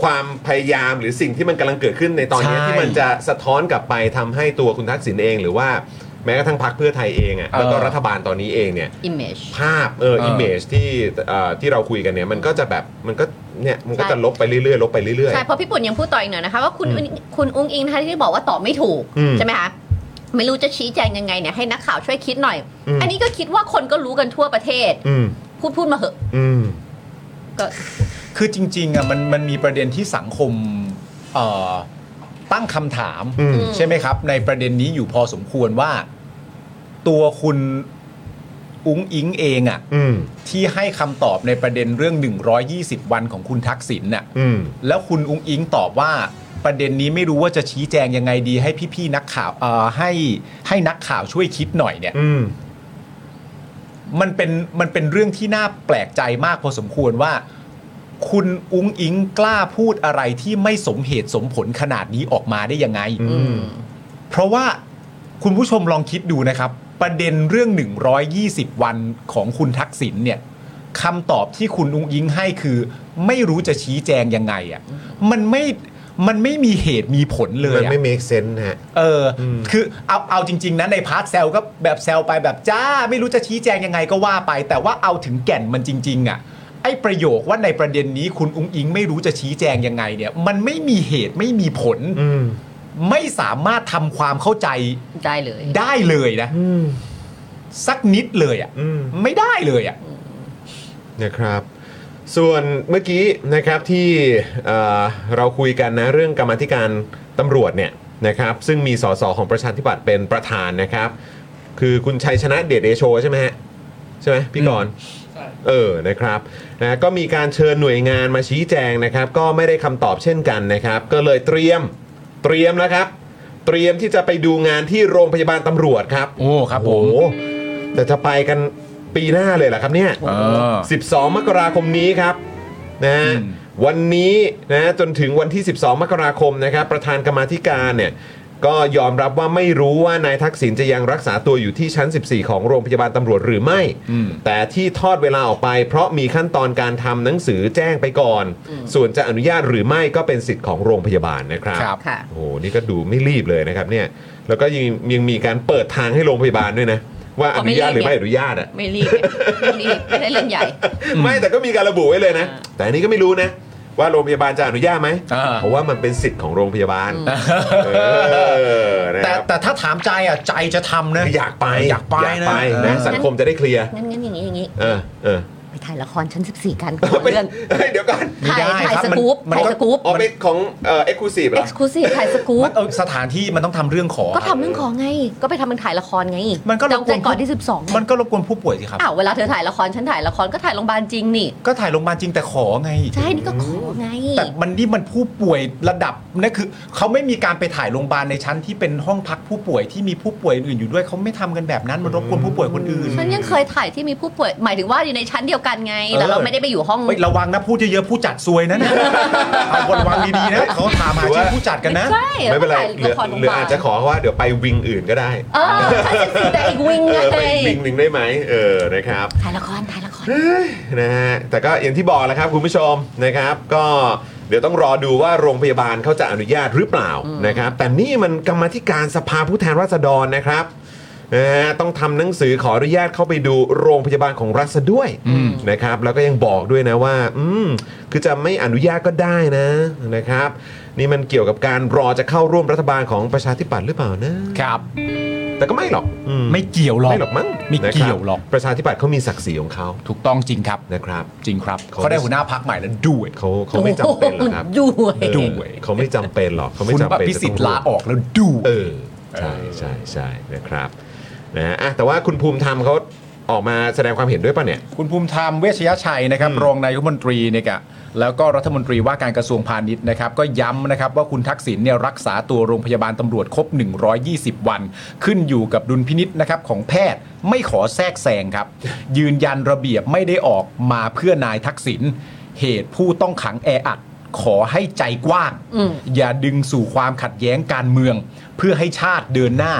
ความพยายามหรือสิ่งที่มันกำลังเกิดขึ้นในตอนนี้ใช่ที่มันจะสะท้อนกลับไปทำให้ตัวคุณทักษิณเองหรือว่าแม้กระทั่งพรรคเพื่อไทยเองอ่ะแล้วก็รัฐบาลตอนนี้เองเนี่ย image ภาพเออ image ที่เอ่อที่เราคุยกันเนี่ยมันก็จะแบบมันก็เนี่ยมันก็จะลบไปเรื่อยๆลบไปเรื่อยๆใช่เพราะพี่ปุ่นยังพูดต่ออีกหน่อยนะคะว่าคุณคุณอุ้งอิงนะคะที่บอกว่าตอบไม่ถูกอืมใช่ไหมคะไม่รู้จะชี้แจงยังไงเนี่ยให้นักข่าวช่วยคิดหน่อยอืมอันนี้ก็คิดว่าคนก็รู้กันทั่วประเทศอืมพูดพูดมาเหอะอืมก็คือจริงๆอ่ะมันมันมีประเด็นที่สังคมเอ่อตั้งคำถามอืมใช่ไหมครับ ในประเด็นนี้อยู่พอสมควรว่า ตัวคุณอุ้งอิงเองอ่ะอืมที่ให้คำตอบในประเด็นเรื่องหนึ่งร้อยยี่สิบวันของคุณทักษิณน่ะอืมแล้วคุณอุ้งอิงตอบว่าประเด็นนี้ไม่รู้ว่าจะชี้แจงยังไงดีให้พี่ๆนักข่าวเอ่อให้ให้นักข่าวช่วยคิดหน่อยเนี่ยอืมมันเป็นมันเป็นเรื่องที่น่าแปลกใจมากพอสมควรว่า คุณอุ้งอิงกล้าพูดอะไรที่ไม่สมเหตุสมผลขนาดนี้ออกมาได้ยังไงอืมเพราะว่าคุณผู้ชมลองคิดดูนะครับ ประเด็นเรื่องหนึ่งร้อยยี่สิบวันของคุณทักษิณเนี่ยคำตอบที่คุณอุ้งอิงให้คือ ไม่รู้จะชี้แจงยังไงอ่ะมันไม่มันไม่มีเหตุมีผลเลยมันอะไม่ make sense ฮะเอออคือเอาเอาจริง ๆนะในพาร์ทแซลก็แบบแซลไปแบบจ้าไม่รู้จะชี้แจงยังไงก็ว่าไป แต่ว่าเอาถึงแก่นมันจริง ๆอ่ะไอ้ประโยคว่าในประเด็นนี้คุณอุ้งอิงไม่รู้จะชี้แจงยังไงเนี่ยมันไม่มีเหตุไม่มีผลอืมไม่สามารถทำความเข้าใจได้เลยได้เลยนะอืมสักนิดเลยอ่ะอืมไม่ได้เลยอ่ะนะครับ ส่วนเมื่อกี้นะครับที่เอ่อเราคุยกันนะเรื่องกรรมาธิการตำรวจเนี่ยนะครับซึ่งมีสสของประชาธิปัตย์เป็นประธานนะครับ คือคุณชัยชนะเดชเดโชใช่ไหมฮะใช่ไหมพี่กรณ์ใช่เออนะครับนะก็มีการเชิญหน่วยงานมาชี้แจงนะครับ ก็ไม่ได้คำตอบเช่นกันนะครับ ก็เลยเตรียมเตรียมแล้วครับ เตรียมที่จะไปดูงานที่โรงพยาบาลตำรวจครับโอ้ครับผมโอ้โหแต่จะไปกันปีหน้าเลยเหรอครับเนี่ยเออสิบสอง มกราคมนี้ครับนะฮะอืมวันนี้นะจนถึงวันที่ สิบสอง มกราคมนะครับประธานกรรมาธิการเนี่ยก็ยอมรับว่าไม่รู้ว่านายทักษิณจะยังรักษาตัวอยู่ที่ชั้น สิบสี่ ของโรงพยาบาลตำรวจหรือไม่อืมแต่ที่ทอดเวลาออกไปเพราะมีขั้นตอนการทำหนังสือแจ้งไปก่อน ส่วนจะอนุญาตหรือไม่ก็เป็นสิทธิ์ของโรงพยาบาลนะครับครับค่ะโอ้โหนี่ก็ดูไม่รีบเลยนะครับเนี่ยแล้วก็ยังยังมีการเปิดทางให้โรงพยาบาลด้วยนะว่าอนุญาตหรือไม่อนุญาตอ่ะไม่รีบไงไม่รีบไม่ได้เรื่องใหญ่ไม่แต่ก็มีการระบุไว้เลยนะ แต่อันนี้ก็ไม่รู้นะว่าโรงพยาบาลจะอนุญาตไหมอ่าเพราะว่ามันเป็นสิทธิ์ของโรงพยาบาลเออนะแต่ครับแต่ถ้าถามใจอ่ะใจจะทำนะอยากไปอยากไปนะนะสังคมจะได้เคลียร์งั้นงั้นอย่างนี้อย่างนี้เออเออไปถ่ายละครชั้นสิบสี่กันขอเรื่องเฮ้ยเดี๋ยวก่อนไม่ถ่ายได้ถ่ายครับสมันกู๊ปมันถ่ายก็สกู๊ปอ๋อเป็นของเอ่อ exclusive เหรเอ็อกซ์คลูซีฟถ่ายสกู๊ปมันเอาสถานที่มันต้องทำเรื่องขอก็ทำเรื่องของไง ก็ไปทำเป็นถ่ายละครไงมันก็รจบองกใจวนก่อนที่สิบสองมันก็รบกวนผู้ป่วยสิครับอ้าวเวลาเธอถ่ายละครฉันถ่ายละครก็ถ่ายโรงพยาบาลจริงนี่ก็ถ่ายโรงพยาบาลจริงแต่ขอไงใช่นี่ก็ขอไงแต่มันนี่มันผู้ป่วยระดับนั่นคือเขาไม่มีการไปถ่ายโรงพยาบาลในชั้นที่เป็นห้องพักผู้ป่วยที่มีผู้ป่วยอื่นอยู่ด้วยเขาไม่ทำกันแบบนั้นมันรบกวนผู้ป่วยคนอื่นฉันยังเคยถ่ายที่มีผู้ป่วยหมายถึงว่าอยู่ในชั้นเดียวกันไงแต่เราไม่ได้ไปอยู่ห้องเฮ้ยระวังนะพูดเยอะๆผู้จัดซวยนะเนี่ยเอาระวังดีๆนะเขาถามหาชื่อผู้จัดกันนะใช่ไม่เป็นไรถ่ายหรือละครโรงหพรือยาบาอาลจจะขอว่าเดี๋ยวไปวิงอื่นก็ได้เออใช่สิแต่อีกวิงเอไงอไปอีกวิงหนึ่งได้ไหมเออนะครับถ่ายละครถ่ายละครนะฮะแต่ก็อย่างที่บอกแหล้วครับคุณผู้ชมนะครับก็เดี๋ยวต้องรอดูว่าโรงพยาบาลเขาจะอนุญาตหรือเปล่านะครับแต่นี่มันกรรมาธิการสภาผู้แทนราษฎรนะครับนะฮะต้องทำหนังสือขออนุญาตเข้าไปดูโรงพยาบาลของรัฐซะด้วยนะครับแล้วก็ยังบอกด้วยนะว่าอืมคือจะไม่อนุญาตก็ได้นะนะครับนี่มันเกี่ยวกับการรอจะเข้าร่วมรัฐบาลของประชาธิปัตย์หรือเปล่านะครับ แต่ก็ไม่หรอกอืไม่เกี่ยวหรอกไม่หรอกมั้งไม่เกี่ยวหรอกนะครับประชาธิปัตย์เขามีศักดิ์ศรีของเขาถูกต้องจริงครับนะครับจริงครับเขาเขาได้หัวหน้าพักใหม่แล้วด้วยเขาเขาไม่จำเป็นหรอกครับด้วยเออด้วยเขาไม่จำเป็นหรอกเขาไม่คุณจำเป็นพิสิทธิ์จะต้ลาองออกแล้วด้วยเออใช่ใช่ใช่นะครับนะฮะอ่ะแต่ว่าคุณภูมิธรรมเขาออกมาแสดงความเห็นด้วยป่ะเนี่ยคุณภูมิธรรมเวชยชัยนะครับรองนายกรัฐมนตรีเนี่ยกะแล้วก็รัฐมนตรีว่าการกระทรวงพาณิชย์นะครับก็ย้ำนะครับว่าคุณทักษิณเนี่ยรักษาตัวโรงพยาบาลตำรวจครบหนึ่งร้อยยี่สิบวัน ขึ้นอยู่กับดุลพินิษนะครับของแพทย์ไม่ขอแทรกแซงครับ ยืนยันระเบียบไม่ได้ออกมาเพื่อนายทักษิณเหตุผู้ต้องขังแออัดขอให้ใจกว้างอืมอย่าดึงสู่ความขัดแย้งการเมือง เพื่อให้ชาติเดินหน้า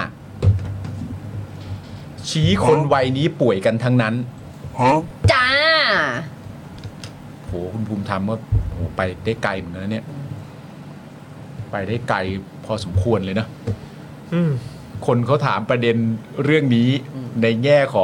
ชี้คนวัยนี้ป่วยกันทั้งนั้นจ้าโหคุณภูมิธรรมก็โหไปได้ไกลเหมือนกันนะเนี่ยไปได้ไกลพอสมควรเลยนะคนเขาถามประเด็นเรื่องนี้ในแง่ของ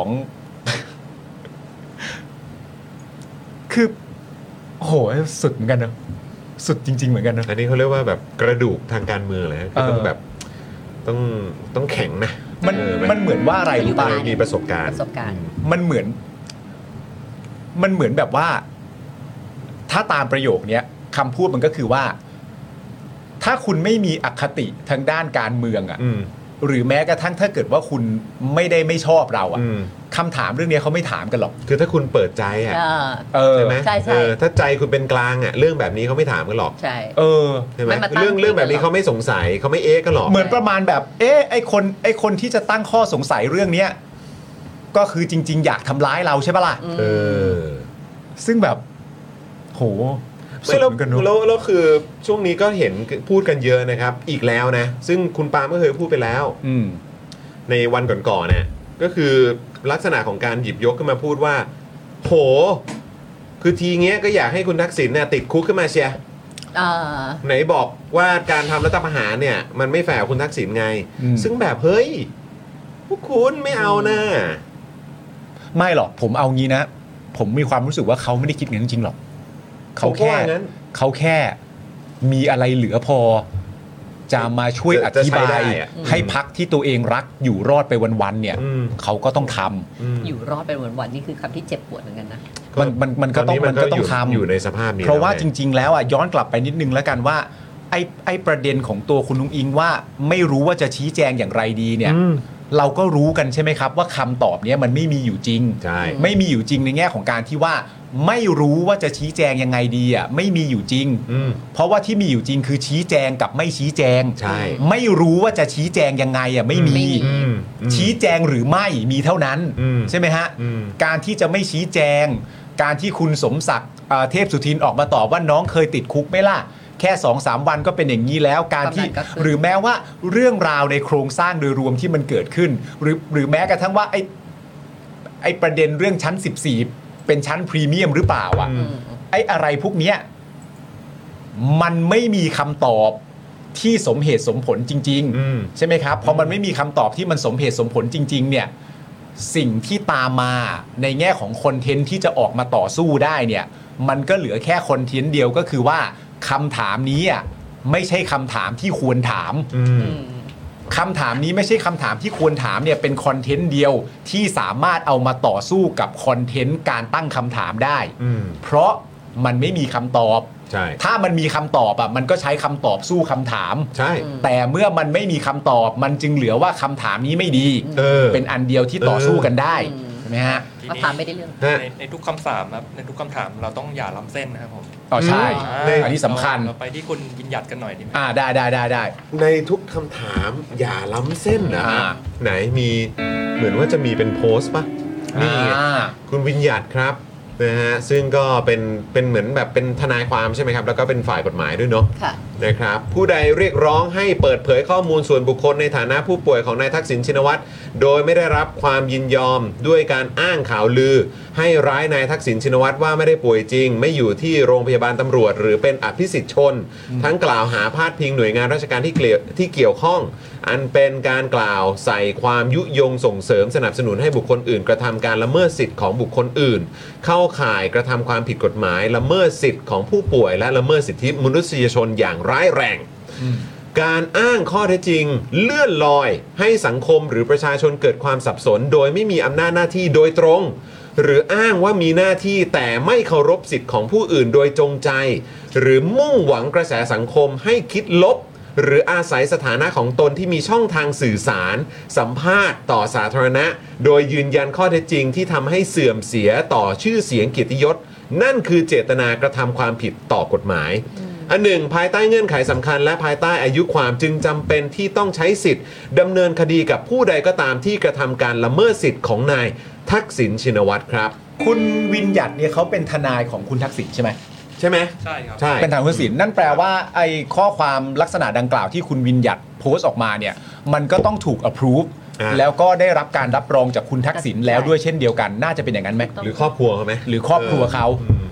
คือโหสุดเหมือนกันนะสุดจริงๆเหมือนกันนะอันนี้เขาเรียกว่าแบบกระดูกทางการเมืองเลยคือต้องแบบต้องต้องแข็งนะมันมันเหมือนว่าอะไรรู้ป่ะมีประสบการณ์ประสบการณ์มันเหมือนมันเหมือนแบบว่าถ้าตามประโยคนี้คำพูดมันก็คือว่าถ้าคุณไม่มีอคติทางด้านการเมืองอ่ะหรือแม้กระทั่งถ้าเกิดว่าคุณไม่ได้ไม่ชอบเราอ่ะคำถามเรื่องนี้เขาไม่ถามกันหรอกคือถ้าคุณเปิดใจอ่ะใช่ไหมใช่ใช่ถ้าใจคุณเป็นกลางอ่ะเรื่องแบบนี้เขาไม่ถามกันหรอกใช่เออใช่ไหมเรื่องเรื่องแบบนี้เขาไม่สงสัยเขาไม่เอ๊ะกันหรอกเหมือนประมาณแบบเอ๊ะไอคนไอคนที่จะตั้งข้อสงสัยเรื่องเนี้ยก็คือจริงๆอยากทำร้ายเราใช่ปะล่ะเออซึ่งแบบโหแล้วแล้วแล้วคือช่วงนี้ก็เห็นพูดกันเยอะนะครับอีกแล้วนะซึ่งคุณปาล์มก็เคยพูดไปแล้วในวันก่อนๆเนี่ยก็คือลักษณะของการหยิบยกขึ้นมาพูดว่าโหคือทีเงี้ยก็อยากให้คุณทักษิณเนี่ยติดคุกขึ้นมาเชียร์ไหนบอกว่าการทำรัฐประหารเนี่ยมันไม่แฝงคุณทักษิณไงซึ่งแบบเฮ้ยพวกคุณไม่เอานะไม่หรอกผมเอางี้นะผมมีความรู้สึกว่าเขาไม่ได้คิดงั้นจริงหรอกเขาแค่เขาแค่มีอะไรเหลือพอจะมาช่วยอธิบายให้พรรคที่ตัวเองรักอยู่รอดไปวันๆเนี่ยเขาก็ต้องทำอยู่รอดไปวันๆนี่คือคำที่เจ็บปวดเหมือนกันนะมันมันมันก็ต้องมันก็ต้องทำอยู่ในสภาพนี้เพราะว่าจริงๆแล้วอ่ะย้อนกลับไปนิดนึงแล้วกันว่าไอ้ไอ้ประเด็นของตัวคุณนุ้งอิงว่าไม่รู้ว่าจะชี้แจงอย่างไรดีเนี่ยเราก็รู้กันใช่ไหมครับว่าคำตอบนี้มันไม่มีอยู่จริงไม่มีอยู่จริงในแง่ของการที่ว่าไม่รู้ว่าจะชี้แจงยังไงดีอ่ะไม่มีอยู่จริงเพราะว่าที่มีอยู่จริงคือชี้แจงกับไม่ชี้แจงไม่รู้ว่าจะชี้แจงยังไงอ่ะไม่มีชี้แจงหรือไม่มีเท่านั้นใช่ไหมฮะการที่จะไม่ชี้แจงการที่คุณสมศักดิ์เทพสุทินออกมาตอบว่าน้องเคยติดคุกไหมล่ะแค่ สองสาม วันก็เป็นอย่างนี้แล้วการที่หรือแม้ว่าเรื่องราวในโครงสร้างโดยรวมที่มันเกิดขึ้นหรือหรือแม้กระทั่งว่าไอ้ไอ้ประเด็นเรื่องชั้นสิบสี่เป็นชั้นพรีเมียมหรือเปล่าอ่ะไอ้อะไรพวกเนี้ยมันไม่มีคำตอบที่สมเหตุสมผลจริงๆใช่ไหมครับพอมันไม่มีคำตอบที่มันสมเหตุสมผลจริงๆเนี่ยสิ่งที่ตามมาในแง่ของคอนเทนต์ที่จะออกมาต่อสู้ได้เนี่ยมันก็เหลือแค่คอนเทนต์เดียวก็คือว่าคำถามนี้อ่ะไม่ใช่คำถามที่ควรถามคำถามนี้ไม่ใช่คำถามที่ควรถามเนี่ยเป็นคอนเทนต์เดียวที่สามารถเอามาต่อสู้กับคอนเทนต์การตั้งคำถามได้เพราะมันไม่มีคำตอบถ้ามันมีคำตอบอ่ะมันก็ใช้คำตอบสู้คำถามใช่แต่เมื่อมันไม่มีคำตอบมันจึงเหลือว่าคำถามนี้ไม่ดีเออเป็นอันเดียวที่ต่อสู้กันได้ใช่ไหมฮะคำถามไม่ได้เรื่องในในทุกคำถามครับในทุกคำถามเราต้องอย่าล้ำเส้นนะครับผมอ๋อใช่อันนี้สำคัญเราไปที่คุณวิญญัติกันหน่อยดีไหมอ่าได้ได้ได้ได้ในทุกคำถามอย่าล้ำเส้นนะไหนมีเหมือนว่าจะมีเป็นโพสต์ป่ะนี่ไงคุณวิญญัติครับนะฮะซึ่งก็เป็นเป็นเหมือนแบบเป็นทนายความใช่ไหมครับแล้วก็เป็นฝ่ายกฎหมายด้วยเนาะนะครับผู้ใดเรียกร้องให้เปิดเผยข้อมูลส่วนบุคคลในฐานะผู้ป่วยของนายทักษิณชินวัตรโดยไม่ได้รับความยินยอมด้วยการอ้างข่าวลือให้ร้ายนายทักษิณชินวัตรว่าไม่ได้ป่วยจริงไม่อยู่ที่โรงพยาบาลตำรวจหรือเป็นอภิสิทธิ์ชนทั้งกล่าวหาพาดพิงหน่วยงานราชการที่เกี่ยวที่เกี่ยวข้องอันเป็นการกล่าวใส่ความยุยงส่งเสริมสนับสนุนให้บุคคลอื่นกระทำการละเมิดสิทธิ์ของบุคคลอื่นเข้าข่ายกระทำความผิดกฎหมายละเมิดสิทธิ์ของผู้ป่วยและละเมิดสิทธิมนุษยชนอย่างร้ายแรงการอ้างข้อเท็จจริงเลื่อนลอยให้สังคมหรือประชาชนเกิดความสับสนโดยไม่มีอำนาจหน้าที่โดยตรงหรืออ้างว่ามีหน้าที่แต่ไม่เคารพสิทธิ์ของผู้อื่นโดยจงใจหรือมุ่งหวังกระแสสังคมให้คิดลบหรืออาศัยสถานะของตนที่มีช่องทางสื่อสารสัมภาษณ์ต่อสาธารณะโดยยืนยันข้อเท็จจริงที่ทำให้เสื่อมเสียต่อชื่อเสียงเกียรติยศนั่นคือเจตนากระทำความผิดต่อกฎหมายอันหนึ่งภายใต้เงื่อนไขสำคัญและภายใต้อายุความจึงจำเป็นที่ต้องใช้สิทธิ์ดำเนินคดีกับผู้ใดก็ตามที่กระทำการละเมิดสิทธิ์ของนายทักษิณชินวัตรครับคุณวิญญัติเนี่ยเขาเป็นทนายของคุณทักษิณใช่ไหมใช่ไหมใช่ครับใช่เป็นทางคุณศิลป์นั่นแปลว่าไอ้ข้อความลักษณะดังกล่าวที่คุณวิญญัติโพสต์ออกมาเนี่ยมันก็ต้องถูก approve แล้วก็ได้รับการรับรองจากคุณทักษิณแล้วด้วยเช่นเดียวกันน่าจะเป็นอย่างนั้นไหมหรือครอบครัวเขาไหมหรือครอบครัวเขา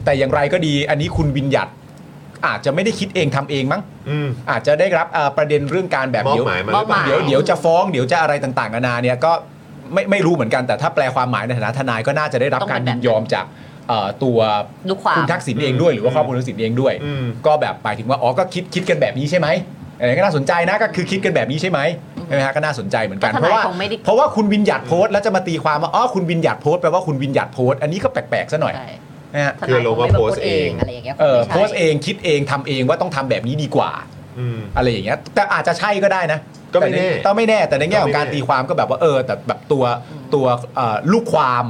แต่อย่างไรก็ดีอันนี้คุณวิญญัติอาจจะไม่ได้คิดเองทำเองมั้งอาจจะได้รับประเด็นเรื่องการแบบเดี๋ยวเดี๋ยวเดี๋ยวจะฟ้องเดี๋ยวจะอะไรต่างๆนานาเนี่ยก็ไม่ไม่รู้เหมือนกันแต่ถ้าแปลความหมายในฐานะทนายก็น่าจะได้รับการยินยอมจากตัวคุณทักษิณเองด้วยหรือว่าครอบครัวทักษิณเองด้วยก็แบบหมายถึงว่าอ๋อก็คิดคิดกันแบบนี้ใช่ไหมอะไรก็น่าสนใจนะก็คือคิดกันแบบนี้ใช่ไหมใช่ไหมฮะก็น่าสนใจเหมือนกันเพราะว่าเพราะว่าคุณวิญญัติโพสต์แล้วจะมาตีความว่าอ๋อคุณวิญญัติโพสต์แปลว่าคุณวิญญัติโพสต์อันนี้ก็แปลกๆซะหน่อยนะฮะคือลงว่าโพสต์เองอะไรอย่างเงี้ยเออโพสต์เองคิดเองทำเองว่าต้องทำแบบนี้ดีกว่าอะไรอย่างเงี้ยแต่อาจจะใช่ก็ได้นะก็ไม่แน่ต้องไม่แน่แต่ในแง่ของการตีความก็แบบว่าเออแต่แบบตัวตัวลูกความ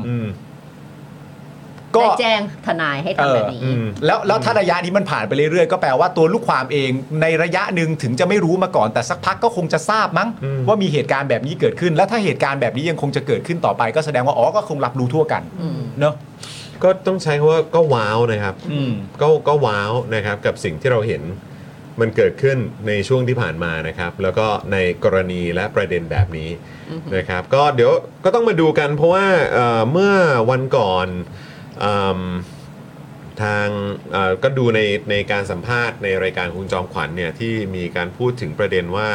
ก็แจ้งทนายให้ทำแบบนี้แล้วแล้วถ้าระยะนี้มันผ่านไปเรื่อยๆก็แปลว่าตัวลูกความเองในระยะหนึ่งถึงจะไม่รู้มาก่อนแต่สักพักก็คงจะทราบมั้งว่ามีเหตุการณ์แบบนี้เกิดขึ้นแล้วถ้าเหตุการณ์แบบนี้ยังคงจะเกิดขึ้นต่อไปก็แสดงว่าอ๋อก็คงรับรู้ทั่วกันเนาะก็ต้องใช้คำว่าก็ว้าวนะครับก็ก็ว้าวนะครับกับสิ่งที่เราเห็นมันเกิดขึ้นในช่วงที่ผ่านมานะครับแล้วก็ในกรณีและประเด็นแบบนี้นะครับก็เดี๋ยวก็ต้องมาดูกันเพราะว่าเมื่อวันก่อนทางก็ดูในในการสัมภาษณ์ในรายการคุณจอมขวัญเนี่ยที่มีการพูดถึงประเด็นว่า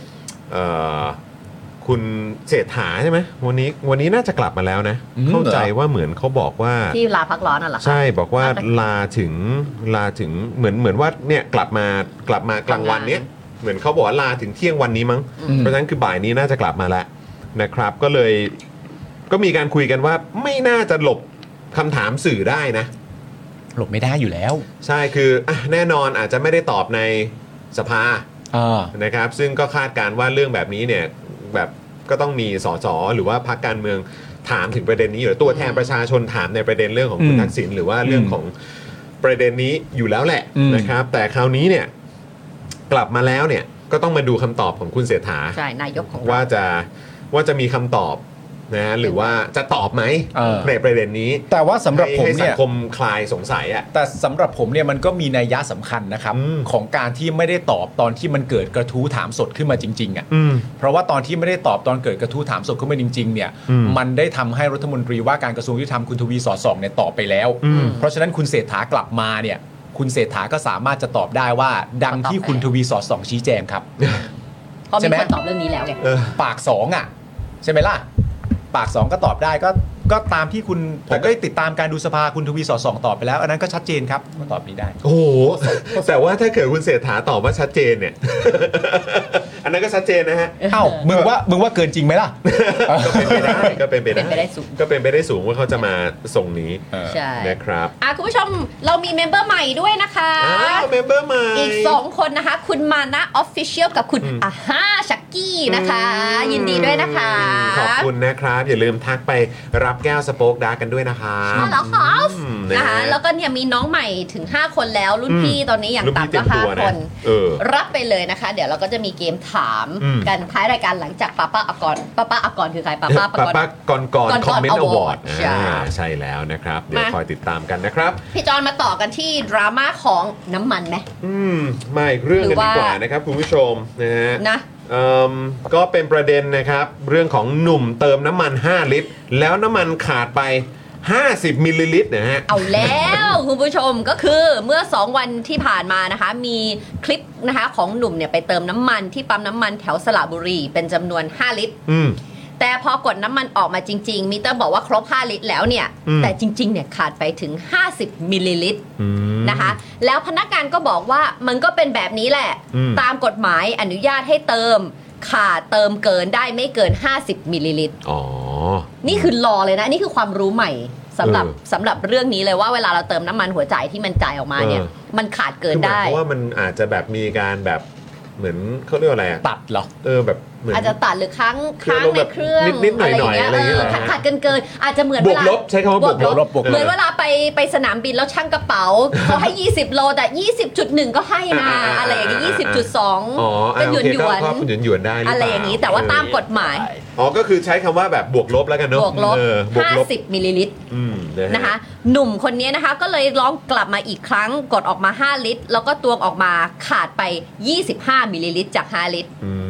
คุณเศรษฐาใช่ไหมวันนี้วันนี้น่าจะกลับมาแล้วนะเข้าใจว่าเหมือนเขาบอกว่าที่ลาพักร้อนน่ะเหรอใช่บอกว่าลาถึงลาถึงเหมือนเหมือนว่าเนี่ยกลับมากลับมากลางวันเนี้ยเหมือนเขาบอกว่าลาถึงเที่ยงวันนี้มั้งเพราะฉะนั้นคือบ่ายนี้น่าจะกลับมาแล้วนะครับก็เลยก็มีการคุยกันว่าไม่น่าจะหลบคำถามสื่อได้นะหลบไม่ได้อยู่แล้วใช่คืออ่ะแน่นอนอาจจะไม่ได้ตอบในสภานะครับซึ่งก็คาดการว่าเรื่องแบบนี้เนี่ยแบบก็ต้องมีสสหรือว่าพรรคการเมืองถามถึงประเด็นนี้หรือตัวแทนประชาชนถามในประเด็นเรื่องของคุณทักษิณหรือว่าเรื่องของประเด็นนี้อยู่แล้วแหละนะครับแต่คราวนี้เนี่ยกลับมาแล้วเนี่ยก็ต้องมาดูคำตอบของคุณเศรษฐาใช่นายกของว่าจะว่าจะมีคำตอบนะหรือว่าจะตอบไหมในประเด็นนี้แต่ว่าสำหรับผมเนี่ยสังคมคลายสงสัยอ่ะแต่สำหรับผมเนี่ยมันก็มีนัยยะสำคัญนะครับของการที่ไม่ได้ตอบตอนที่มันเกิดกระทู้ถามสดขึ้นมาจริงๆอ่ะเพราะว่าตอนที่ไม่ได้ตอบตอนเกิดกระทู้ถามสดขึ้นมาจริงๆเนี่ยมันได้ทำให้รัฐมนตรีว่าการกระทรวงยุติธรรมคุณทวีสอดส่องเนี่ยตอบไปแล้วเพราะฉะนั้นคุณเศรษฐากลับมาเนี่ยคุณเศรษฐาก็สามารถจะตอบได้ว่าดังที่คุณทวีสอดส่องชี้แจงครับเพราะมีคนตอบเรื่องนี้แล้วไงปากสองอ่ะใช่ไหมล่ะปากสองก็ตอบได้ก็ก็ตามที่คุณผมก็ได้ติดตามการดูสภาคุณทวีสอดส่องตอบไปแล้วอันนั้นก็ชัดเจนครับก็ตอบนี้ได้โอ้โหแต่ว่าถ้าเกิดคุณเศรษฐาตอบว่าชัดเจนเนี่ยอันนั้นก็ชัดเจนนะฮะเอ้ามึงว่ามึงว่าเกินจริงไหมล่ะก็เป็นไปได้ก็เป็นไปได้ก็เป็นไปได้สูงว่าเขาจะมาส่งนี้นะครับอ่ะคุณผู้ชมเรามีเมมเบอร์ใหม่ด้วยนะคะอ้าวเมมเบอร์ใหม่อีกสองคนนะคะคุณมานะออฟฟิเชียลกับคุณอาฮ่าชักกี้นะคะยินดีด้วยนะคะขอบคุณนะครับอย่าลืมทักไปรับแก้วสโป๊กดาร์กกันด้วยนะคะใช่แล้วค่ะนะคะแล้วก็เนี่ยมีน้องใหม่ถึงห้าคนแล้วรุ่นพี่ตอนนี้อย่างต่ำก็ห้าคนรับไปเลยนะคะเดี๋ยวเราก็จะมีเกมถามกันท้ายรายการหลังจากป้าป้าอากรป้าป้าอากรคือใครป้าป้าป้าป้าก่อนก่อนคอมเมนต์อวอร์ดใช่แล้วนะครับเดี๋ยวคอยติดตามกันนะครับพี่จอนมาต่อกันที่ดราม่าของน้ำมันไหมอืมมาอีกเรื่องกันดีกว่านะครับคุณผู้ชมนะฮะนะก็เป็นประเด็นนะครับเรื่องของหนุ่มเติมน้ำมันห้าลิตรแล้วน้ำมันขาดไปห้าสิบมิลลิลิตรนะฮะเอาแล้วคุณผู้ชมก็คือเมื่อสองวันที่ผ่านมานะคะมีคลิปนะคะของหนุ่มเนี่ยไปเติมน้ำมันที่ปั๊มน้ำมันแถวสระบุรีเป็นจำนวนห้าลิตรแต่พอกดน้ำมันออกมาจริงๆมิเตอร์บอกว่าครบห้าลิตรแล้วเนี่ยแต่จริงๆเนี่ยขาดไปถึงห้าสิบมิลลิลิตรนะคะแล้วพนักงานก็บอกว่ามันก็เป็นแบบนี้แหละตามกฎหมายอนุญาตให้เติมขาดเติมเกินได้ไม่เกินห้าสิบมิลลิลิตรอ๋อนี่คือรอเลยนะนี่คือความรู้ใหม่สำหรับสำหรับเรื่องนี้เลยว่าเวลาเราเติมน้ำมันหัวจ่ายที่มันจ่ายออกมาเนี่ยมันขาดเกินได้เพราะว่ามันอาจจะแบบมีการแบบเหมือนเขาเรียกว่าอะไรตัดเหรอเออแบบอาจจะตัดหรือค้างค้างในเครื่องนิดๆหน่อยๆอะไรอย่างเงี้ยขาดเกินเกินอาจจะเหมือนเวลาบวกลบใช้คำว่าบวกลบเหมือนเวลาไปไปสนามบินแล้วชั่งกระเป๋าเขาให้ยี่สิบโลแต่ ยี่สิบจุดหนึ่ง ก็ให้นะอะไรอย่างเงี้ย ยี่สิบจุดสอง ก็หยวนหยวนหยวนหยวนได้อะไรอย่างงี้แต่ว่าตามกฎหมายอ๋อก็คือใช้คำว่าแบบบวกลบแล้วกันเนาะบวกลบห้าสิบมิลลิลิตรนะคะหนุ่มคนนี้นะคะก็เลยร้องกลับมาอีกครั้งกดออกมาห้าลิตรแล้วก็ตวงออกมาขาดไปยี่สิบห้ามิลลิลิตรจากห้าลิตร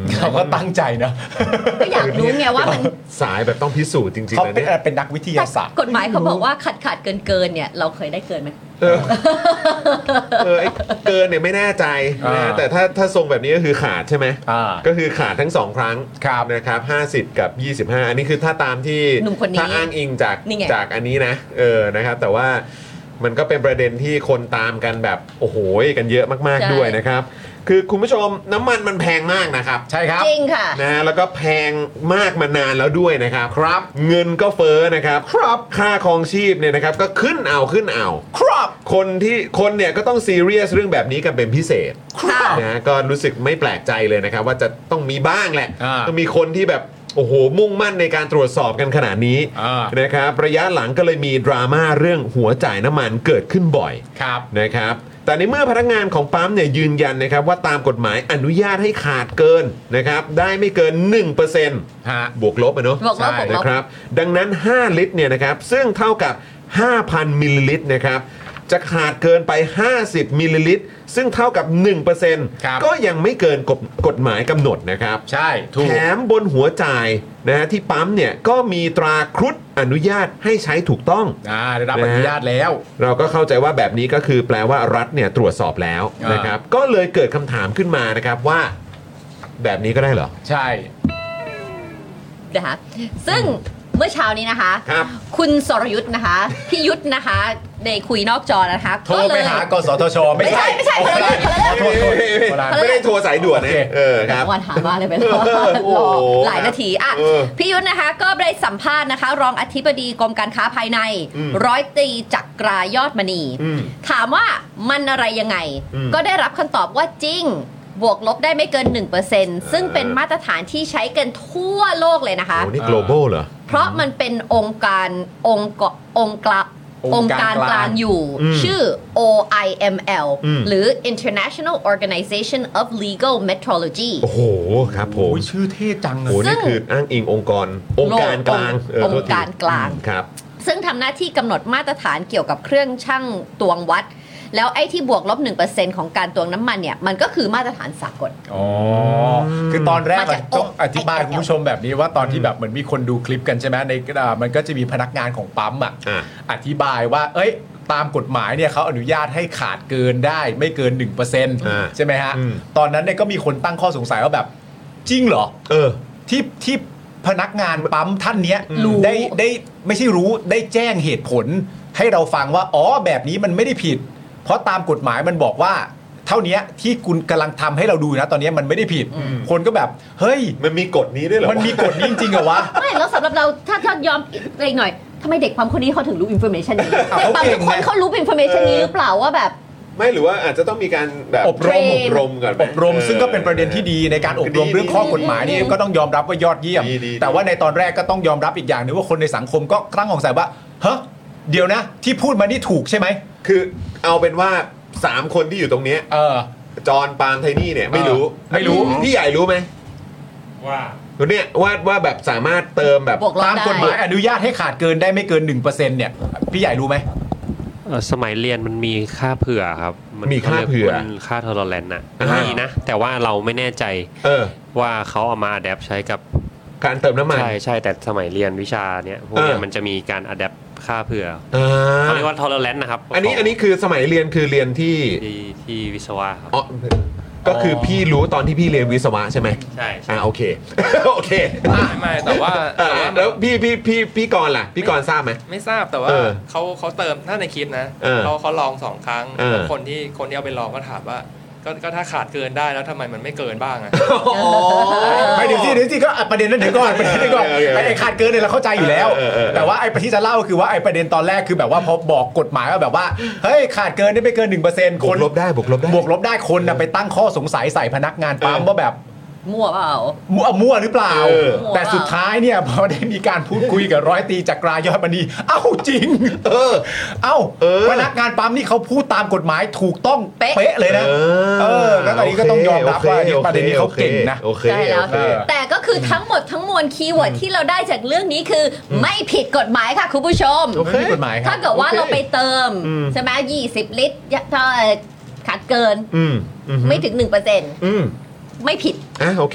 เขาก็ตั้งใจนะก็อยากรู้ไงว่ามันสายแบบต้องพิสูจน์จริงๆเขานะเป็นเนี่ยเป็นนักวิทยาศาสตร์กฎหมายเขาบอกว่าขาดขาดเกินเกินเนี่ยเราเคยได้เกินไหมเออเออไอ้เกินเนี่ยไม่แน่ใจนะแต่ถ้าถ้าทรงแบบนี้ก็คือขาดใช่ไหมอ่าก็คือขาดทั้งสองครั้งครับนะครับห้าสิบกับยี่สิบห้าอันนี้คือถ้าตามที่หนุ่มคนนี้ถ้าอ้างอิงจากนี่ไงจากอันนี้นะเออนะครับแต่ว่ามันก็เป็นประเด็นที่คนตามกันแบบโอ้โหกันเยอะมากๆด้วยนะครับคือคุณผู้ชมน้ำมันมันแพงมากนะครับใช่ครับจริงค่ะนะแล้วก็แพงมากมานานแล้วด้วยนะครับครับเงินก็เฟ้อนะครับครับค่าครองชีพเนี่ยนะครับก็ขึ้นเอาขึ้นเอาครับคนที่คนเนี่ยก็ต้องซีเรียสเรื่องแบบนี้กันเป็นพิเศษค่ะนะก็รู้สึกไม่แปลกใจเลยนะครับว่าจะต้องมีบ้างแหละอ่าต้องมีคนที่แบบโอ้โหมุ่งมั่นในการตรวจสอบกันขนาดนี้อ่านะครับระยะหลังก็เลยมีดราม่าเรื่องหัวจ่ายน้ำมันเกิดขึ้นบ่อยครับนะครับแต่ในเมื่อพนักงานของปั๊มเนี่ยยืนยันนะครับว่าตามกฎหมายอนุญาตให้ขาดเกินนะครับได้ไม่เกิน หนึ่งเปอร์เซ็นต์ฮะบวกลบอะเนาะบวกลบใช่บวกลบนะครับดังนั้นห้าลิตรเนี่ยนะครับซึ่งเท่ากับ ห้าพัน มิลลิลิตรนะครับจะขาดเกินไปห้าสิบมิลลิลิตรซึ่งเท่ากับ หนึ่งเปอร์เซ็นต์ครับก็ยังไม่เกินกฎกฎหมายกำหนดนะครับใช่ถูกแถมบนหัวจ่ายนะฮะที่ปั๊มเนี่ยก็มีตราครุฑอนุญาตให้ใช้ถูกต้องอ่าได้รับอนุญาตแล้วเราก็เข้าใจว่าแบบนี้ก็คือแปลว่ารัฐเนี่ยตรวจสอบแล้วอ่านนะครับก็เลยเกิดคำถามขึ้นมานะครับว่าแบบนี้ก็ได้เหรอใช่นะคะซึ่งเมื่อเช้านี้นะคะครับคุณสรยุทธ์นะคะพี่ยุทธนะคะในคุยนอกจอนะคะโทรไปหากสทชไม่ใช่ไม่ใช่คนละเรื่องคนละเรื่องโทษโทษคนละไม่ได้โทรสายด่วนโอนะเคเออครับวันหาว่าเลยไปรอโอ้รอโหหลายนาทีอ่ะเออพี่ยุทธนะคะก็ได้สัมภาษณ์นะคะ รองอธิบดีกรมการค้าภายในอืมร้อยตรีจักรายอดมณีอืมถามว่ามันอะไรยังไงอืมก็ได้รับคำตอบว่าจริง บวกลบได้ไม่เกิน หนึ่งเปอร์เซ็นต์ ซึ่งเป็นมาตรฐานที่ใช้กันทั่วโลกเลยนะคะโอ้นี่ global เหรอเพราะมันเป็นองค์การองค์กองค์กลาออง งค์ค์กาการ รกกลาลาง งอยู่อืมชื่อ โอ ไอ เอ็ม แอลอืมหรือ International Organization of Legal Metrology โอ้โหครับผมโอ้ยชื่อเท่จังโอ้อะนี่คืออ้างอิงองค์กรองค์การกลางเองค์โทษทีการกลางครับซึ่งทำหน้าที่กำหนดมาตรฐานเกี่ยวกับเครื่องชั่งตวงวัด แล้วไอ้ที่บวกลบ หนึ่งเปอร์เซ็นต์ ของการตวงน้ำมันเนี่ย มันก็คือมาตรฐานสากลอ๋อ คือตอนแรกมาจากอะต้องอธิบายคุณผู้ชมแบบนี้ว่าตอนที่แบบเหมือนมีคนดูคลิปกันใช่ไหมในกระดาษมันก็จะมีพนักงานของปั๊มอ่ะอ่ะอธิบายว่า เอ้ย ตามกฎหมายเนี่ยเขาอนุญาตให้ขาดเกินได้ไม่เกิน หนึ่งเปอร์เซ็นต์อ่าใช่ไหมฮะอืมตอนนั้นเนี่ยก็มีคนตั้งข้อสงสัยว่าแบบจริงเหรอเออที่ที่พนักงานปั๊มท่านเนี้ยรู้ได้ได้ไม่ใช่รู้ได้แจ้งเหตุผล ให้เราฟังว่าอ๋อแบบนี้มันไม่ได้ผิด เพราะตามกฎหมายมันบอกว่า เท่านี้ที่คุณกำลังทำให้เราดูนะตอนนี้มันไม่ได้ผิด คนก็แบบเฮ้ยมันมีกฎนี้ด้วยเหรอมันมีกฎนี้จริงๆเหรอวะไม่แล้วสำหรับเราถ้าถ้ายอมอีกหน่อยทำไมเด็กปั๊มคนนี้เขาถึงรู้อินโฟเมชันนี้อ้าวเด็กปั๊มเขาเก่ทุงกคนไงเขารู้อินโฟเมชันนี้หรือเปล่าว่าแบบไม่หรือว่าอาจจะต้องมีการแบบอบรมอบรมก่อนไหมอบรมซึ่งก็เป็นประเด็นที่ดีในการอบรมดีเรื่องข้อกฎหมายนี่ก็ต้องยอมรับว่ายอดเยี่ยมดีดีแต่ว่าในตอนแรกก็ต้องยอมรับอีกอย่างหนึงว่าคนในสังคมก็ตั้งสงสัยว่าเฮ้ยเดี๋ยวนะ ที่พูดมานี่ถูกใช่ไหมคือเอาเป็นว่าสามคนที่อยู่ตรงเนี้ยเออจอห์นปาล์มไทนี่เนี่ยไม่รู้เออไม่รู้พี่ใหญ่รู้ไหมว่าเนี่ยว่าว่าแบบสามารถเติมแบบบวกลบตามกฎหมายอนุญาตให้ขาดเกินได้ไม่เกิน หนึ่งเปอร์เซ็นต์ เนี่ยพี่ใหญ่รู้ไหมเอ่อสมัยเรียนมันมีค่าเผื่อครับมีค่าเผื่อมันค่าทอร์เรนต์น่ะอ่ามีมีนะ แต่ว่าเราไม่แน่ใจเออว่าเขาเอามาอัดแอปใช้กับการเติมน้ำมันใช่ใช่แต่สมัยเรียนวิชาเนี้ยพวกเนี้ยเออมันจะมีการอัดแอปค่าเผื่ออ่าเขาเรียกว่าทอร์เรนต์นะครับอันนี้อันนี้คือสมัยเรียนคือเรียนที่ที่ที่วิศวะครับอ๋อก็คือพี่รู้ตอนที่พี่เรียนวิศวะใช่ไหมใช่ใช่อ่าโอเค โอเคไม่ไม่แต่ว่าอ่าแต่ว่าแล้วพี่พี่พี่พี่กรณ์ล่ะพี่กรณ์ทราบไหมไม่ทราบแต่ว่าเออเขาเขาเติมถ้าในคลิปนะเออเขาเขาลองสองครั้งเออแล้วคนที่คนที่เอาไปลองก็ถามว่าก็ก็ถ้าขาดเกินได้แล้วทำไมมันไม่เกินบ้างอะไม่เดี๋ยวสิเดี๋ยวสิก็อ่ะประเด็นนั้นเดี๋ยวก่อนประเด็นนั้นเดี๋ยวก่อนโอเคโอเคไอ้ไอ้ขาดเกินเนี่ยเราเข้าใจอยู่แล้วเออเออเออแต่ว่าไอ้ที่จะเล่าคือว่าไอ้ประเด็นตอนแรกคือแบบว่าพอบอกกฎหมายว่าแบบว่าเฮ้ยขาดเกินได้ไม่เกิน หนึ่งเปอร์เซ็นต์บวกลบได้บวกลบได้บวกลบได้คนน่ะไปตั้งข้อสงสัยใส่พนักงานปั๊มเออว่าแบบมั่วเปล่ามั่วมั่วหรือเปล่าเออแต่สุดท้ายเนี่ยพอได้มีการพูดคุยกับร้อยตรีจักรายอดมณีเอ้าจริงเออเอ้าเออพนักงานปั๊มนี่เขาพูดตามกฎหมายถูกต้องเป๊ะเป๊ะเลยนะเออเออแล้วตอนนี้ก็ต้องยอมรับว่าโอเคประเด็นนี้เขาเก่งนะโอเคใช่แล้วโอเคแต่ก็คือทั้งหมดทั้งมวลคีย์เวิร์ดที่เราได้จากเรื่องนี้คืออไม่ผิดกฎหมายค่ะคุณผู้ชมโอเคไม่มีกฎหมายครับถ้าเกิดว่าโอเคเราไปเติมอืมใช่ไหมยี่สิบลิตรถ้าขาดเกินอืมอืไม่ถึง หนึ่งเปอร์เซ็นต์อืมไม่ผิดอ่ะโอเค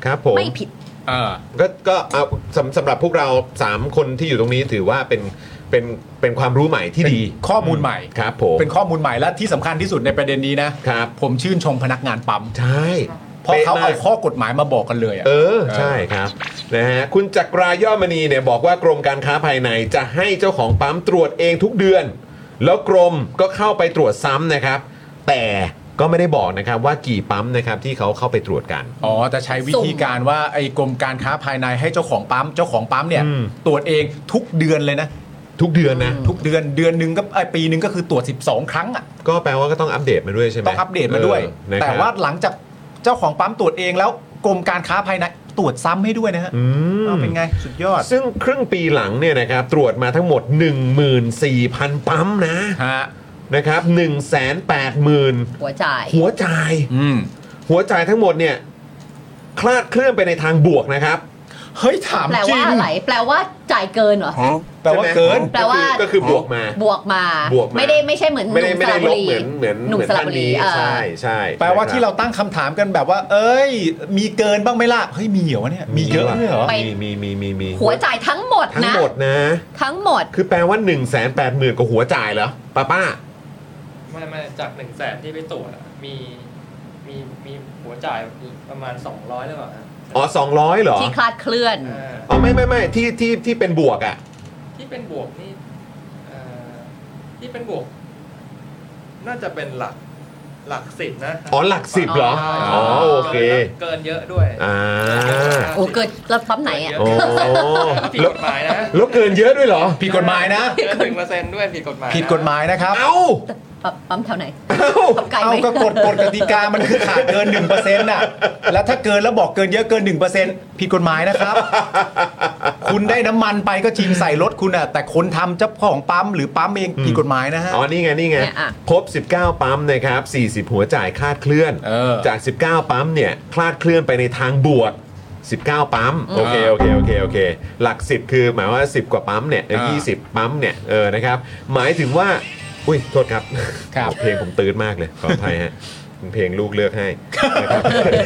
ครับผมไม่ผิดเออก็ก็เอาสำสำหรับพวกเราสามคนที่อยู่ตรงนี้ถือว่าเป็นเป็นเป็นความรู้ใหม่ที่ดีเป็นข้อมูลใหม่ครับผมเป็นข้อมูลใหม่และที่สำคัญที่สุดในประเด็นนี้นะครับ ผมชื่นชมพนักงานปั๊มใช่เพราะเขาป๊ะมเอากข้อกฎหมายมาบอกกันเลยอะเออใช่ครับนะฮะคุณจักราย่อมณีเนี่ยบอกว่ากรมการค้าภายในจะให้เจ้าของปั๊มตรวจเองทุกเดือน แล้วกรมก็เข้าไปตรวจซ้ำนะครับ แต่ก็ไม่ได้บอกนะครับว่ากี่ปั๊มนะครับที่เขาเข้าไปตรวจกันอ๋อแต่ใช้วิธีการว่าไอ้กรมการค้าภายในให้เจ้าของปั๊มเจ้าของปั๊มเนี่ยอืมตรวจเองทุกเดือนเลยนะทุกเดือนนะทุกเดือนเดือนหนึ่งก็ไอ้ปีหนึ่งก็คือตรวจสิบสองครั้งอ่ะก็แปลว่าก็ต้องอัปเดตมาด้วยใช่ไหมต้องอัปเดตมาด้วยเออนะครับแต่ว่าหลังจากเจ้าของปั๊มตรวจเองแล้วกรมการค้าภายในตรวจซ้ำให้ด้วยนะฮะอืมเอาเป็นไงสุดยอดซึ่งครึ่งปีหลังเนี่ยนะครับตรวจมาทั้งหมด หนึ่งหมื่นสี่พัน ปั๊มนะฮะนะครับ หนึ่งแสนแปดหมื่นหัวจ่ายหัวจ่ายอืมหัวจ่ายทั้งหมดเนี่ยคลาดเคลื่อนไปในทางบวกนะครับเฮ้ยถามแปลจริว่าง อะไรแปลว่าจ่ายเกินเหรอแปลว่าเกินแปลว่าก็คือบวกมาบวกมาบวกมาไม่ได้ไม่ใช่เหมือนหไม่ได้นุ่มไม่สได้ระลบุบรีเหมือนเหมือนหนุ่มเหมือนสระท่านบุรีนี้เออใช่ใช่แปลว่านะครับที่เราตั้งคำถามกันแบบว่า เอ้ย มีเกินบ้างไหมล่ะเฮ้ยมีเหรอวะเนี่ยมีเยอะด้วยเหรอไปมีมีมีมีมีหัวจ่ายทั้งหมดทั้งนะหมดนะทั้งหมดคือแปลว่า หนึ่งแสนแปดหมื่นกว่าหัวจ่ายเหรอป้าป้าไม่ไม่จากหนึ่งแสนที่ไปตรวจอะมีมีมีหัวจ่ายประมาณสองร้อยหรือเปล่าฮะอ๋อสองร้อยเหรอที่คลาดเคลื่อนอ่าอ๋อไม่ไม่ไม่ที่ที่ที่เป็นบวกอ่ะที่เป็นบวกนี่เอ่อที่เป็นบวก น่าจะเป็นหลักหลักสิบนะอ๋อหลักสิบเหรอใช่อ๋อโอเคเกินเยอะด้วยอ่าโอ้เกิดแล้วปั๊มไหนอ่ะโอ้ผิดกฎหมายนะแล้วเกินเยอะด้วยเหรอผิดกฎหมายนะเกินหนึ่งเปอร์เซ็นต์ด้วยผิดกฎหมายนะผิดกฎหมายนะครับเอ้าปั๊มแถวไหนเอ้าปั๊มไกลเอาไหมก็กฎกฎกติกามันคือขาดเกิน หนึ่งเปอร์เซ็นต์ น่ะ แล้วถ้าเกินแล้วบอกเกินเยอะเกิน หนึ่งเปอร์เซ็นต์ ผิดกฎหมายนะครับ คุณได้น้ำมันไปก็จริงใส่รถคุณอ่ะแต่คนทำเจ้าของปั๊มหรือปั๊มเองผิดกฎหมายนะฮะอ๋อ นี่ไง นี่ไงเนี่ยอ่ะพบ สิบเก้า ปั๊มนะครับ สี่สิบ หัวจ่ายคลาดเคลื่อนเออจาก สิบเก้า ปั๊มเนี่ย คลาดเคลื่อนไปในทางบวก สิบเก้า ปั๊ม โอเค โอเค โอเค โอเค หลัก สิบ คือหมายว่า สิบ กว่าปั๊มเนี่ยอ่ายี่สิบ ปั๊มเนี่ย เออ นะครับ หมายถึงว่า อุ้ย โทษครับครับเพลงผมตื้นมากเลย ขออภัยฮะ เพลงลูกเลือกให้นะครับ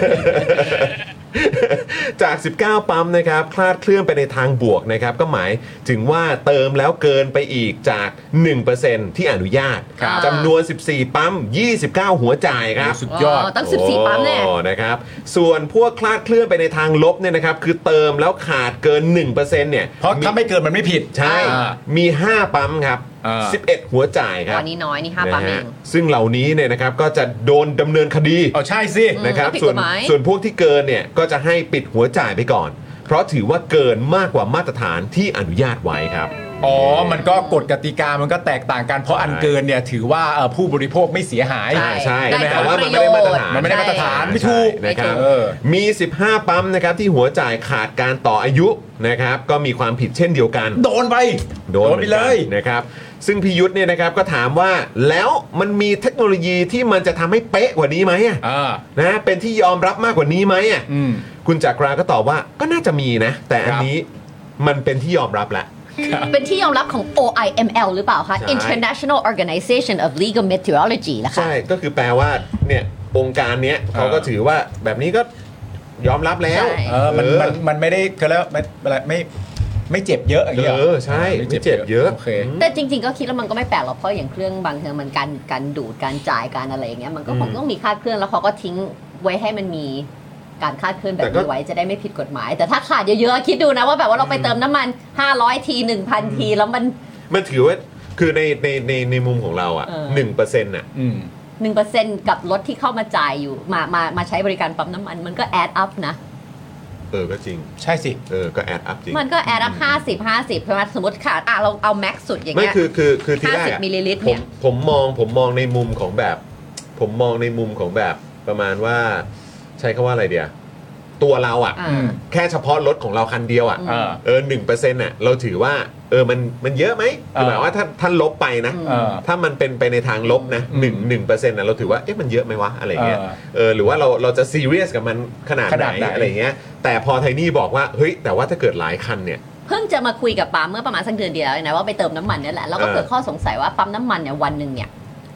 จาก สิบเก้า ปั๊มนะครับคลาดเคลื่อนไปในทางบวกนะครับก็หมายถึงว่าเติมแล้วเกินไปอีกจาก หนึ่งเปอร์เซ็นต์ ที่อนุญาตครับจำนวน สิบสี่ ปั๊ม ยี่สิบเก้า หัวจ่ายครับสุดยอดตั้งสิบสี่ปั๊มแน่โอ้นะครับส่วนพวกคลาดเคลื่อนไปในทางลบเนี่ยนะครับคือเติมแล้วขาดเกิน หนึ่งเปอร์เซ็นต์ เนี่ยเพราะถ้าไม่เกินมันไม่ผิดใช่อ่ามี ห้า ปั๊มครับอ่าสิบเอ็ด หัวจ่ายครัวับนนี้น้อยนี่ห้าปั๊มนะเอฮะงซึ่งเหล่านี้เนี่ยนะครับก็จะโดนดำเนินคดีเอาใช่สินะครับอืมผิดส่วนกฎหมายส่วนพวกที่เกินเนี่ยก็จะให้ปิดหัวจ่ายไปก่อน เพราะถือว่าเกินมากกว่ามาตรฐานที่อนุญาตไว้ครับอ๋อ มันก็กฎกติกามันก็แตกต่างกัน เพราะอันเกินเนี่ยถือว่าเอ่อผู้บริโภคไม่เสียหายใช่ใช่ได้แต่ว่ามันไม่ได้มาตรฐานมันไม่ได้มาตรฐานไม่ถูกใช่นะครับเออมี สิบห้า ปั๊มนะครับที่หัวจ่ายขาดการต่ออายุนะครับก็มีความผิดเช่นเดียวกันโดนไปโดนไปเลยหมือนกันนะครับซึ่งพิยุทธ์เนี่ยนะครับก็ถามว่าแล้วมันมีเทคโนโลยีที่มันจะทำให้เป๊ะกว่านี้ไหมอะอ่านะเป็นที่ยอมรับมากกว่านี้ไหมอะอืมคุณจักราก็ตอบว่าก็น่าจะมีนะ แต่อันครับนี้มันเป็นที่ยอมรับแล้วเป็นที่ยอมรับของ โอ ไอ เอ็ม แอล หรือเปล่าคะใช่ International Organization of Legal Meteorology นะคะใช่ก็คือแปลว่าเนี่ยองค์การเนี้ยเขาก็ถือว่าแบบนี้ก็ยอมรับแล้วใช่เออมันมันมันไม่ได้คือแล้วไม่อะไรไม่ไม่เจ็บเยอะอย่างเงี้ยเออใช่ไม่เจ็บเยอะโอเคแต่จริงๆก็คิดแล้วมันก็ไม่แปลกหรอกเพราะอย่างเครื่องบางเครื่องมันการการดูดการจ่ายการอะไรอย่างเงี้ยมันก็คงต้องมีคลาดเคลื่อนแล้วเขาก็ทิ้งไว้ให้มันมีการคลาดเคลื่อนแบบนี้ไว้จะได้ไม่ผิดกฎหมาย แต่ถ้าขาดเยอะๆคิดดูนะว่าแบบว่าเราไปเติมน้ำมันห้าร้อยที หนึ่งพัน ทีแล้วมันมันถือว่าคือในในในในมุมของเราอ่ะเออหนึ่งเปอร์เซ็นต์อ่ะอืมหนึ่งเปอร์เซ็นต์ กับรถที่เข้ามาจ่ายอยู่มามามาใช้บริการปั๊มน้ำมันมันก็แอดอัพนะเออก็จริงใช่สิเออก็แอดอัพจริงมันก็แอดอัพห้าสิบ ห้าสิบใช่ไหมสมมติขาดอ่ะเราเอาแม็กซ์สุดอย่างไม่เงี้ยคือคือคือที่แรกห้าสิบอะมิลลิลิตรผเนี่มยผมมองผมมองในมุมของแบบ ผมมองในมุมของแบบประมาณว่าใช้คำว่าอะไรเดียวตัวเราอ่ะอ่าแค่เฉพาะรถของเราคันเดียวอ่ะอ่าเออหนึ่งเปอร์เซ็นต์อ่ะเราถือว่าเออมันมันเยอะไหมคือหมายว่าถ้าท่านลบไปนะเออถ้ามันเป็นไปในทางลบนะหนึ่งหนึ่งเปอร์เซ็นต์นะเราถือว่าเอ๊ะมันเยอะไหมวะอะไรเงี้ยเออเออหรือว่าเราเราจะซีเรียสกับมันขนาดขไหนนาดไหนอะไรเงี้ยแต่พอไทนี่บอกว่าเฮ้ยแต่ว่าถ้าเกิดหลายคันเนี่ยเพิ่งจะมาคุยกับปาล์มเมื่อประมาณสักเดือนเดียวเองนะว่าไปเติมน้ำมันเนี่ยแหละแล้วก็เออเกิดข้อสงสัยว่าปั๊มน้ำมันเนี่ยวันหนึ่งเนี่ย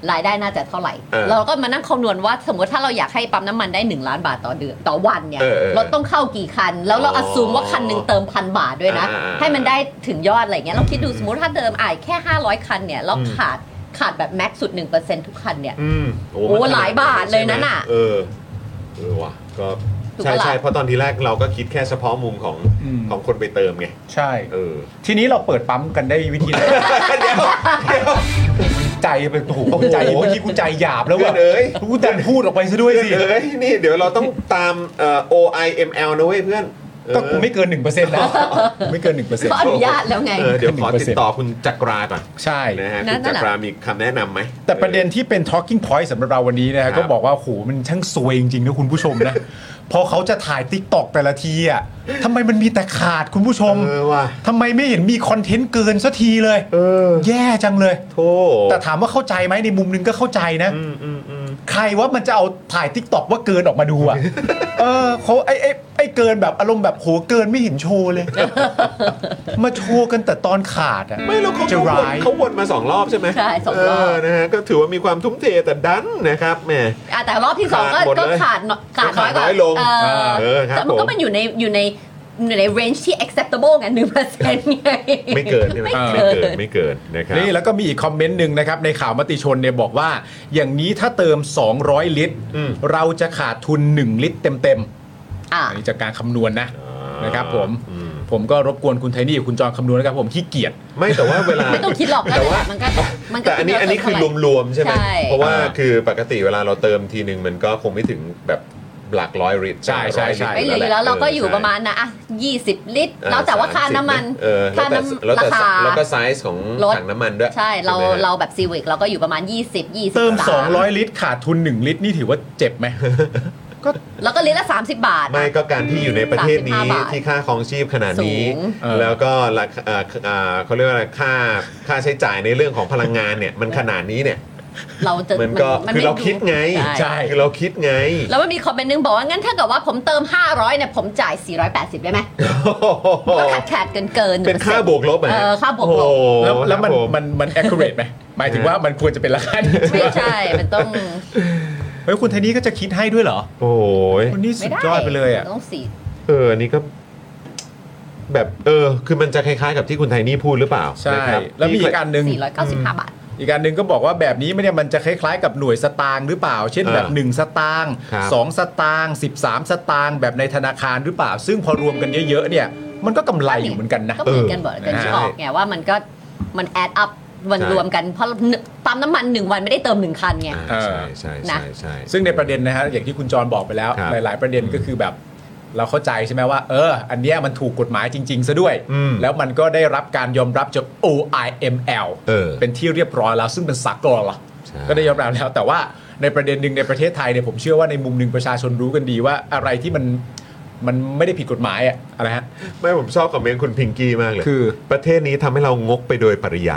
รายได้น่าจะเท่าไหร่เออเราก็มานั่งคำนวณว่าสมมติถ้าเราอยากให้ปั๊มน้ำมันได้หนึ่งล้านบาทต่อเดือนต่อวันเนี่ยเออเออรถต้องเข้ากี่คัน แล้วเราอ๋ออ s ซูมว่าคันหนึ่งเติมพันบาทด้วยนะอ่าๆๆให้มันได้ถึงยอดอะไรเงี้ยเราคิดดูสมมติถ้าเดิมอ่ายแค่ห้าร้อยคันเนี่ยเราอืมขาดขาดแบบแม็กซ์สุด หนึ่งเปอร์เซ็นต์ ทุกคันเนี่ยอืมโอ้มันหลายบาทเลยนะน่ะเออเออว่ะก็ถูกใช่ปะล่ะใช่เพราะตอนทีแรกเราก็คิดแค่เฉพาะมุมของอืมของคนไปเติมไงใช่เออทีนี้เราเปิดปั๊มกันได้วิธีไหนเดี๋ยวเดี๋ยวใจไปโอ้โหใจเมื่อกี้กูใจหยาบแล้วว่ะเพื่อนเอ้ยกูดันพูดออกไปซะด้วยสิเอ้ยนี่เดี๋ยวเราต้องตามเอ่อ โอ ไอ เอ็ม แอล นะเว้ยเพื่อนก็กูไม่เกินหนึ่งเปอร์เซ็นต์นะไม่เกินหนึ่งเปอร์เซ็นต์เขาอนุญาตแล้วไงเออเดี๋ยวขอติดต่อคุณจักราก่อนใช่นะฮะนั่คุณนจัน่ะกรามีคำแนะนำไหมแต่ประเด็นที่เป็น talking point สำหรับเราวันนี้นะครัฮะบก็บอกว่าโหมันช่างซวยจริงๆนะคุณผู้ชมนะ พอเขาจะถ่าย TikTok แต่ละทีอ่ะทำไมมันมีแต่ขาดคุณผู้ชมเออว่ะทำไมไม่เห็นมีคอนเทนต์เกินสักทีเลยเออแย่จังเลยโธ่แต่ถามว่าเข้าใจไหมในมุมนึงก็เข้าใจนะอืมอืมอืมใครว่ามันจะเอาถ่าย TikTok ว่าเกินออกมาดูอ่ะ เออเขาไอ้ไอ้ไอ้เกินแบบอารมณ์แบบโหเกินไม่เห็นโชว์เลย มาโชว์กันแต่ตอนขาดอ่ะไม่แล้วเขาจะเขาวนร้ายเขาวนมาสองรอบใช่ไหมใช่สองรอบเนะฮะก็ถือว่ามีความทุ่มเทแต่ดันนะครับแหมอ่ะแต่รอบที่สองก็ขาดหมดเลยก็ขาดน้อยขาดน้อยกว่าขาดน้อยลงเออเออครับแต่มันก็ผมมันอยู่ในอยู่ในอยู่ใน range ที่ acceptable ไงหนึ่งเปอร์เซ็นต์ไงไม่เกินใช่ไหมไม่ไม่เกิเกินนไม่เกินนะครับนี่แล้วก็มีอีกคอมเมนต์หนึ่งนะครับในข่าวมติชนเนี่ยบอกว่า อย่างนี้ถ้าเติมสองร้อยลิตรอืมเราจะขาดทุนหนึ่งลิตรเต็มอ่ะๆอันนี้จากการคำนวณนะอ่านนะครับผมอืมผมก็รบกวนคุณไทนี่กับคุณจอนคำนวณนะครับผมขี้เกียจไม่แต่ว่าเวลาไม่ต้องคิดหรอกแต่ว่ามันก็มันก็แต่อันนี้อันนี้คือรวมๆใช่ไหมใช่เพราะว่าอ่าคือปกติเวลาเราเติมทีหนึ่งมันก็คงไม่ถึงแบบหลักร้อยลิตรใช่ใช่ใช่ร้ไม่ยเหลืลิตอแล้วเราก็อยู่ใช่ประมาณนะอ่ะยี่สิบลิตรอ่าแล้วแต่ว่าค่าน้ำมันเออแล้วค่าแต่น้ำแล้วราแต่คาแล้วก็ไซส์ของรถถังน้ำมันด้วยใช่เราใช่ไหมฮะเราแบบซีวิกเราก็อยู่ประมาณยี่สิบ ยี่สิบเติมสามสองร้อยลิตรขาดทุนหนึ่งลิตรนี่ถือว่าเจ็บไหม ก็แล้วก็ลิตรละสามสิบบาทไม่ก็การที่อยู่ในประเทศนี้สามสิบห้าบาทที่ค่าครองชีพขนาดนี้สูงเออแล้วก็ราคาเอ่อเอ่อเขาเรียกว่าอะไรค่าค่าใช้จ่ายในเรื่องของพลังงานเนี่ยมันขนาดนี้เนี่ยเราจะมันก็มันคือไม่เราคิดไงใช่คือเราคิดไงแล้วมันมีคอมเมนต์นึงบอกว่างั้นถ้าเกิดว่าผมเติมห้าร้อยเนี่ยผมจ่ายสี่ร้อยแปดสิบได้ไหมก็ขาดขาดเกินเกินเป็นค่าบวกลบอะเออค่าบวกลบโอ้โหแล้วแล้วมันครับผมันมัน accurate ไหมหมายถึงว่ามันควรจะเป็นราคานี้ไม่ใช่ มันต้องเฮ้ยคุณไทนี่ก็จะคิดให้ด้วยเหรอโอ้ยคนนี้สุไม่ดได้ยอดไปเลยอ่ะต้องสี่เอออันนี้ก็ แบบเออ คือมันจะคล้ายๆกับที่คุณไทนี่พูดหรือเปล่าใช่นะครับแล้วมีอีกอันหนึ่งสี่ร้อยเก้าสิบห้าบาทอีกอันหนึ่งก็บอกว่าแบบนี้ไม่เนี่ยมันจะคล้ายๆกับหน่วยสตางค์หรือเปล่า เช่นแบบอ่าหนึ่งสตางค์ครับสองสตางค์สิบสามสตางค์แบบในธนาคารหรือเปล่า ซึ่งพอรวมกันเยอะๆเนี่ยมันก็กำไรอยู่เหมือนกันนะก็เหมือนกันหมดกันเออที่บอกไงว่ามันก็มันแอดอัพมันใช่รวมกันเพราะปั๊มน้ำมันหนึ่งวันไม่ได้เติมหนึ่งคันไงอ่าใช่ใช่ใช่ใช่ซึ่งในประเด็นนะฮะอย่างที่คุณจรบอกไปแล้วครับหลาย ๆ ประเด็นก็คือแบบเราเข้าใจใช่ไหมว่า เออ อันเนี้ยมันถูกกฎหมายจริง ๆ ซะด้วยอืมแล้วมันก็ได้รับการยอมรับจาก โอ ไอ เอ็ม แอลเออเป็นที่เรียบร้อยแล้วซึ่งเป็นสากลละใช่ก็ได้ยอมรับแล้ว แต่ว่าในประเด็นหนึ่งในประเทศไทยเนี่ยผมเชื่อว่าในมุมหนึ่งประชาชนรู้กันดีว่าอะไรที่มันมันไม่ได้ผิดกฎหมายอะอะไรฮะไม่ผมชอบคอมเมนต์คุณพิงกี้มากเลยคือประเทศนี้ทำให้เรางกไปโดยปริยาย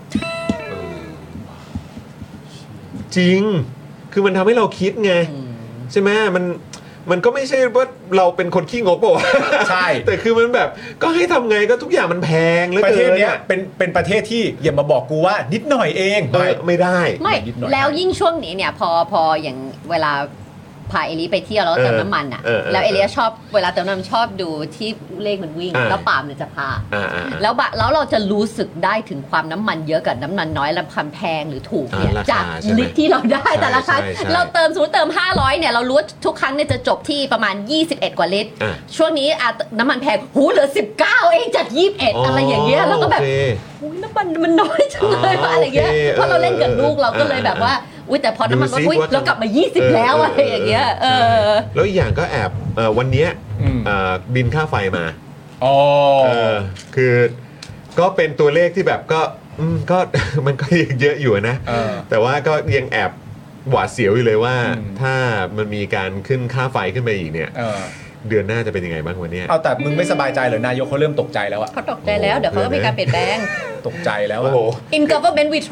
จริง คือมันทำให้เราคิดไง ใช่ไหมมันมันก็ไม่ใช่ว่าเราเป็นคนขี้งกเปล่าวะใช่แต่คือมันแบบก็ให้ทำไงก็ทุกอย่างมันแพงเหลือประเทเกิศนเนี้ยอะเป็นเป็นประเทศที่อย่ามาบอกกูว่านิดหน่อยเองเออไม่ได้ไม่นิดหน่อยแล้วยิ่งช่วงนี้เนี่ยพอพออย่างเวลาพาเอลิไปเที่ยวแล้วเติมน้ำมันอ่ะเออเออแล้วเอลิชอบเวลาเติมน้ำมันชอบดูที่เลขมันวิ่งอ่าแล้วปาล์มเนี่ยจะพาอ่าอ่าแล้วบะแล้วเราจะรู้สึกได้ถึงความน้ำมันเยอะกับน้ำมันน้อยและความแพงหรือถูกเนี่ยอ่าราคาจากใช่ไหมลิตรที่เราได้แต่ละครั้งใช่ใช่เราเติมสมมติเติมห้าร้อยเนี่ยเรารู้ว่าทุกครั้งเนี่ยจะจบที่ประมาณยี่สิบเอ็ดกว่าลิตรอ่ะช่วงนี้อะน้ำมันแพงหูเหลือสิบเก้าเองจากยี่สิบเอ็ดอะไรอย่างเงี้ยแล้วก็แบบโอเคอุ๊ยน้ำมันมันน้อยจังเลยอ๋ออะไรเงี้ยโอเคเพราะเราเล่นกับลูกเราก็เลยแบบว่าอุ้ยแต่พอน้ำมันลดดูซิอุ้ยว่าเรากลับมายี่สิบเออแล้วเอออะไรอย่างเงี้ยเออแล้วอีกอย่างก็แอบเอ่อวันเนี้ยอืมเอ่อบินค่าไฟมาอ๋อเออคือก็เป็นตัวเลขที่แบบก็อืมก็ มันก็ยังเยอะอยู่นะเออแต่ว่าก็ยังแอบหวาดเสียวอยู่เลยว่าอืมถ้ามันมีการขึ้นค่าไฟขึ้นไปอีกเนี่ยเออเดือนหน้าจะเป็นยังไงบ้างวันเนี้ยเอาแต่มึงไม่สบายใจเหรอนายกเขาเริ่มตกใจแล้วอะเขาตกใจแล้วเดี๋ยวเขาก็มีการเปลี่ยนแปลงตกใจแล้วโอ้อะโห in government we trust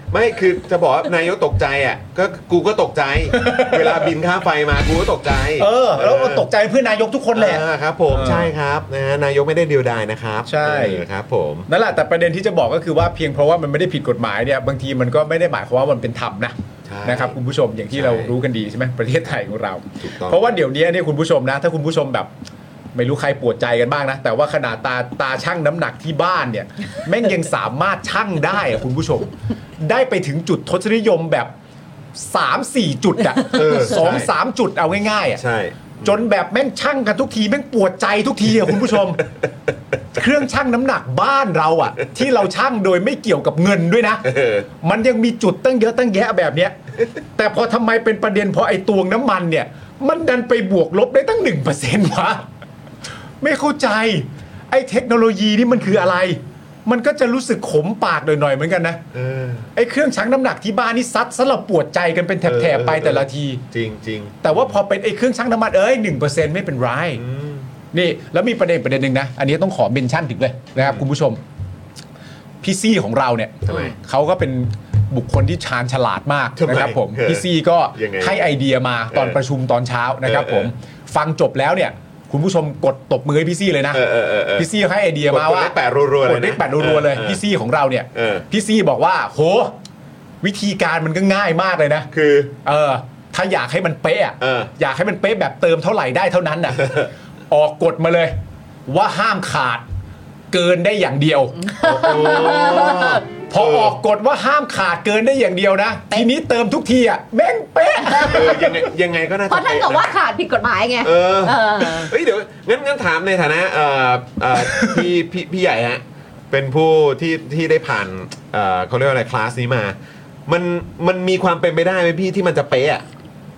ไม่คือจะบอกว่านายกตกใจอ่ะก็กูก็ตกใจ เวลาบินค่าไฟมากูก็ตกใจเออแล้วก็ตกใจเพื่อนนายกทุกคนแหละครับผมใช่ครับนะฮะนายกไม่ได้เดียวดายนะครับใช่ครับผมนั่นแหละแต่ประเด็นที่จะบอกก็คือว่าเพียงเพราะว่ามันไม่ได้ผิดกฎหมายเนี่ยบางทีมันก็ไม่ได้หมายความว่ามันเป็นธรรมนะนะครับคุณผู้ชมอย่างที่เรารู้กันดีใช่ไหมประเทศไทยของเราเพราะว่าเดี๋ยวนี้เนี่ยคุณผู้ชมนะถ้าคุณผู้ชมแบบไม่รู้ใครปวดใจกันบ้างนะแต่ว่าขนาดตาตาชั่งน้ำหนักที่บ้านเนี่ยแม่งยังสามารถชั่งได้อะคุณผู้ชมได้ไปถึงจุดทศนิยมแบบ สามสี่ จุดอ่ะ สองสาม จุดเอาง่ายๆอ่ะจนแบบแม่งชั่งกันทุกทีแม่งปวดใจทุกทีอ่ะคุณผู้ชม เครื่องชั่งน้ำหนักบ้านเราอ่ะที่เราชั่งโดยไม่เกี่ยวกับเงินด้วยนะมันยังมีจุดตั้งเยอะตั้งแยะแบบเนี้ยแต่พอทำไมเป็นประเด็นพอไอ้ตวงน้ำมันเนี่ยมันดันไปบวกลบได้ตั้ง หนึ่งเปอร์เซ็นต์ วะไม่เข้าใจไอ้เทคโนโลยีนี่มันคืออะไรมันก็จะรู้สึกขมปากหน่อยๆเหมือนกันนะไอ้เครื่องชั่งน้ำหนักที่บ้านนี่ซัดสลับปวดใจกันเป็นแถบๆไปแต่ละทีจริงๆแต่ว่าพอเป็นไอ้เครื่องชั่งน้ำมันเอ้ย หนึ่งเปอร์เซ็นต์ ไม่เป็นไรนี่แล้วมีประเด็นประเด็นหนึ่งนะอันนี้ต้องขอเมนชั่นถึงเลยนะครับคุณผู้ชมพี่ซี่ของเราเนี่ยเขาก็เป็นบุคคลที่ชาญฉลาดมากนะครับผมพี่ซี่ก็ให้ไอเดียมาตอนประชุมตอนเช้านะครับผมฟังจบแล้วเนี่ยคุณผู้ชมกดตบมือให้พี่ซี่เลยนะพี่ซี่ให้ไอเดียมาว่ากดเลขแปดรัวๆกดเลขแปดรัวๆเลยพี่ซี่ของเราเนี่ยพี่ซี่บอกว่าโหวิธีการมันก็ง่ายมากเลยนะคือเออถ้าอยากให้มันเป๊ะอยากให้มันเป๊ะแบบเติมเท่าไหร่ได้เท่านั้นน่ะออกกฎมาเลยว่าห้ามขาดเกินได้อย่างเดียวพอออกกฎว่าห้ามขาดเกินได้อย่างเดียวนะทีนี้เติมทุกทีอ่ะแม่งเป๊ะยังไงยังไงก็น่าจะเพราะท่านบอกว่าขาดผิดกฎหมายไงเออเฮ้ยเดี๋ยวงั้นงั้นถามในฐานะเอ่อเอ่อพี่พี่พี่ใหญ่ฮะเป็นผู้ที่ที่ได้ผ่านเอ่อเขาเรียกว่าอะไรคลาสนี้มามันมันมีความเป็นไปได้ไหมพี่ที่มันจะเป๊ะ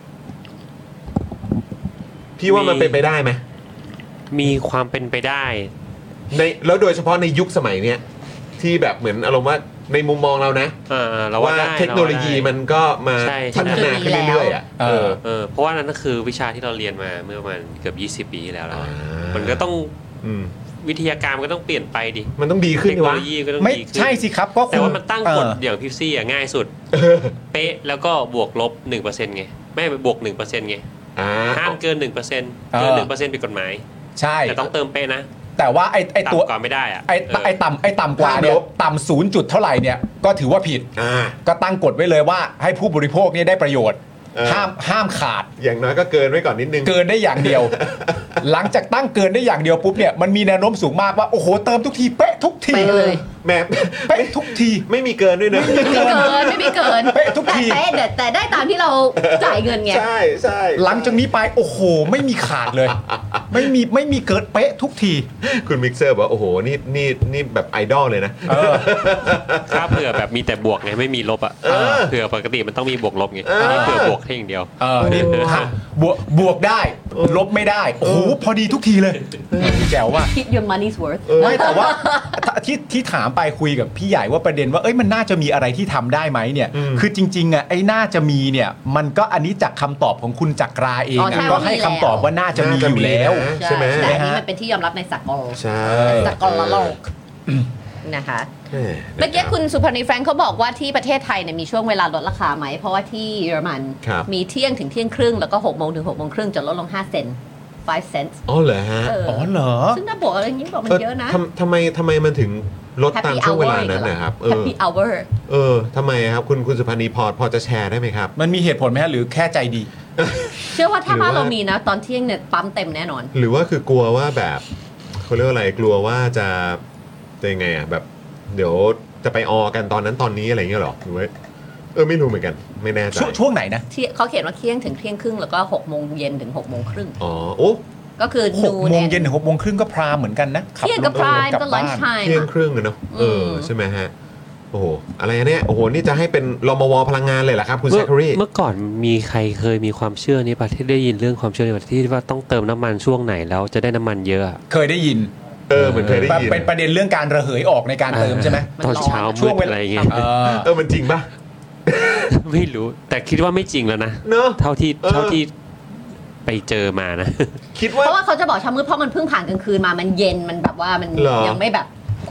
พี่ว่ามันเป็นไปได้ไหมมีความเป็นไปได้ในแล้วโดยเฉพาะในยุคสมัยเนี้ยที่แบบเหมือนอารมณ์ว่าในมุมมองเรานะว่าเทคโนโลยีมันก็มาพัฒนาขึ้นเรื่อยๆอ่ะเออเออเพราะว่านั่นก็คือวิชาที่เราเรียนมาเมื่อประมาณเกือบยี่สิบปีที่แล้วแล้วมันก็ต้องวิทยาการมันก็ต้องเปลี่ยนไปดิมันต้องดีขึ้นเทคโนโลยีก็ต้องดีขึ้นใช่สิครับก็แต่ว่ามันตั้งกฎอย่างพิซซี่ง่ายสุดเป๊ะแล้วก็บวกลบ หนึ่งเปอร์เซ็นต์ ไงไม่บวก หนึ่งเปอร์เซ็นต์ ไงห้ามเกิน หนึ่งเปอร์เซ็นต์ เกิน หนึ่งเปอร์เซ็นต์ ผิดกฎหมายใช่แต่ต้องเติมเป๊ะนะแต่ว่าไอ้ไอ้ตัวก่อนไม่ได้อะไอ้ไอ้ต่ำไอ้ต่ำกว่าเนี่ยต่ำศูนย์จุดเท่าไหร่เนี่ยก็ถือว่าผิดก็ตั้งกฎไว้เลยว่าให้ผู้บริโภคเนี่ยได้ประโยชน์ห้ามห้ามขาดอย่างน้อยก็เกินไว้ก่อนนิดนึงเกินได้อย่างเดียว หลังจากตั้งเกินได้อย่างเดียวปุ๊บเนี่ยมันมีแนวโน้มสูงมากว่าโอ้โหเติมทุกทีเป๊ะทุกทีเลยแม่เป๊ะทุกทีไม่มีเกินด้วยนะไม่มีเกินไม่มีเกินเป๊ะทุกทีแต่แต่ได้ตามที่เราจ่ายเงินไงใช่ใช่หลังจากนี้ไปโอ้โหไม่มีขาดเลยไม่มีไม่มีเกินเป๊ะทุกทีคุณมิกเซอร์บอกโอ้โหนี่นี่นี่แบบไอดอลเลยนะถ้าเผื่อแบบมีแต่บวกไงไม่มีลบอ่ะเผื่อปกติมันต้องมีบวกลบไงนี่เผื่อบวกแค่อย่างเดียวเออนี่บวกบวกได้ลบไม่ได้โอ้โหพอดีทุกทีเลยแจ๋วว่ะ Keep your money's worth ไม่แต่ว่าที่ที่ถามไปคุยกับพี่ใหญ่ว่าประเด็นว่าเอ้ยมันน่าจะมีอะไรที่ทำได้ไหมเนี่ยคือจริงๆอ่ะไอ้น่าจะมีเนี่ยมันก็อันนี้จากคำตอบของคุณจักราเองก็ให้คำตอบว่าน่าจะมีอยู่แล้วใช่ไหมแต่อันนี้มันเป็นที่ยอมรับในสากลสากลโลกนะคะเมื่อกี้คุณสุพันธ์แฟรงค์เขาบอกว่าที่ประเทศไทยเนี่ยมีช่วงเวลาลดราคาไหมเพราะว่าที่เยอรมันมีเที่ยงถึงเที่ยงครึ่งแล้วก็หกโมงถึงหกโมงครึ่งจะลดลงห้าเซนต์five cents อ๋อเหรอฮะอ๋อเหรอซึ่งถ้าบอกอะไรอย่างนี้บอกมันเยอะนะทำทำไมทำไมมันถึงลดตามช่วงเวลานั้นนะครับเออ Happy hour เออทำไมครับคุณคุณสุพันธ์พอพอจะแชร์ได้ไหมครับมันมีเหตุผลไหมฮะหรือแค่ใจดีเชื่อว่าถ้าบ้านเรามีนะตอนเที่ยงเนี่ยปั๊มเต็มแน่นอนหรือว่าคือกลัวว่าแบบเขาเรียกว่าอะไรกลัวว่าจะจะยังไงอ่ะแบบเดี๋ยวจะไปออกันตอนนั้นตอนนี้อะไรเงี้ยหรอหรือว่าเออไม่รู้เหมือนกันไม่แน่ใจช่วงไหนนะเขาเขียนว่าเที่ยงถึงเที่ยงครึ่งแล้วก็หกโมงเย็นถึงหกโมงครึ่งอ๋อโอ้ก็คือหกโมงเย็นถึงหกโมงครึ่งก็พรามเหมือนกันนะเที่ยงกับพรามก็ลันช์ไทม์เที่ยงครึ่งเนาะเออใช่ไหมฮะโอ้โหอะไรเนี่ยโอ้โหนี่จะให้เป็นรมวพลังงานเลยเหรอครับคุณแซคคารีเมื่อก่อนมีใครเคยมีความเชื่อนี้ป่ะที่ได้ยินเรื่องความเชื่อในประเทศที่ว่าต้องเติมน้ำมันช่วงไหนแล้วจะได้น้ำมันเยอะเคยได้ยินเออเหมือนเคยได้ยินเป็นประเด็นเรื่องการระเหยออกในการเติมใช่ไหมตอนเช้าช่วงอะไรเงี้ยเออมันจริงป่ะไม่รู้แต่คิดว่าไม่จริงแล้วนะเท่าที่เท่าที่ไปเจอมานะคิดว่าเพราะว่าเขาจะบอกเช้ามืดเพราะมันเพิ่งผ่านกลางคืนมามันเย็นมันแบบว่ามันยังไม่แบบค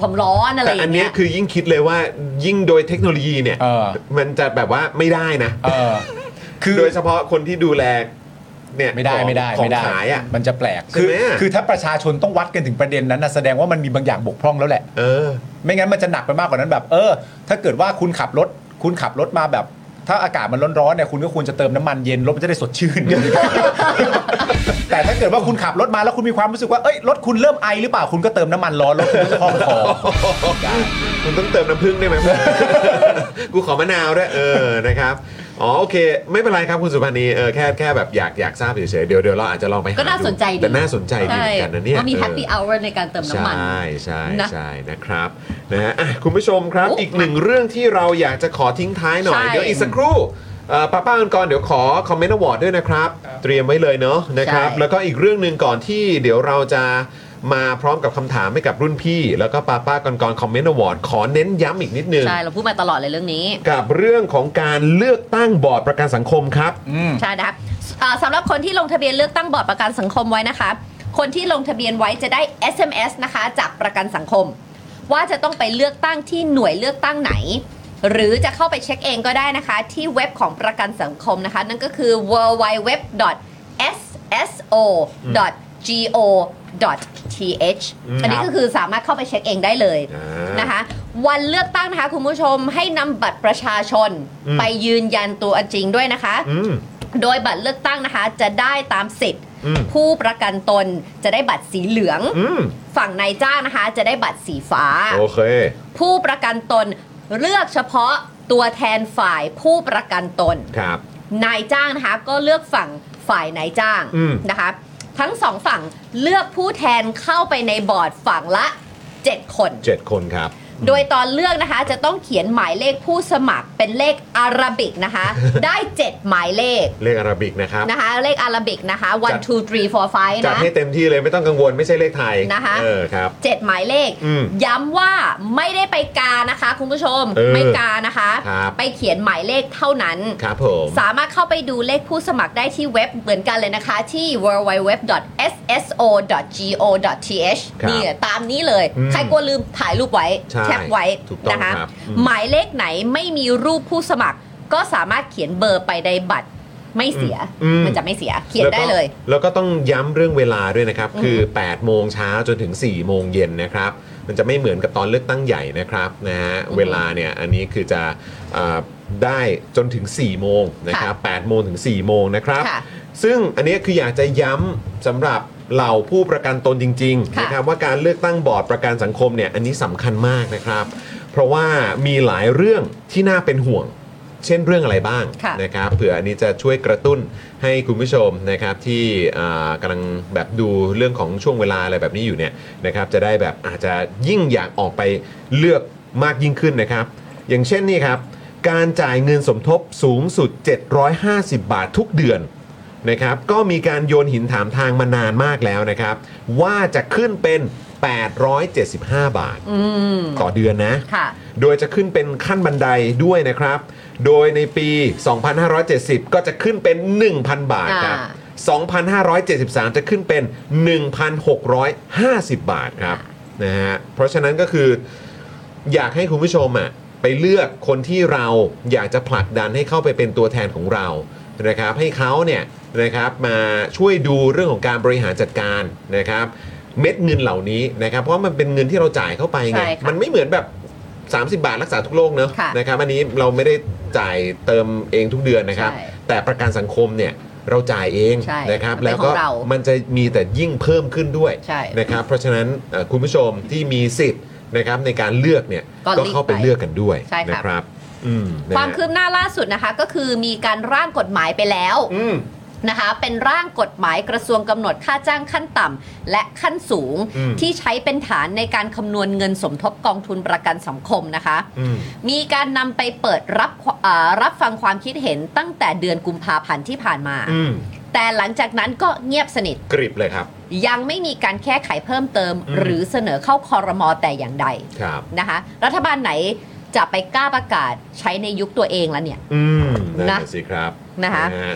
ความร้อนอะไรอย่างเงี้ยแต่อันนี้คือยิ่งคิดเลยว่ายิ่งโดยเทคโนโลยีเนี่ยมันจะแบบว่าไม่ได้นะคือโดยเฉพาะคนที่ดูแลเนี่ยไม่ได้ไม่ได้ของไม่ได้ขายอ่ะมันจะแปลกคือคือถ้าประชาชนต้องวัดกันถึงประเด็นนั้นนะแสดงว่ามันมีบางอย่างบกพร่องแล้วแหละเออไม่งั้นมันจะหนักไปมากกว่านั้นแบบเออถ้าเกิดว่าคุณขับรถคุณขับรถมาแบบถ้าอากาศมันร้อนๆเนี่ยคุณก็ควรจะเติมน้ำมันเย็นรถมันจะได้สดชื่น แต่ถ้าเกิดว่าคุณขับรถมาแล้วคุณมีความรู้สึกว่าเอ้ยรถคุณเริ่มไอหรือเปล่าคุณก็เติมน้ำมันร้อนรถคุณจะคล่องคอคุณต้องเติมน้ำผึ้งได้ไหม กูขอมะนาวด้วยเออนะครับอ๋อโอเคไม่เป็นไรครับคุณสุภานีเออแค่แค่แบบอยากอยากทราบเฉยๆเดี๋ยวเดี๋ยวเราอาจจะลองไปหาก็น่าสนใจดีแต่น่าสนใจดีเหมือนกันนะเนี่ยว่ามี happy hour ในการเติมน้ำมันใช่ใช่ใช่นะครับนะฮะคุณผู้ชมครับอีกหนึ่งเรื่องที่เราอยากจะขอทิ้งท้ายหน่อยเดี๋ยวอีกสักครู่ป้าป้าก่อนเดี๋ยวขอคอมเมนต์อวอร์ดด้วยนะครับเตรียมไว้เลยเนาะนะครับแล้วก็อีกเรื่องนึงก่อนที่เดี๋ยวเราจะมาพร้อมกับคำถามให้กับรุ่นพี่แล้วก็ป้าป้าก่อนก่อนคอมเมนต์อวอร์ดขอเน้นย้ำอีกนิดนึงใช่เราพูดมาตลอดเลยเรื่องนี้กับเรื่องของการเลือกตั้งบอร์ดประกันสังคมครับใช่นะคะสำหรับคนที่ลงทะเบียนเลือกตั้งบอร์ดประกันสังคมไว้นะคะคนที่ลงทะเบียนไว้จะได้ เอส เอ็ม เอส นะคะจากประกันสังคมว่าจะต้องไปเลือกตั้งที่หน่วยเลือกตั้งไหนหรือจะเข้าไปเช็คเองก็ได้นะคะที่เว็บของประกันสังคมนะคะนั่นก็คือ ดับเบิลยู ดับเบิลยู ดับเบิลยู ดอท เอส เอส โอ ดอท จี โอ ดอท ที เอช อันนี้ก็คือสามารถเข้าไปเช็คเองได้เลยนะคะวันเลือกตั้งนะคะคุณผู้ชมให้นำบัตรประชาชนไปยืนยันตัวจริงด้วยนะคะโดยบัตรเลือกตั้งนะคะจะได้ตามสิทธิ์ผู้ประกันตนจะได้บัตรสีเหลืองฝั่งนายจ้างนะคะจะได้บัตรสีฟ้าโอเคผู้ประกันตนเลือกเฉพาะตัวแทนฝ่ายผู้ประกันตนครับนายจ้างนะคะก็เลือกฝั่งฝ่ายนายจ้างนะคะทั้งสองฝั่งเลือกผู้แทนเข้าไปในบอร์ดฝั่งละเจ็ดคนเจ็ดคนครับโดยตอนเลือกนะคะจะต้องเขียนหมายเลขผู้สมัครเป็นเลขอาราบิกนะคะได้เจ็ดหมายเลขเลขอาราบิกนะครับนะคะเลขอาราบิกนะคะหนึ่ง สอง สาม สี่ ห้านะจัดให้เต็มที่เลยไม่ต้องกังวลไม่ใช่เลขไทยนะคะเออครับเจ็ดหมายเลขย้ำว่าไม่ได้ไปกานะคะคุณผู้ชมไม่กานะคะไปเขียนหมายเลขเท่านั้นครับผมสามารถเข้าไปดูเลขผู้สมัครได้ที่เว็บเหมือนกันเลยนะคะที่ ดับเบิลยู ดับเบิลยู ดับเบิลยู ดอท เอส เอส โอ ดอท จี โอ ดอท ที เอช นี่ตามนี้เลยใครกลัวลืมถ่ายรูปไว้แคปไว้นะคะหมายเลขไหนไม่มีรูปผู้สมัครก็สามารถเขียนเบอร์ไปในบัตรไม่เสียมันจะไม่เสียเขียนได้เลยแล้วก็ต้องย้ำเรื่องเวลาด้วยนะครับคือแปดโมงเช้าจนถึงสี่โมงเย็นนะครับมันจะไม่เหมือนกับตอนเลือกตั้งใหญ่นะครับนะฮะเวลาเนี่ยอันนี้คือจะได้จนถึงสี่โมงนะครับแปดโมงถึงสี่โมงนะครับซึ่งอันนี้คืออยากจะย้ำสำหรับเหล่าผู้ประกันตนจริงๆนะครับว่าการเลือกตั้งบอร์ดประกันสังคมเนี่ยอันนี้สำคัญมากนะครับเพราะว่ามีหลายเรื่องที่น่าเป็นห่วงเช่นเรื่องอะไรบ้างนะครับเผื่ออันนี้จะช่วยกระตุ้นให้คุณผู้ชมนะครับที่กำลังแบบดูเรื่องของช่วงเวลาอะไรแบบนี้อยู่เนี่ยนะครับจะได้แบบอาจจะยิ่งอยากออกไปเลือกมากยิ่งขึ้นนะครับอย่างเช่นนี่ครับการจ่ายเงินสมทบสูงสุดเจ็ดร้อยห้าสิบบาททุกเดือนนะครับก็มีการโยนหินถามทางมานานมากแล้วนะครับว่าจะขึ้นเป็นแปดร้อยเจ็ดสิบห้าบาทต่อเดือนนะโดยจะขึ้นเป็นขั้นบันไดด้วยนะครับโดยในปีสองพันห้าร้อยเจ็ดสิบก็จะขึ้นเป็น หนึ่งพัน บาทครับสองพันห้าร้อยเจ็ดสิบสามจะขึ้นเป็น หนึ่งพันหกร้อยห้าสิบ บาทครับนะฮะเพราะฉะนั้นก็คืออยากให้คุณผู้ชมอ่ะไปเลือกคนที่เราอยากจะผลักดันให้เข้าไปเป็นตัวแทนของเรานะครับให้เขาเนี่ยนะครับมาช่วยดูเรื่องของการบริหารจัดการนะครับเม็ดเงินเหล่านี้นะครับเพราะมันเป็นเงินที่เราจ่ายเข้าไปไงมันไม่เหมือนแบบสามสิบบาทรักษาทุกโรคเนอะนะครับอันนี้เราไม่ได้จ่ายเติมเองทุกเดือนนะครับแต่ประกันสังคมเนี่ยเราจ่ายเองนะครับแล้วก็มันจะมีแต่ยิ่งเพิ่มขึ้นด้วยนะครับเพราะฉะนั้นคุณผู้ชมที่มีสิทธิ์นะครับในการเลือกเนี่ยก็เข้าไปเลือกกันด้วยนะครับความคืบหน้าล่าสุดนะคะก็คือมีการร่างกฎหมายไปแล้วนะคะเป็นร่างกฎหมายกระทรวงกำหนดค่าจ้างขั้นต่ำและขั้นสูงที่ใช้เป็นฐานในการคำนวณเงินสมทบกองทุนประกันสังคมนะคะมีการนำไปเปิดรับรับฟังความคิดเห็นตั้งแต่เดือนกุมภาพันธ์ที่ผ่านมาแต่หลังจากนั้นก็เงียบสนิทกริบเลยครับยังไม่มีการแก้ไขเพิ่มเติมหรือเสนอเข้าครม.แต่อย่างใดนะคะรัฐบาลไหนจะไปกล้าประกาศใช้ในยุคตัวเองแล้วเนี่ยอืมนะสิครับนะคะ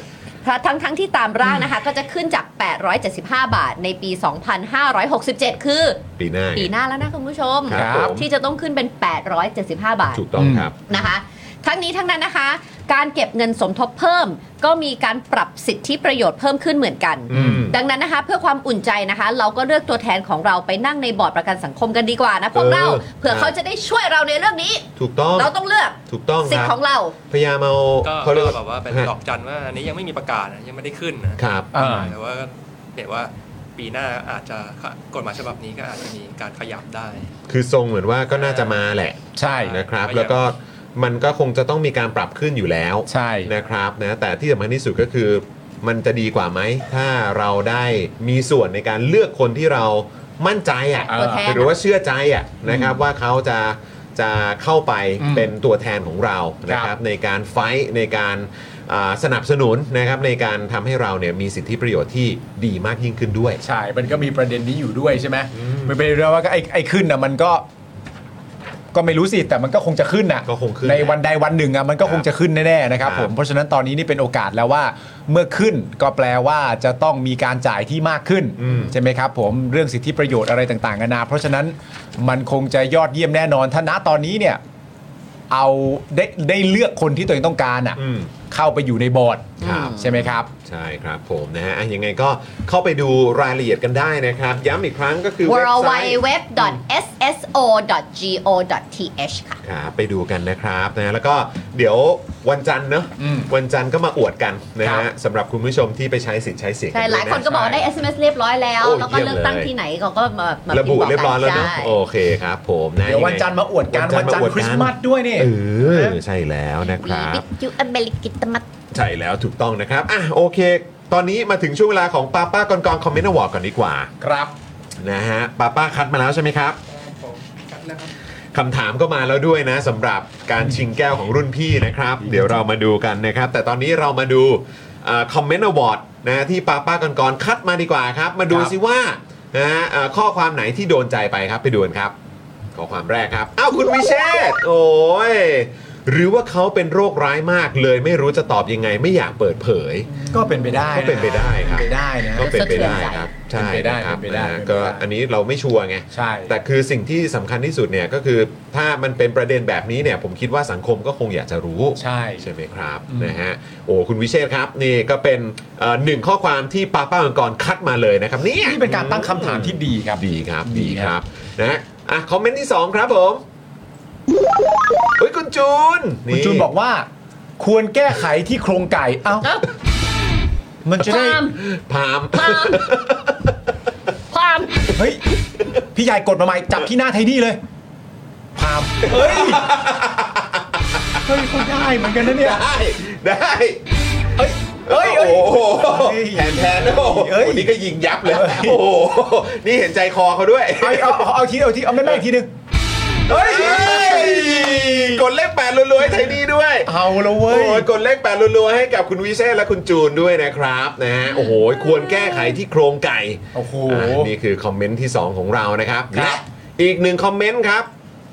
ทั้งทั้งที่ตามร่างนะคะก็จะขึ้นจากแปดร้อยเจ็ดสิบห้าบาทในปีสองพันห้าร้อยหกสิบเจ็ดคือปีหน้าปีหน้าแล้วนะคุณผู้ชมครับที่จะต้องขึ้นเป็นแปดร้อยเจ็ดสิบห้าบาทถูกต้องครับนะคะทั้งนี้ทั้งนั้นนะคะการเก็บเงินสมทบเพิ่มก็มีการปรับสิทธิประโยชน์เพิ่มขึ้นเหมือนกันดังนั้นนะคะเพื่อความอุ่นใจนะคะเราก็เลือกตัวแทนของเราไปนั่งในบอร์ดประกันสังคมกันดีกว่านะพวกเราเผื่อเขาจะได้ช่วยเราในเรื่องนี้ถูกต้องเราต้องเลือกถูกต้องสิทธิ์ของเราพยายามเอาก็เขาเรียกแบบว่าเป็นดอกจันว่าอันนี้ยังไม่มีประกาศนะยังไม่ได้ขึ้นนะครับแต่ว่าเดี๋ยวว่าปีหน้าอาจจะกฎหมายฉบับนี้ก็อาจจะมีการขยับได้คือทรงเหมือนว่าก็น่าจะมาแหละใช่นะครับแล้วก็มันก็คงจะต้องมีการปรับขึ้นอยู่แล้วใช่นะครับนะแต่ที่สำคัญที่สุดก็คือมันจะดีกว่าไหมถ้าเราได้มีส่วนในการเลือกคนที่เรามั่นใจอ่ะหรือว่าเชื่อใจอ่ะนะครับว่าเขาจะจะเข้าไปเป็นตัวแทนของเรานะครับในการไฟท์ในการสนับสนุนนะครับในการทำให้เราเนี่ยมีสิทธิประโยชน์ที่ดีมากยิ่งขึ้นด้วยใช่มันก็มีประเด็นนี้อยู่ด้วยใช่ไหมมันเป็นเรื่องว่าไอ้ไอ้ขึ้นอ่ะมันก็ก็ไม่รู้สิแต่มันก็คงจะขึ้นน่ะในวันใดวันหนึ่งอ่ะมันก็คงจะขึ้นแน่ๆนะครับผมเพราะฉะนั้นตอนนี้นี่เป็นโอกาสแล้วว่าเมื่อขึ้นก็แปลว่าจะต้องมีการจ่ายที่มากขึ้นใช่ไหมครับผมเรื่องสิทธิประโยชน์อะไรต่างๆกันานาเพราะฉะนั้นมันคงจะยอดเยี่ยมแน่นอนถ้าณตอนนี้เนี่ยเอาได้ได้เลือกคนที่ตัวเองต้องการอ่ะเข้าไปอยู่ในบอร์ดใช่ไหมครับใช่ครับผมนะฮะยังไงก็เข้าไปดูรายละเอียดกันได้นะครับย้ำอีกครั้งก็คือดับเบิลยู ดับเบิลยู ดับเบิลยู ดอท เอส เอส โอ ดอท จี โอ ดอท ที เอช ค่ะครับไปดูกันนะครับนะแล้วก็เดี๋ยววันจันทร์เนอะวันจันทร์ก็มาอวดกันนะฮะสำหรับคุณผู้ชมที่ไปใช้สิทธิ์ใช้เสียงใช่หลายคนก็บอกได้ เอส เอ็ม เอส เรียบร้อยแล้วแล้วก็เลือกตั้งที่ไหนก็ก็มาระบุเรียบร้อยแล้วเนอะโอเคครับผมนะเดี๋ยววันจันทร์มาอวดกันวันจันทร์คริสต์มาสด้วยนี่เออใช่แล้วนะครับยูอเมริกิตมัดใช่แล้วถูกต้องนะครับอ่ะโอเคตอนนี้มาถึงช่วงเวลาของป้าป้ากอนๆคอมเมนต์อวอร์ดก่อนดีกว่าครับนะฮะป้าป้าคัดมาแล้วใช่ไหมครับคำถามก็มาแล้วด้วยนะสำหรับการชิงแก้วของรุ่นพี่นะครับเดี๋ยวเรามาดูกันนะครับแต่ตอนนี้เรามาดูคอมเมนต์อวอร์ดนะที่ป้าป้ากอนๆคัดมาดีกว่าครับมาดูซิว่านะฮะข้อความไหนที่โดนใจไปครับไปดูกันครับข้อความแรกครับอ้าวคุณวิเชษฐ์โอ้ยหรือว่าเขาเป็นโรคร้ายมากเลยไม่รู้จะตอบยังไงไม่อยากเปิดเผยก็เป็นไปได้ก็เป็นไปได้ครับเป็นไปได้นะก็เป็นไปได้ครับใช่ครับก็อันนี้เราไม่ชัวร์ไงใช่แต่คือสิ่งที่สำคัญที่สุดเนี่ยก็คือถ้ามันเป็นประเด็นแบบนี้เนี่ยผมคิดว่าสังคมก็คงอยากจะรู้ใช่ใช่ไหมครับนะฮะโอ้คุณวิเชษครับนี่ก็เป็นหนึ่งข้อความที่ป้าป้าองค์กรคัดมาเลยนะครับนี่นี่เป็นการตั้งคำถามที่ดีครับดีครับดีครับนะอ่ะคอมเมนต์ที่สองครับผมเฮ้ยคุณจูนคุณจูนบอกว่าควรแก้ไขที่โครงไก่เอ้ามันจะได้พามพามพามเฮ้ยพี่ใหญ่กดมาใหม่จับที่หน้าไทนี่เลยพามเฮ้ยเฮ้ยเขาได้เหมือนกันนะเนี่ยได้ได้เฮ้ยเฮ้ยโอ้โหแทนแทนโอ้โหนี่ก็ยิงยับเลยโอ้โหนี่เห็นใจคอเขาด้วยเอาเอาเอาทีเอาทีเอาไม่ไม่ทีนึงเฮ้ยกดเลขแปดรัวๆให้ไทนี่ด้วยเอาละเว้ยโอ้ยกดเลขแปดรัวๆให้กับคุณวิเชษและคุณจูนด้วยนะครับนะฮะโอ้โหควรแก้ไขที่โครงไก่โอ้โหนี่คือคอมเมนต์ที่สองของเรานะครับและอีกหนึ่งคอมเมนต์ครับ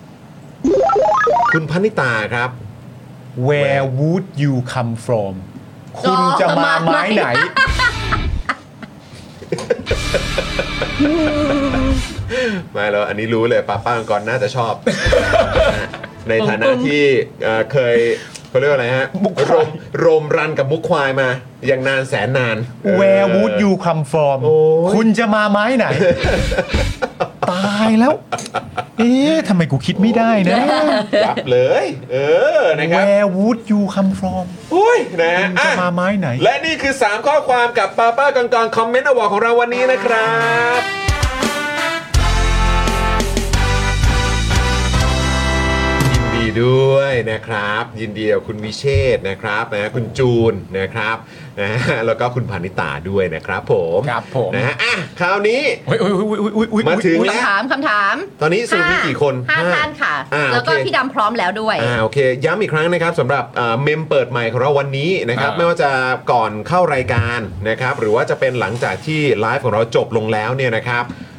คุณพนิตาครับ Where would you come from คุณจะมาไม้ไหนไม่แล้วอันนี้รู้เลยป้าป้าก่อนน่าจะชอบในฐานะที่เคยเขาเรียกว่าอะไรฮะรมรมรันกับมุกควายมาอย่างนานแสนนาน Where would you come from คุณจะมาไม้ไหนตายแล้วเอ๊ะทำไมกูคิดไม่ได้นะจับเลยเออนะครับ Where would you come from อุ้ยนะจะมาไม้ไหนและนี่คือสามข้อความกับป้าป้ากองๆคอมเมนต์อวอร์ดของเราวันนี้นะครับด้วยนะครับยินดีกับคุณวิเชษนะครับนะคุณจูนนะครับนะแล้วก็คุณพานิตาด้วยนะครับผมครับผมนะฮะอ่ะคราวนี้มาถึงแล้วคำถามคำถามตอนนี้สรุปมีกี่คนห้าท่านค่ะแล้วก็พี่ดำพร้อมแล้วด้วยอ่าโอเคย้ำอีกครั้งนะครับสำหรับเมมเปิดใหม่ของเราวันนี้นะครับไม่ว่าจะก่อนเข้ารายการนะครับหรือว่าจะเป็นหลังจากที่ไลฟ์ของเราจบลงแล้วเนี่ยนะครับ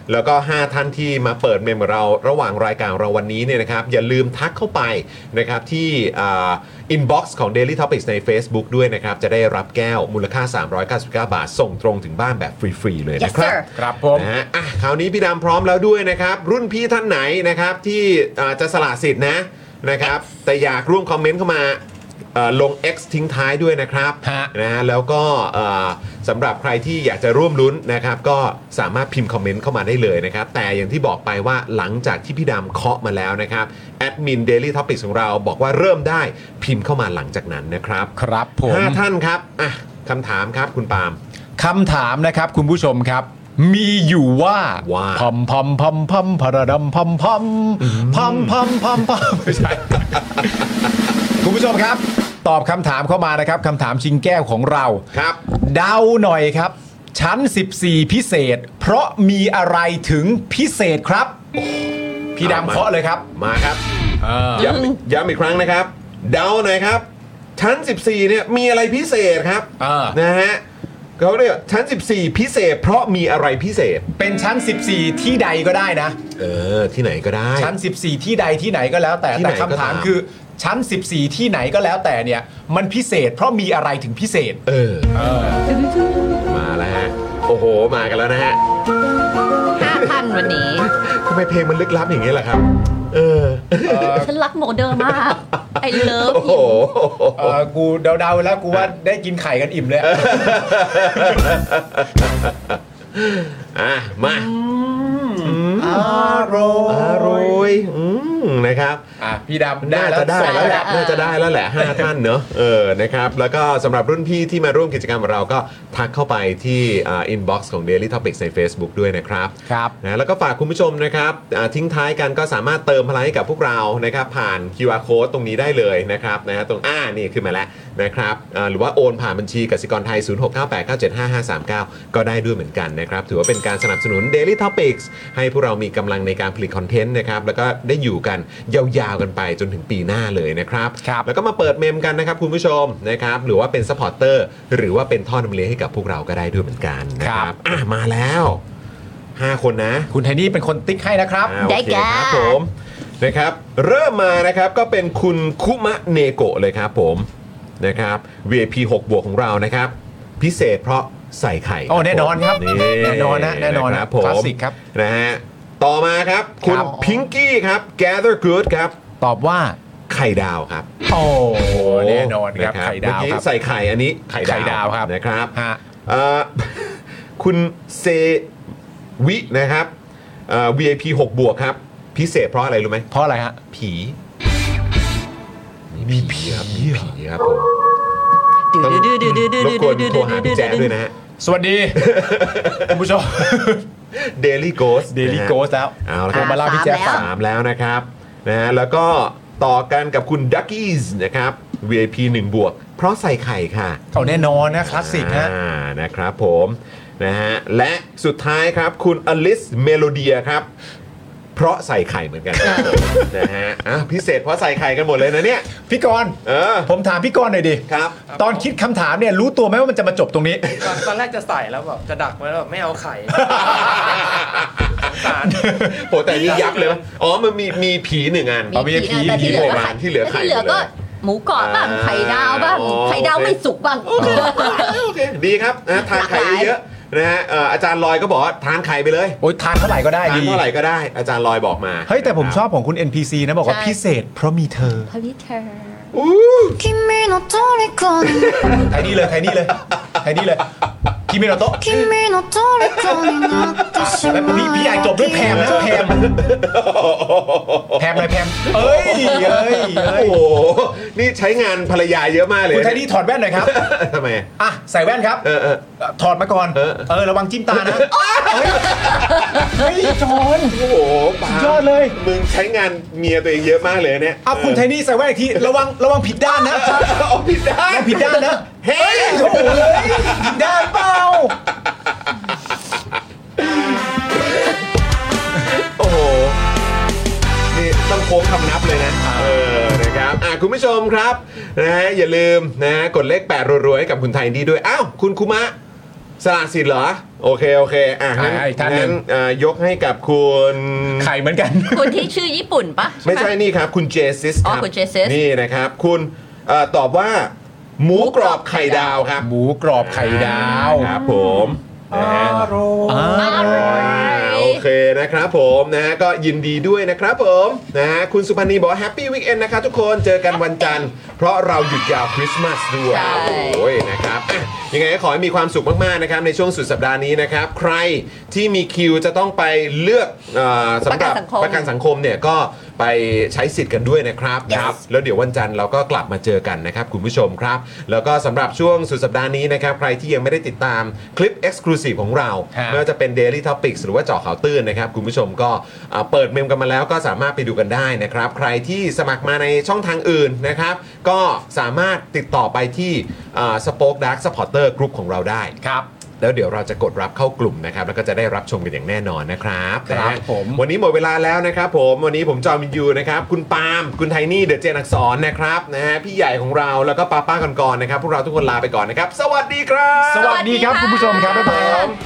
แล้วก็ห้าท่านที่มาเปิดเมมกับเราระหว่างรายการเราวันนี้เนี่ยนะครับอย่าลืมทักเข้าไปนะครับที่อินบ็อกซ์ของ Daily Topics ใน Facebook ด้วยนะครับจะได้รับแก้วมูลค่าสามร้อยเก้าสิบเก้าบาทส่งตรงถึงบ้านแบบฟรีๆเลยนะครับ Yes, sir. ครับผมนะฮะอ่ะคราวนี้พี่ดำพร้อมแล้วด้วยนะครับรุ่นพี่ท่านไหนนะครับที่อ่าจะสละสิทธิ์นะนะครับแต่อยากร่วมคอมเมนต์เข้ามาเอ่อลง X ทิ้งท้ายด้วยนะครับฮะนะฮะแล้วก็เอ่อสำหรับใครที่อยากจะร่วมลุ้นนะครับก็สามารถพิมพ์คอมเมนต์เข้ามาได้เลยนะครับแต่อย่างที่บอกไปว่าหลังจากที่พี่ดำเคาะมาแล้วนะครับแอดมิน Daily Topics ของเราบอกว่าเริ่มได้พิมพ์เข้ามาหลังจากนั้นนะครับครับผมห้าท่านครับอ่ะคำถามครับคุณปาล์มคำถามนะครับคุณผู้ชมครับ มีอยู่ว่าว่าพัมพัมพัมพัมพระดำพัมพัมพัมพัมพัมพัมไม่ใช่ คุณผู้ชมครับ ตอบคำถามเข้ามานะครับคำถามชิงแก้วของเราครับเดาหน่อยครับ ชั้นสิบสี่พิเศษ เพราะมีอะไรถึงพิเศษครับ พี่ดำเคาะเลยครับมาครับเออย้ำย้ำอีกครั้งนะครับ เดาหน่อยครับ ชั้น สิบสี่เนี่ยมีอะไรพิเศษครับเออนะฮะเขาเรียกชั้น สิบสี่ พิเศษ เพราะมีอะไรพิเศษเป็นชั้นสิบสี่ที่ใดก็ได้นะเออที่ไหนก็ได้ชั้นสิบสี่ที่ใดที่ไหนก็แล้วแต่ที่ไหนแต่คำถามก็ตามคือชั้นสิบสี่ที่ไหนก็แล้วแต่เนี่ยมันพิเศษ เพราะมีอะไรถึงพิเศษเออเออมาแล้วฮะโอ้โหมากันแล้วนะฮะห้าท่านวันนี้ทำไมเพลงมันลึกลับอย่างนี้ยล่ะครับ เออฉันรักโมเดอร์มากไอเลิฟโอ้โหเออกูเดาๆแล้วกูว่าได้กินไข่กันอิ่มเลยอ่ะมาอร่อยอร่อยอืมนะครับอ่ะพี่ดำน่าจะได้สองแล้วแหละเออน่าจะได้แล้วแหละห้าท่านเนอะเออนะครับแล้วก็สำหรับรุ่นพี่ที่มาร่วมกิจกรรมกับเราก็ทักเข้าไปที่อ่า inbox ของ Daily Topics ใน Facebook ด้วยนะครับครับนะแล้วก็ฝากคุณผู้ชมนะครับอ่าทิ้งท้ายกันก็สามารถเติมพลังให้กับพวกเรานะครับผ่าน คิว อาร์ Code ตรงนี้ได้เลยนะครับนะฮะตรงอ่านี่ขึ้นมาแล้วนะครับอ่าหรือว่าโอนผ่านบัญชีกสิกรไทย ศูนย์ หก เก้า แปด เก้า เจ็ด ห้า ห้า สาม เก้า ก็ได้ด้วยเหมือนกันนะครับถือว่าเป็นการสนับสนุน Daily Topics ให้พวกเรามีกำลังในการผลิตคอนเทนต์นะครับแล้วก็ได้อยู่กันยาวๆกันไปจนถึงปีหน้าเลยนะครับครับแล้วก็มาเปิดเมมกันนะครับคุณผู้ชมนะครับหรือว่าเป็นซัพพอร์เตอร์หรือว่าเป็นท่อนำเลี้ยงให้กับพวกเราก็ได้ด้วยเหมือนกันนะครับอ่ะมาแล้วห้าคนนะคุณไทนี่เป็นคนติ๊กให้นะครับอ่าโอได้เคแก่ครับผมนะครับเริ่มมานะครับก็เป็นคุณคุมะเนโกะเลยครับผมนะครับ วี ไอ พี หก บวกของเรานะครับพิเศษเพราะใส่ไข่โอ้แน่นอนครับนี่แน่นอนนะแน่นอนนะครับผมคลาสสิกครับนะฮะต่อมาครับคุณครับพิงกี้ครับ Gather Good ครับตอบว่าไข่ดาวครับโอ้แน่นอนครับนะไข่เมื่อดาวกี้ครับใส่ไข่อันนี้ไข่ดาวไข่ดาวครับนะครับฮะเอ่อ คุณเซวินะครับเอ่อ วี ไอ พี หก บวกครับพิเศษเพราะอะไรรู้ไหมเพราะอะไรฮะผีมีผีครับมีผีครับผมดูดูดูดูดูรบดูกวนดูโทดูรหาพี่แจ๊ดด้วยนะฮะสวัสดี คุณผู้ชม Daily Ghost Daily นะฮะ Ghost แล้วเอาละคโทรับรมาเล่าพี่แจ๊คฟังสามแล้วนะครับนะฮะแล้วก็ต่อกันกับคุณ Duckies นะครับ วี ไอ พี หนึ่ง บวก เพราะใส่ไข่ค่ะเอาแน่นอนนะคลาสสิกฮะอ่านะครับผมนะฮะและสุดท้ายครับคุณอลิสเมโลเดียครับ เพราะใส่ไข่เหมือนกันครับผมนะฮะอ่ะพิเศษเพราะใส่ไข่กันหมดเลยนะเนี่ยพี่กรณ์เออผมถามพี่กรณ์หน่อยดิครับตอนคิดคำถามเนี่ยรู้ตัวไหมว่ามันจะมาจบตรงนี้ตอนตอนแรกจะใส่แล้วแบบจะดักไว้แล้วแบบไม่เอาไข่สงสารโหแต่นี่ยับเลยวะอ๋อมันมีมีผีหนึ่งอันอ๋อมีผีแต่ที่เหลือก็ไข่ที่เหลือไข่ที่เหลือก็หมูกรอบบ้างอ่าไข่ดาวบ้างอ๋อไข่ดาวไม่สุกบ้างโอเคดีครับนะทานไข่เยอะๆนะฮะเอ่ออาจารย์ลอยก็บอกว่าทานไข่ไปเลยโอ๊ยทานเท่าไหร่ก็ได้ทานดีเท่าไหร่ก็ได้อาจารย์ลอยบอกมาเฮ้ยแต่ผมชอบของคุณ เอ็น พี ซี นะบอกว่าใช่พิเศษเพราะมีเธอพลิเธออู้君の虜にไทยนี่เลยไทยนี่เลยไทยนี่เลยคิมิโนโตะ君の虜になってしแล้วまพี่พี่ใหญ่จบด้วยแพมนะแพมแพมอะไรแพมเอ้ยเอ้ยเอ้ยโอ้โหนี่ใช้งานภรรยาเยอะมากเลยคุณไทยนี่ถอดแว่นหน่อยครับทำไมอ่ะใส่แว่นครับเออเออถอดมาก่อนเออเออระวังจิ้มตานะเฮ้ยจอนโอ้โหปาล์มยอดเลยมึงใช้งานเมียตัวเองเยอะมากเลยเนี่ยเอาคุณไทนี่ใส่แว่นอีกทีระวังระวังผิดด้านนะเอาผิดด้านระวังผิดด้านนะเฮ้ยโอ้โหผิดด้านเปล่าโอ้โหนี่ต้องโค้งคำนับเลยนะเออนะครับอ่ะคุณผู้ชมครับนะฮะอย่าลืมนะฮะกดเลขแปดรัวๆให้กับคุณไทยนี่ด้วยอ้าวคุณคุมะสละสิทธิ์เหรอโอเคโอเคอ่ะงั้นอ่าอีกท่านหนึ่งงั้นอ่ายกให้กับคุณไข่เหมือนกันคนที่ชื่อญี่ปุ่นปะไม่ใช่นี่ครับคุณเจซิสอ๋อครับคุณเจซิสนี่นะครับคุณเอ่อตอบว่าหมูกรอบไข่ดาวครับหมูกรอบไข่ดาวครับผมนะฮะอร่อยโอเคนะครับผมนะฮะก็ยินดีด้วยนะครับผมนะฮะคุณสุพันธ์นีบอกว่าแฮปปี้วีคเอนนะครับทุกคนเจอกันวันจันทร์เพราะเราหยุดยาวคริสต์มาสด้วยโอ้ยนะครับอ่ะยังไงก็ขอให้มีความสุขมากๆนะครับในช่วงสุดสัปดาห์นี้นะครับใครที่มีคิวจะต้องไปลือกเอ่อสำหรับประกันสังคมเนี่ยก็ไปใช้สิทธิ์กันด้วยนะครับครับแล้วเดี๋ยววันจันทร์เราก็กลับมาเจอกันนะครับคุณผู้ชมครับแล้วก็สำหรับช่วงสุดสัปดาห์นี้นะครับใครที่ยังไม่ได้ติดตามคลิป Exclusive ของเราไม่ว่าจะเป็น Daily Topics หรือว่าเจาะข่าวตื้นนะครับคุณผู้ชมก็เอ่อเปิดเมมกันมาแล้วก็สามารถไปดูกันได้นะครับใครที่สมัครมาในช่องทางอื่นนะครับก็สามารถติดต่อไปที่สป็อคดัก Supporter Group ของเราได้ครับแล้วเดี๋ยวเราจะกดรับเข้ากลุ่มนะครับแล้วก็จะได้รับชมกันอย่างแน่นอนนะครับครับนะผมวันนี้หมดเวลาแล้วนะครับผมวันนี้ผมจอมินยูนะครับคุณปาล์มคุณไทนี่เดอะเจนอักษรนะครับนะฮะพี่ใหญ่ของเราแล้วก็ป้าป้าก่อนๆนะครับพวกเราทุกคนลาไปก่อนนะครับสวัสดีครับสวัสดีครับคุณผู้ชมครับบ๊ายบาย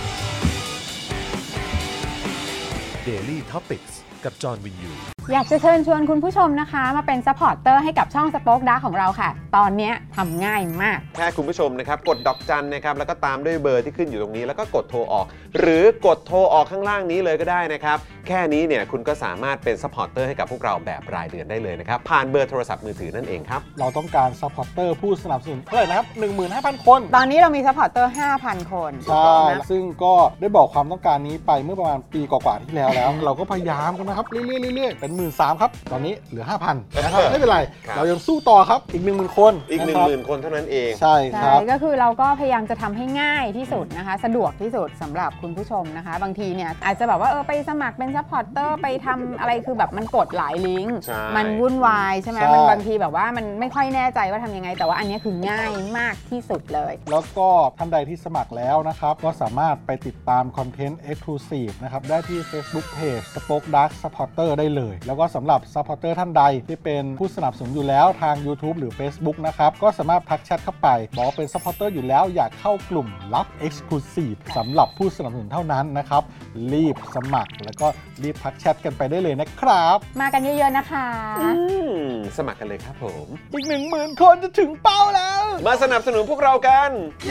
Daily Topics กับจอห์นวินยูอยากจะเชิญชวนคุณผู้ชมนะคะมาเป็นซัพพอร์ตเตอร์ให้กับช่องสป็อคดาร์กของเราค่ะตอนนี้ทำง่ายมากแค่คุณผู้ชมนะครับกดดอกจันนะครับแล้วก็ตามด้วยเบอร์ที่ขึ้นอยู่ตรงนี้แล้วก็กดโทรออกหรือกดโทรออกข้างล่างนี้เลยก็ได้นะครับแค่นี้เนี่ยคุณก็สามารถเป็นซัพพอร์ตเตอร์ให้กับพวกเราแบบรายเดือนได้เลยนะครับผ่านเบอร์โทรศัพท์มือถือนั่นเองครับเราต้องการซัพพอร์ตเตอร์ผู้สนับสนุนเท่าไหร่นะครับ หนึ่งหมื่นห้าพัน คนตอนนี้เรามีซัพพอร์ตเตอร์ ห้าพัน คนใช่ซึ่งก็ได้บอกความต้องการนี้ไปเมื่อประมาณปีกว่าๆที่แล้วแล้ว เราก็พยายามกันนะครับเรื่อยๆเรื่อยๆเป็น หนึ่งหมื่นสามพัน ครับตอนนี้เหลือ ห้าพัน นะครับไม่เป็นไรเรายังสู้ต่อครับอีก หนึ่งหมื่น คนอีก หนึ่งหมื่น คนเท่านั้นเองใช่ครับก็คือเราก็พยายามจะทำให้ง่ายที่สุดนะคะสะดวกที่สุดสำหรับคุณผู้ชมนะคะบางทีเนี่ยอาจจะแบบว่าเออไปสมัครเป็นซัพพอร์ตเตอร์ไปทำอะไรคือแบบมันกดหลายลิงก์มันวุ่นวายใช่ไหมมันบางทีแบบว่ามันไม่ค่อยแน่ใจว่าทำยังไงแต่ว่าอันนี้คือง่ายมากที่สุดเลยแล้วก็ท่านใดที่สมัครแล้วนะครับก็สามารถไปติดตามคอนเทนต์ Exclusive นะครับได้ที่ Facebook Page Spoke Dark Supporter ได้เลยแล้วก็สำหรับ Supporter ท่านใดที่เป็นผู้สนับสนุนอยู่แล้วทาง YouTube หรือ Facebook นะครับก็สามารถทักแชทเข้าไปบอกว่าเป็น Supporter อยู่แล้วอยากเข้ากลุ่มลับ Exclusive สำหรับผู้สนับสนุนเท่านั้นนะครับรีบสมัครแล้วก็รีบทักแชทกันไปได้เลยนะครับมากันเยอะๆนะคะสมัครกันเลยครับผมอีก หนึ่งหมื่น คนจะถึงเป้าแล้วมาสนับสนุนพวกเรากันเย้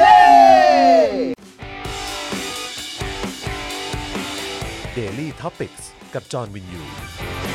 Daily Topics กับจอห์นวินยู